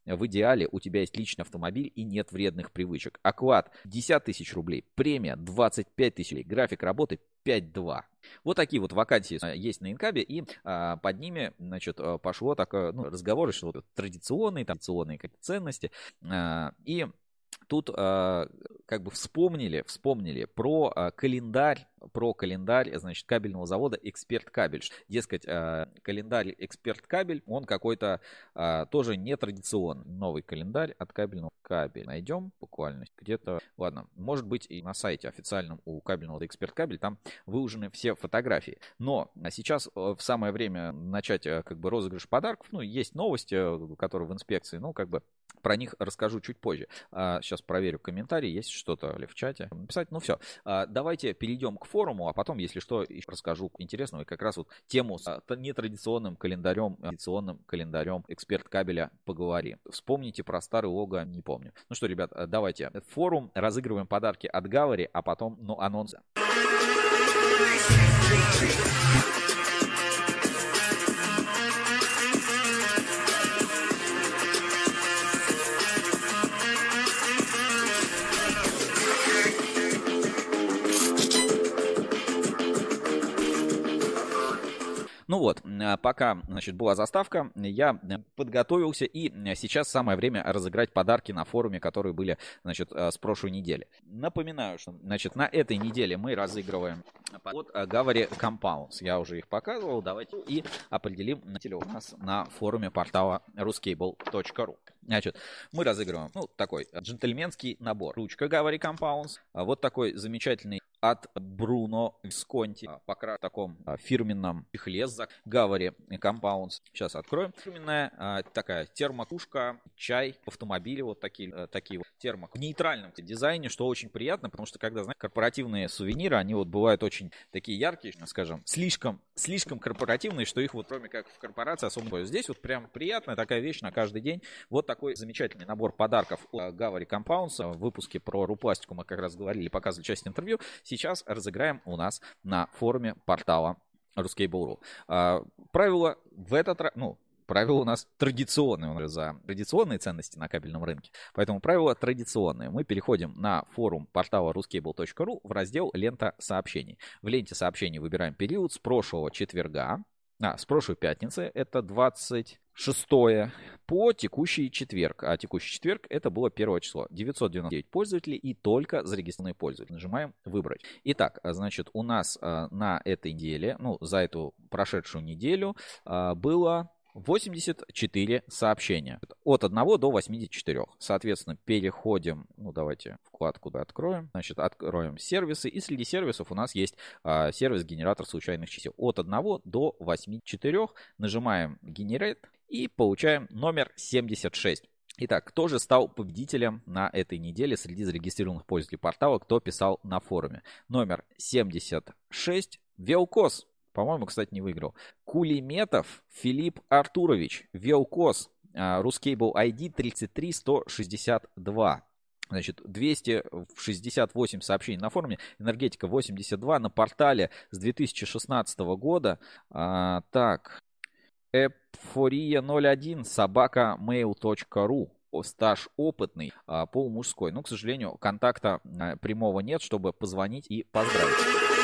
в идеале у тебя есть личный автомобиль и нет вредных привычек. Оклад пятьдесят тысяч рублей, премия двадцать пять тысяч рублей, график работы пять два. Вот такие вот вакансии есть на Инкабе, и а, под ними, значит, пошло такое, ну, разговоры, что вот традиционные, там, традиционные ценности, а, и тут а, как бы вспомнили, вспомнили про а, календарь, про календарь, значит, кабельного завода «Эксперт Кабель». Дескать, а, календарь «Эксперт Кабель», он какой-то а, тоже нетрадиционный. Новый календарь от кабельного кабеля. Найдем буквально где-то, ладно, может быть и на сайте официальном у кабельного «Эксперт Кабель», там выложены все фотографии. Но сейчас в самое время начать как бы розыгрыш подарков. Ну, есть новости, которые в инспекции, ну, как бы про них расскажу чуть позже. А, сейчас проверю комментарии, есть что-то ли в чате написать. Ну все, а, давайте перейдем к форуму, а потом, если что, еще расскажу интересного. И как раз вот тему с а, нетрадиционным календарем, традиционным календарем «Эксперт Кабеля» поговорим. Вспомните про старый лого, не помню. Ну что, ребят, давайте. Форум, разыгрываем подарки от Гавари, а потом, ну, анонсы. Ну вот, пока, значит, была заставка, я подготовился, и сейчас самое время разыграть подарки на форуме, которые были, значит, с прошлой недели. Напоминаю, что, значит, на этой неделе мы разыгрываем от Гавари Compounds. Я уже их показывал, давайте и определим у нас на форуме портала рускейбл точка ру. Значит, мы разыгрываем, ну, такой джентльменский набор. Ручка Гавари Compounds, вот такой замечательный от Бруно Висконти, пока в таком фирменном чехле за Гавари Compounds. Сейчас откроем. Фирменная такая термокушка, чай в автомобиле, вот такие, такие вот термок. В нейтральном дизайне, что очень приятно, потому что, когда, знаете, корпоративные сувениры, они вот бывают очень такие яркие, скажем, слишком, слишком корпоративные, что их вот кроме как в корпорации особо. Здесь вот прям приятная такая вещь на каждый день. Вот такой замечательный набор подарков от Гавари Compounds. В выпуске про Рупластику мы как раз говорили, показывали часть интервью. Сейчас разыграем у нас на форуме портала рускейбл точка ру. А, правила в этот раз, ну, правила у нас традиционные, за традиционные ценности на кабельном рынке. Поэтому правила традиционные. Мы переходим на форум портала рускейбл точка ру в раздел «Лента сообщений». В ленте сообщений выбираем период с прошлого четверга, а, с прошлой пятницы, это двадцать шестое, по текущий четверг. А текущий четверг это было первое число. девятьсот девяносто девять пользователей и только зарегистрированные пользователи. Нажимаем «Выбрать». Итак, значит, у нас а, на этой неделе, ну, за эту прошедшую неделю а, было восемьдесят четыре сообщения. От одного до восьмидесяти четырёх. Соответственно, переходим, ну, давайте вкладку да, откроем. Значит, откроем сервисы. И среди сервисов у нас есть а, сервис-генератор случайных чисел. От одного до восьмидесяти четырёх. Нажимаем «Generate» и получаем номер семьдесят шесть. Итак, кто же стал победителем на этой неделе среди зарегистрированных пользователей портала, кто писал на форуме? Номер семьдесят шесть. Велкос. По-моему, кстати, не выиграл. Кулиметов Филипп Артурович. Велкос. Рускейбл ай ди тридцать три сто шестьдесят два. Значит, двести шестьдесят восемь сообщений на форуме. Энергетика восемьдесят два. На портале с две тысячи шестнадцатого года. А, так. Эпфория ноль один. собака мейл точка ру. Стаж опытный, а, полумужской. Но, к сожалению, контакта а, прямого нет, чтобы позвонить и поздравить.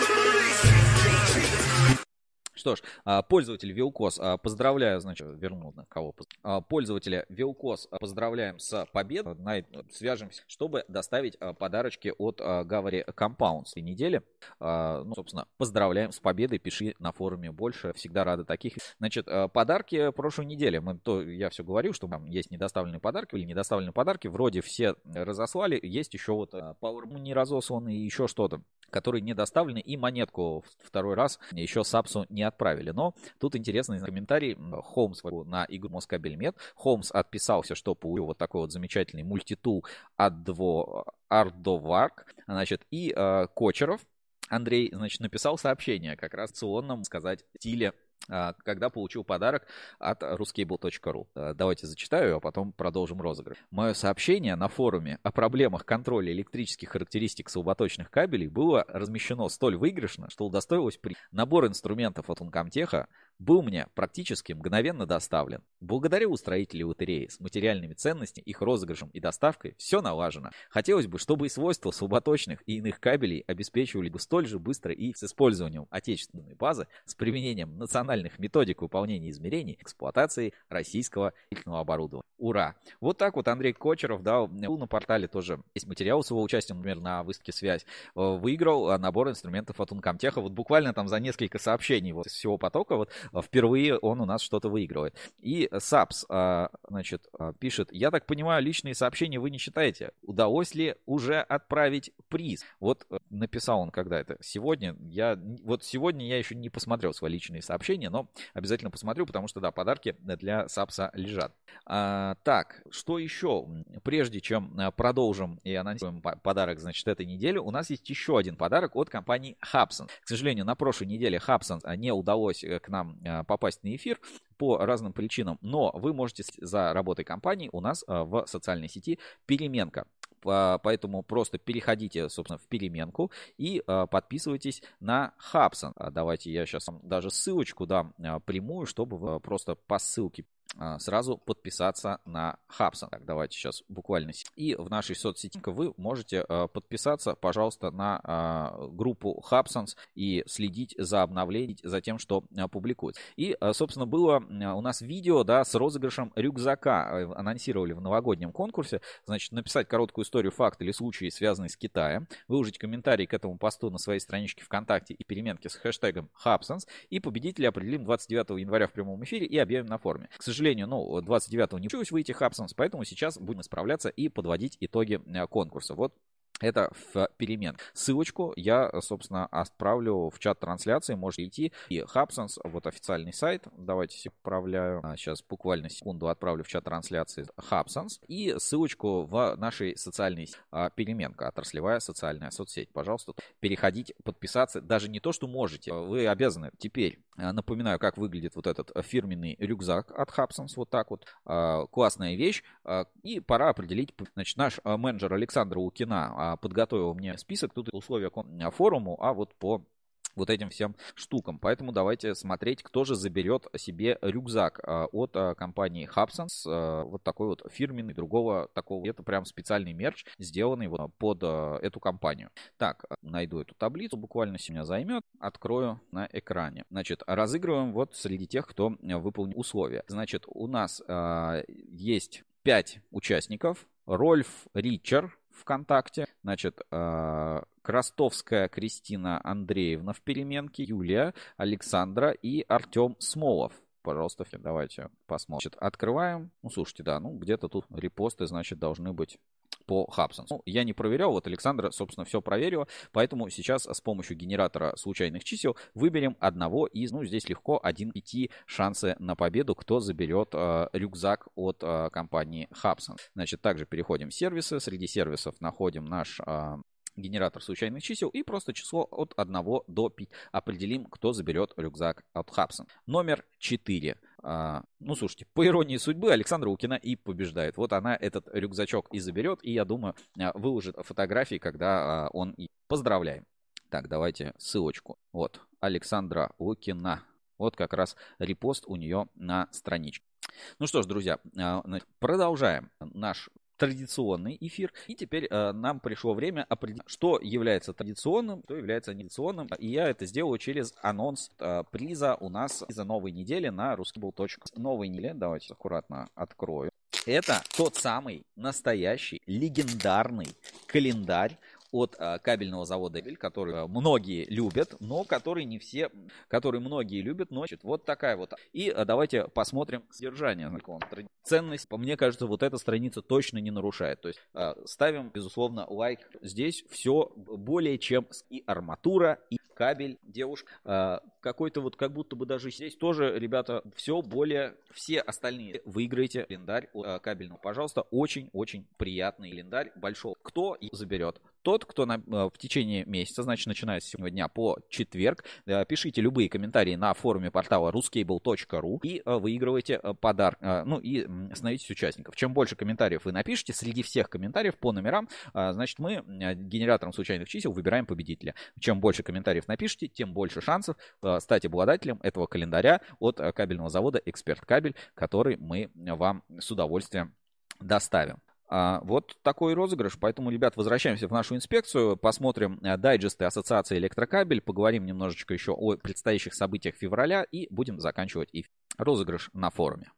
Что ж, пользователь Велкос, поздравляю, значит, вернул на кого. Пользователя Велкос поздравляем с победой. Свяжемся, чтобы доставить подарочки от Гавари Compounds этой недели. Ну, собственно, поздравляем с победой. Пиши на форуме больше. Всегда рады таких. Значит, подарки прошлой недели. Мы, то, я все говорю, что там есть недоставленные подарки или недоставленные подарки. Вроде все разослали. Есть еще вот Power не разосланный и еще что-то, которые не доставлены. И монетку второй раз еще Сапсу не отправили. Но тут интересный комментарий Холмс на игру Москабельмет. Холмс отписался, что получил вот такой вот замечательный мультитул от Ардоварк. Значит, и э, Кочеров Андрей, значит, написал сообщение как раз в акционном, сказать, стиле, когда получил подарок от рускейбл точка ру. Давайте зачитаю, а потом продолжим розыгрыш. Мое сообщение на форуме о проблемах контроля электрических характеристик слаботочных кабелей было размещено столь выигрышно, что удостоилось при набор инструментов от Uncomtech был мне практически мгновенно доставлен. Благодарю устроителей лотереи. С материальными ценностями, их розыгрышем и доставкой все налажено. Хотелось бы, чтобы и свойства слаботочных и иных кабелей обеспечивали бы столь же быстро и с использованием отечественной базы, с применением национальных методик выполнения измерений, эксплуатации российского электронного оборудования. Ура! Вот так вот Андрей Кочеров, да, был на портале тоже есть материал с его участием, например, на выставке «Связь», выиграл набор инструментов от Uncomtech. Вот буквально там за несколько сообщений вот из всего потока вот впервые он у нас что-то выигрывает. И Сапс, значит, пишет: я так понимаю, личные сообщения вы не читаете. Удалось ли уже отправить приз? Вот написал он когда это? Сегодня. Я, вот сегодня я еще не посмотрел свои личные сообщения, но обязательно посмотрю, потому что, да, подарки для Сапса лежат. А, так, что еще? Прежде чем продолжим и анонсируем подарок, значит, этой недели, у нас есть еще один подарок от компании Hubsan. К сожалению, на прошлой неделе Hubsan не удалось к нам попасть на эфир по разным причинам, но вы можете за работой компании у нас в социальной сети «Переменка». Поэтому просто переходите, собственно, в переменку и подписывайтесь на Hubsan. Давайте я сейчас даже ссылочку дам прямую, чтобы вы просто по ссылке сразу подписаться на Hubsan. Так, давайте сейчас буквально. И в нашей соцсети вы можете подписаться, пожалуйста, на группу Hubsan и следить за обновлением, за тем, что публикуется. И, собственно, было у нас видео, да, с розыгрышем рюкзака. Анонсировали в новогоднем конкурсе. Значит, написать короткую историю, факт или случай, связанный с Китаем. Выложить комментарий к этому посту на своей страничке ВКонтакте и переменке с хэштегом Hubsan. И победителя определим двадцать девятого января в прямом эфире и объявим на форуме. К сожалению, К сожалению, ну, двадцать девятого не получилось выйти Hubsan, поэтому сейчас будем справляться и подводить итоги конкурса. Вот это в перемен. Ссылочку я, собственно, отправлю в чат трансляции. Можете идти. И Hubsan, вот официальный сайт. Давайте отправляю. Сейчас буквально секунду отправлю в чат трансляции Hubsan. И ссылочку в нашей социальной сети. Переменка. Отраслевая социальная соцсеть. Пожалуйста, переходите, подписаться. Даже не то, что можете. Вы обязаны. Теперь напоминаю, как выглядит вот этот фирменный рюкзак от Hubsan. Вот так вот. Классная вещь. И пора определить. Значит, наш менеджер Александр Лукина подготовил мне список, тут условия форуму, а вот по вот этим всем штукам. Поэтому давайте смотреть, кто же заберет себе рюкзак от компании Hubsan. Вот такой вот фирменный, другого такого. Это прям специальный мерч, сделанный вот под эту компанию. Так, найду эту таблицу, буквально сегодня займет. Открою на экране. Значит, разыгрываем вот среди тех, кто выполнил условия. Значит, у нас есть пять участников. Рольф Ричер ВКонтакте, значит, э, Крастовская Кристина Андреевна в переменке, Юлия, Александра и Артем Смолов. Пожалуйста, давайте посмотрим. Значит, открываем. Ну, слушайте, да, ну, где-то тут репосты, значит, должны быть по Hubsan. Ну, я не проверял, вот Александра, собственно, все проверила, поэтому сейчас с помощью генератора случайных чисел выберем одного из, ну, здесь легко, один пяти шансы на победу, кто заберет э, рюкзак от э, компании Hubsan. Значит, также переходим в сервисы, среди сервисов находим наш э, генератор случайных чисел и просто число от одного до пяти определим, кто заберет рюкзак от Hubsan. Номер четыре. А, ну, слушайте, по иронии судьбы, Александра Лукина и побеждает. Вот она этот рюкзачок и заберет, и, я думаю, выложит фотографии, когда а, он и поздравляем. Так, давайте ссылочку. Вот, Александра Лукина. Вот как раз репост у нее на страничке. Ну что ж, друзья, продолжаем наш традиционный эфир. И теперь э, нам пришло время определить, что является традиционным, что является нетрадиционным. И я это сделаю через анонс э, приза у нас за новой недели на ruskable точка ру. Новой неделе, давайте аккуратно открою. Это тот самый настоящий легендарный календарь от а, кабельного завода Эбель, который а, многие любят, но который не все, который многие любят, носят. Вот такая вот. И а, давайте посмотрим содержание. Ценность, мне кажется, вот эта страница точно не нарушает. То есть а, ставим, безусловно, лайк. Здесь все более чем и арматура, и кабель, девушка. А, какой-то вот как будто бы даже здесь тоже, ребята, все более, все остальные выиграете календарь а, кабельного. Пожалуйста, очень-очень приятный календарь большого. Кто заберет? Тот, кто на, в течение месяца, значит, начиная с сегодняшнего дня по четверг, пишите любые комментарии на форуме портала ruskable точка ру и выигрывайте подарок, ну и становитесь участником. Чем больше комментариев вы напишите, среди всех комментариев по номерам, значит, мы генератором случайных чисел выбираем победителя. Чем больше комментариев напишите, тем больше шансов стать обладателем этого календаря от кабельного завода «Эксперт Кабель», который мы вам с удовольствием доставим. А, вот такой розыгрыш, поэтому, ребят, возвращаемся в нашу инспекцию, посмотрим дайджесты Ассоциации Электрокабель, поговорим немножечко еще о предстоящих событиях февраля и будем заканчивать и розыгрыш на форуме.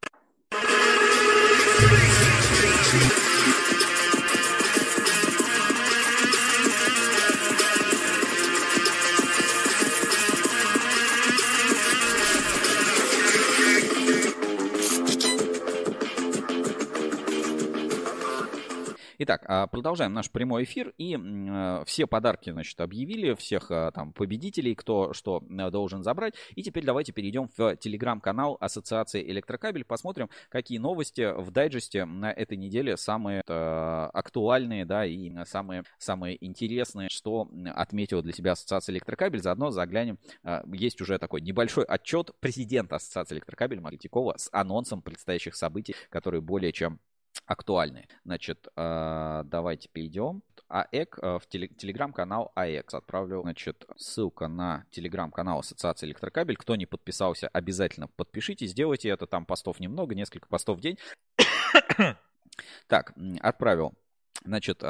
Итак, продолжаем наш прямой эфир, и все подарки, значит, объявили, всех там победителей, кто что должен забрать. И теперь давайте перейдем в телеграм-канал Ассоциации Электрокабель, посмотрим, какие новости в дайджесте на этой неделе самые актуальные, да, и самые, самые интересные, что отметила для себя Ассоциация Электрокабель. Заодно заглянем, есть уже такой небольшой отчет президента Ассоциации Электрокабель Марии Третьякова с анонсом предстоящих событий, которые более чем актуальные. Значит, давайте перейдем. АЭК, в телеграм-канал АЭК. Отправлю, значит, ссылка на телеграм-канал Ассоциации Электрокабель. Кто не подписался, обязательно подпишитесь. Сделайте это. Там постов немного, несколько постов в день. Так, отправил. Значит,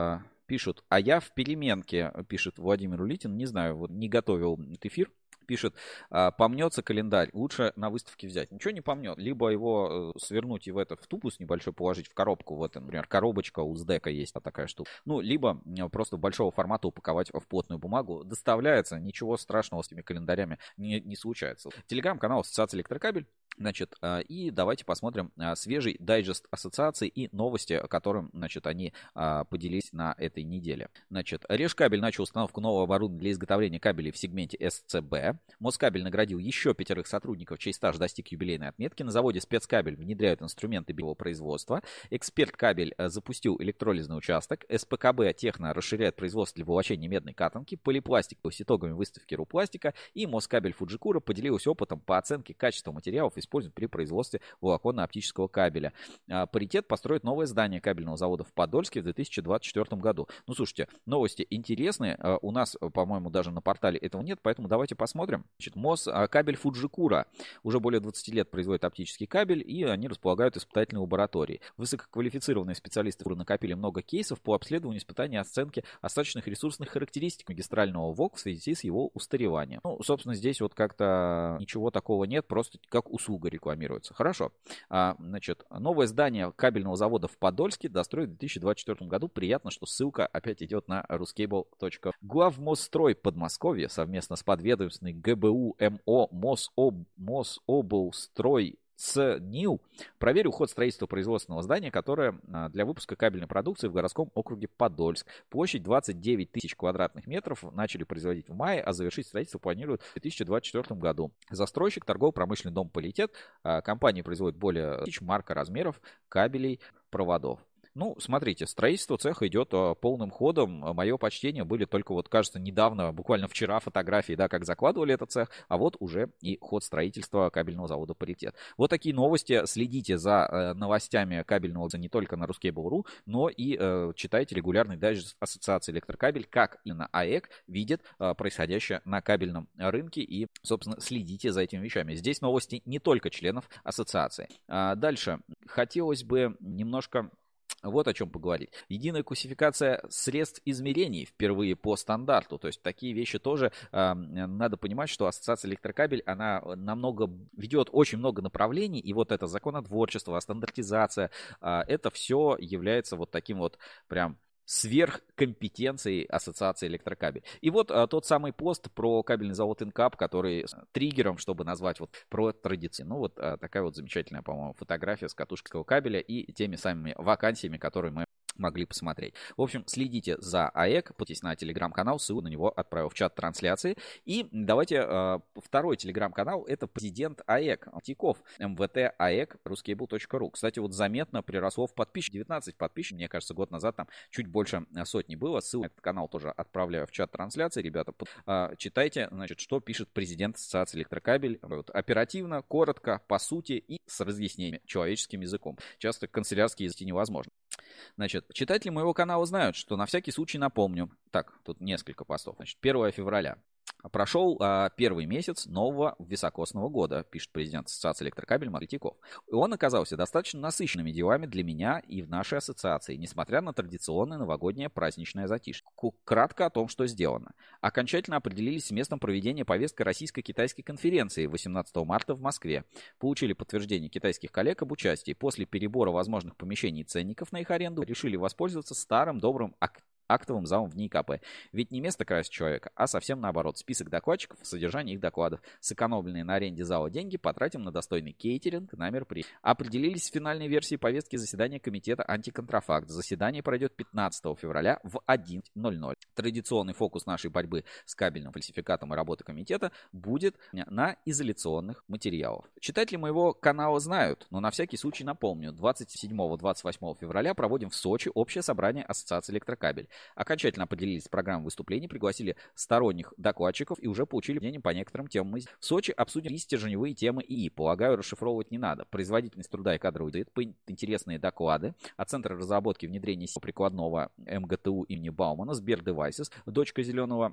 пишут, а я в переменке, пишет Владимир Улитин. Не знаю, вот не готовил этот эфир. Пишет, помнется календарь, лучше на выставке взять. Ничего не помнет. Либо его свернуть и в это в тубус небольшой положить, в коробку. Вот, например, коробочка у СДЭКа есть такая штука. Ну, либо просто большого формата упаковать в плотную бумагу. Доставляется, ничего страшного с этими календарями не, не случается. Телеграм-канал Ассоциации Электрокабель. Значит, и давайте посмотрим свежий дайджест ассоциации и новости, которым, значит, они поделились на этой неделе. Значит, Решкабель начал установку нового оборудования для изготовления кабелей в сегменте эс цэ бэ. Москабель наградил еще пятерых сотрудников, чей стаж достиг юбилейной отметки. На заводе Спецкабель внедряют инструменты белого производства. Эксперт Кабель запустил электролизный участок. эс пэ ка бэ Техно расширяет производство для волочения медной катанки. Полипластик с итогами выставки Рупластика. И Москабель Фуджикура поделилась опытом по оценке качества материалов, используют при производстве волоконно-оптического кабеля. Паритет построит новое здание кабельного завода в Подольске в две тысячи двадцать четвёртом году. Ну, слушайте, новости интересные. У нас, по-моему, даже на портале этого нет, поэтому давайте посмотрим. Значит, Москабель Фуджикура уже более двадцати лет производит оптический кабель, и они располагают испытательной лабораторией. Высококвалифицированные специалисты накопили много кейсов по обследованию, испытания и оценке остаточных ресурсных характеристик магистрального ВОК в связи с его устареванием. Ну, собственно, здесь вот как-то ничего такого нет, просто как услуга рекламируется. Хорошо. А, значит, новое здание кабельного завода в Подольске достроят в две тысячи двадцать четвёртом году. Приятно, что ссылка опять идет на ruscable точка ру. Главмосстрой Подмосковья совместно с подведомственной гэ бэ у эм о Мособ... Мособлстрой с НИУ проверил ход строительства производственного здания, которое для выпуска кабельной продукции в городском округе Подольск. Площадь двадцать девять тысяч квадратных метров, начали производить в мае, а завершить строительство планируют в две тысячи двадцать четвёртом году. Застройщик торгово-промышленный дом «Политет». Компания производит более тысяч марка размеров кабелей, проводов. Ну, смотрите, строительство цеха идет полным ходом. Мое почтение, были только вот, кажется, недавно, буквально вчера фотографии, да, как закладывали этот цех, а вот уже и ход строительства кабельного завода «Паритет». Вот такие новости. Следите за э, новостями кабельного не только на ruscable точка ру, но и э, читайте регулярный дайджест Ассоциации Электрокабель, как именно АЭК видит э, происходящее на кабельном рынке, и, собственно, следите за этими вещами. Здесь новости не только членов ассоциации. А дальше хотелось бы немножко вот о чем поговорить. Единая классификация средств измерений впервые по стандарту. То есть такие вещи тоже э, надо понимать, что Ассоциация Электрокабель, она намного ведет очень много направлений. И вот это законотворчество, стандартизация, э, это все является вот таким вот прям сверхкомпетенцией Ассоциации Электрокабель. И вот а, тот самый пост про кабельный завод Инкап, который с триггером, чтобы назвать вот про традиции. Ну вот а, такая вот замечательная, по-моему, фотография с катушкой кабеля и теми самыми вакансиями, которые мы могли посмотреть. В общем, следите за АЭК, подписывайтесь на телеграм-канал, ссылку на него отправил в чат трансляции. И давайте э, второй телеграм-канал, это президент АЭК, Тиков, эм вэ тэ АЭК, ruscable точка ру. Кстати, вот заметно приросло в подписчиков, девятнадцать подписчиков, мне кажется, год назад там чуть больше сотни было. Ссылку на этот канал тоже отправляю в чат трансляции, ребята. Э, читайте, значит, что пишет президент Ассоциации Электрокабель. Вот, оперативно, коротко, по сути и с разъяснениями человеческим языком. Часто канцелярские языки невозможно. Значит, читатели моего канала знают, что на всякий случай напомню. Так, тут несколько постов. Значит, первого февраля. Прошел а, первый месяц нового високосного года, пишет президент Ассоциации электрокабель Марк Третьяков. И он оказался достаточно насыщенными делами для меня и в нашей ассоциации, несмотря на традиционное новогоднее праздничное затишье. Кратко о том, что сделано. Окончательно определились с местом проведения повестки российско-китайской конференции восемнадцатого марта в Москве. Получили подтверждение китайских коллег об участии. После перебора возможных помещений и ценников на их аренду решили воспользоваться старым добрым активом. актовым залом в НИИКП. Ведь не место красит человека, а совсем наоборот. Список докладчиков, содержание их докладов. Сэкономленные на аренде зала деньги потратим на достойный кейтеринг на мероприятие. Определились с финальной версией повестки заседания комитета антиконтрафакт. Заседание пройдет пятнадцатого февраля в одиннадцать ноль ноль. Традиционный фокус нашей борьбы с кабельным фальсификатом и работы комитета будет на изоляционных материалах. Читатели моего канала знают, но на всякий случай напомню. двадцать седьмого — двадцать восьмого февраля проводим в Сочи общее собрание Ассоциации электрокабель. Окончательно определились с программой выступлений, пригласили сторонних докладчиков и уже получили мнение по некоторым темам. В Сочи обсудили стержневые темы ИИ. Полагаю, расшифровывать не надо. Производительность труда и кадровый дает интересные доклады. А Центр разработки и внедрения прикладного эм гэ тэ у имени Баумана, Сбер Девайсес, дочка зеленого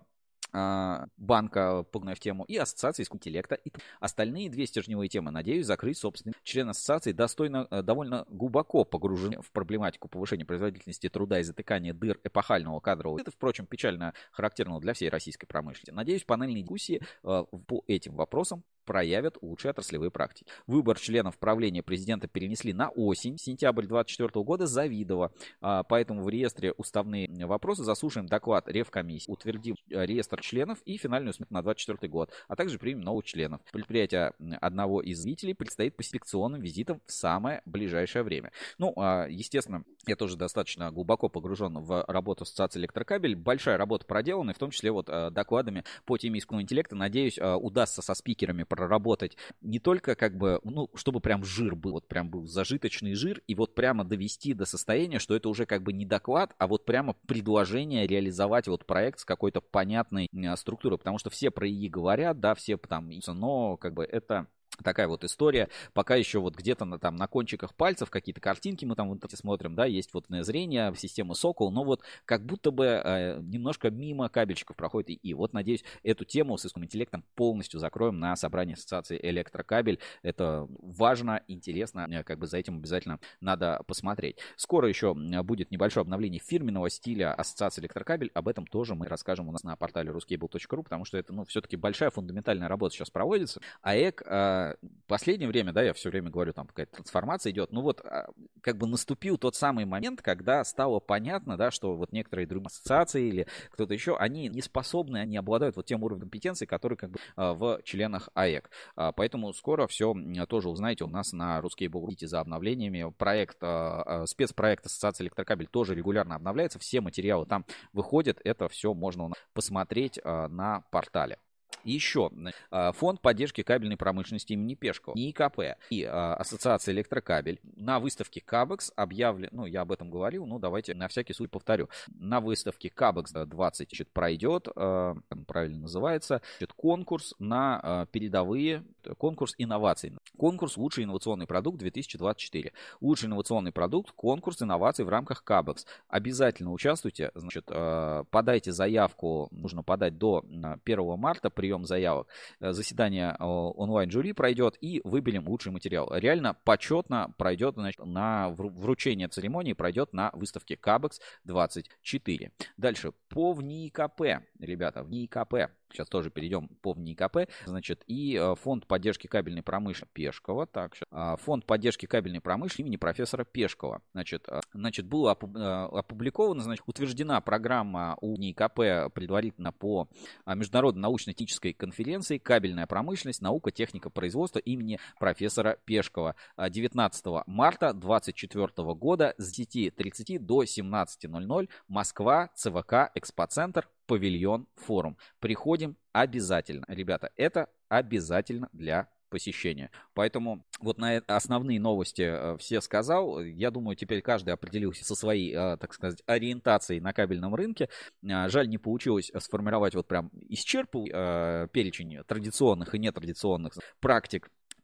банка, погнав в тему, и ассоциации искусственного интеллекта. И остальные две стержневые темы, надеюсь, закрыть собственный. Член ассоциации достойно, довольно глубоко погружен в проблематику повышения производительности труда и затыкания дыр эпохального кадрового. Это, впрочем, печально характерно для всей российской промышленности. Надеюсь, панельные дискуссии по этим вопросам проявят лучшие отраслевые практики. Выбор членов правления президента перенесли на осень, сентябрь две тысячи двадцать четвёртого года, завидово. Поэтому в реестре уставные вопросы заслушаем доклад Ревкомиссии, утвердим реестр членов и финальную смету на две тысячи двадцать четвёртый год, а также примем новых членов. Предприятие одного из зрителей предстоит по инспекционным визитам в самое ближайшее время. Ну, естественно, я тоже достаточно глубоко погружен в работу Ассоциации электрокабель. Большая работа проделана, и в том числе вот докладами по теме искусственного интеллекта. Надеюсь, удастся со спикерами проработать не только как бы, ну, чтобы прям жир был, вот прям был зажиточный жир, и вот прямо довести до состояния, что это уже как бы не доклад, а вот прямо предложение реализовать вот проект с какой-то понятной структурой, потому что все про ИИ говорят, да, все там, но как бы это... Такая вот история, пока еще вот где-то на, там, на кончиках пальцев какие-то картинки мы там в интернете смотрим, да, есть вот зрение, система Сокол, но вот как будто бы э, немножко мимо кабельщиков проходит ИИ. Вот, надеюсь, эту тему с искусственным интеллектом полностью закроем на собрании Ассоциации электрокабель. Это важно, интересно, как бы за этим обязательно надо посмотреть. Скоро еще будет небольшое обновление фирменного стиля Ассоциации электрокабель, об этом тоже мы расскажем у нас на портале рускейбл точка ру, потому что это, ну, все-таки большая фундаментальная работа сейчас проводится. АЭК э, в последнее время, да, я все время говорю, там какая-то трансформация идет, ну вот как бы наступил тот самый момент, когда стало понятно, да, что вот некоторые другие ассоциации или кто-то еще, они не способны, они обладают вот тем уровнем компетенции, который как бы в членах АЭК. Поэтому скоро все тоже узнаете у нас на Ruskable. Идите за обновлениями. Проект, спецпроект Ассоциации электрокабель тоже регулярно обновляется, все материалы там выходят, это все можно посмотреть на портале. Еще фонд поддержки кабельной промышленности имени Пешкова, НИИКП и Ассоциация электрокабель на выставке Кабекс объявлен, ну я об этом говорил, ну давайте на всякий случай повторю. На выставке Кабекс двадцать значит, пройдет, правильно называется, значит, конкурс на передовые, конкурс инноваций. Конкурс «Лучший инновационный продукт две тысячи двадцать четыре». Лучший инновационный продукт, конкурс инноваций в рамках Кабекс. Обязательно участвуйте, значит, подайте заявку, нужно подать до первого марта, прием заявок. Заседание онлайн-жюри пройдет и выберем лучший материал. Реально почетно пройдет, значит, на вручение церемонии пройдет на выставке Кабекс двадцать четыре. Дальше по НИИКП, ребята, в НИИКП. Сейчас тоже перейдем по НИИКП. Значит, и фонд поддержки кабельной промышленности Пешкова. Так, фонд поддержки кабельной промышленности имени профессора Пешкова. Значит, значит было опубликовано, значит, утверждена программа у НИИКП предварительно по международной научно-технической конференции «Кабельная промышленность, наука, техника производства» имени профессора Пешкова. девятнадцатого марта две тысячи двадцать четвёртого года с десяти тридцати до семнадцати ноль ноль. Москва, ЦВК, Экспоцентр, павильон, форум. Приходим обязательно. Ребята, это обязательно для посещения. Поэтому вот на основные новости все сказал. Я думаю, теперь каждый определился со своей, так сказать, ориентацией на кабельном рынке. Жаль, не получилось сформировать вот прям исчерпывающий перечень традиционных и нетрадиционных практик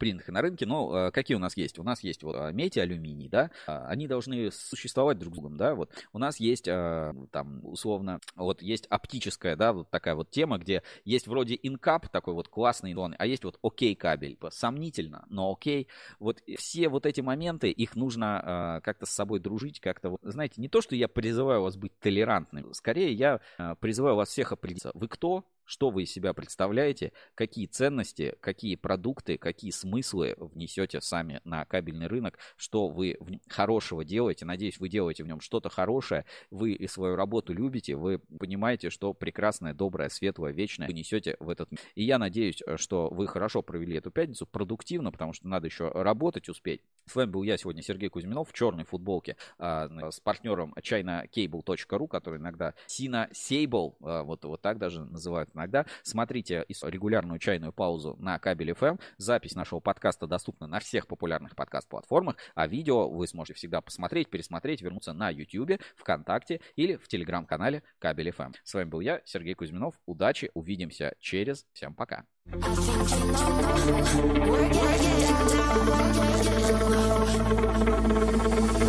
общепринятых на рынке, но какие у нас есть? У нас есть вот медь и алюминий, да, они должны существовать друг с другом, да, вот. У нас есть там условно, вот есть оптическая, да, вот такая вот тема, где есть вроде инкап такой вот классный, а есть вот окей кабель, сомнительно, но окей. Вот все вот эти моменты, их нужно как-то с собой дружить, как-то вот, знаете, не то, что я призываю вас быть толерантным, скорее я призываю вас всех определиться, вы кто? Что вы из себя представляете, какие ценности, какие продукты, какие смыслы внесете сами на кабельный рынок, что вы хорошего делаете. Надеюсь, вы делаете в нем что-то хорошее, вы и свою работу любите, вы понимаете, что прекрасное, доброе, светлое, вечное вы несете в этот мир. И я надеюсь, что вы хорошо провели эту пятницу, продуктивно, потому что надо еще работать успеть. С вами был я сегодня, Сергей Кузьминов, в черной футболке а, с партнером чайна кейбл точка ру, который иногда Sina Sable, а, вот, вот так даже называют иногда. Смотрите регулярную чайную паузу на Кабель эф эм. Запись нашего подкаста доступна на всех популярных подкаст-платформах, а видео вы сможете всегда посмотреть, пересмотреть, вернуться на YouTube, ВКонтакте или в телеграм-канале Кабель эф эм. С вами был я, Сергей Кузьминов. Удачи, увидимся через. Всем пока. Work it, work it down, work it, work it down.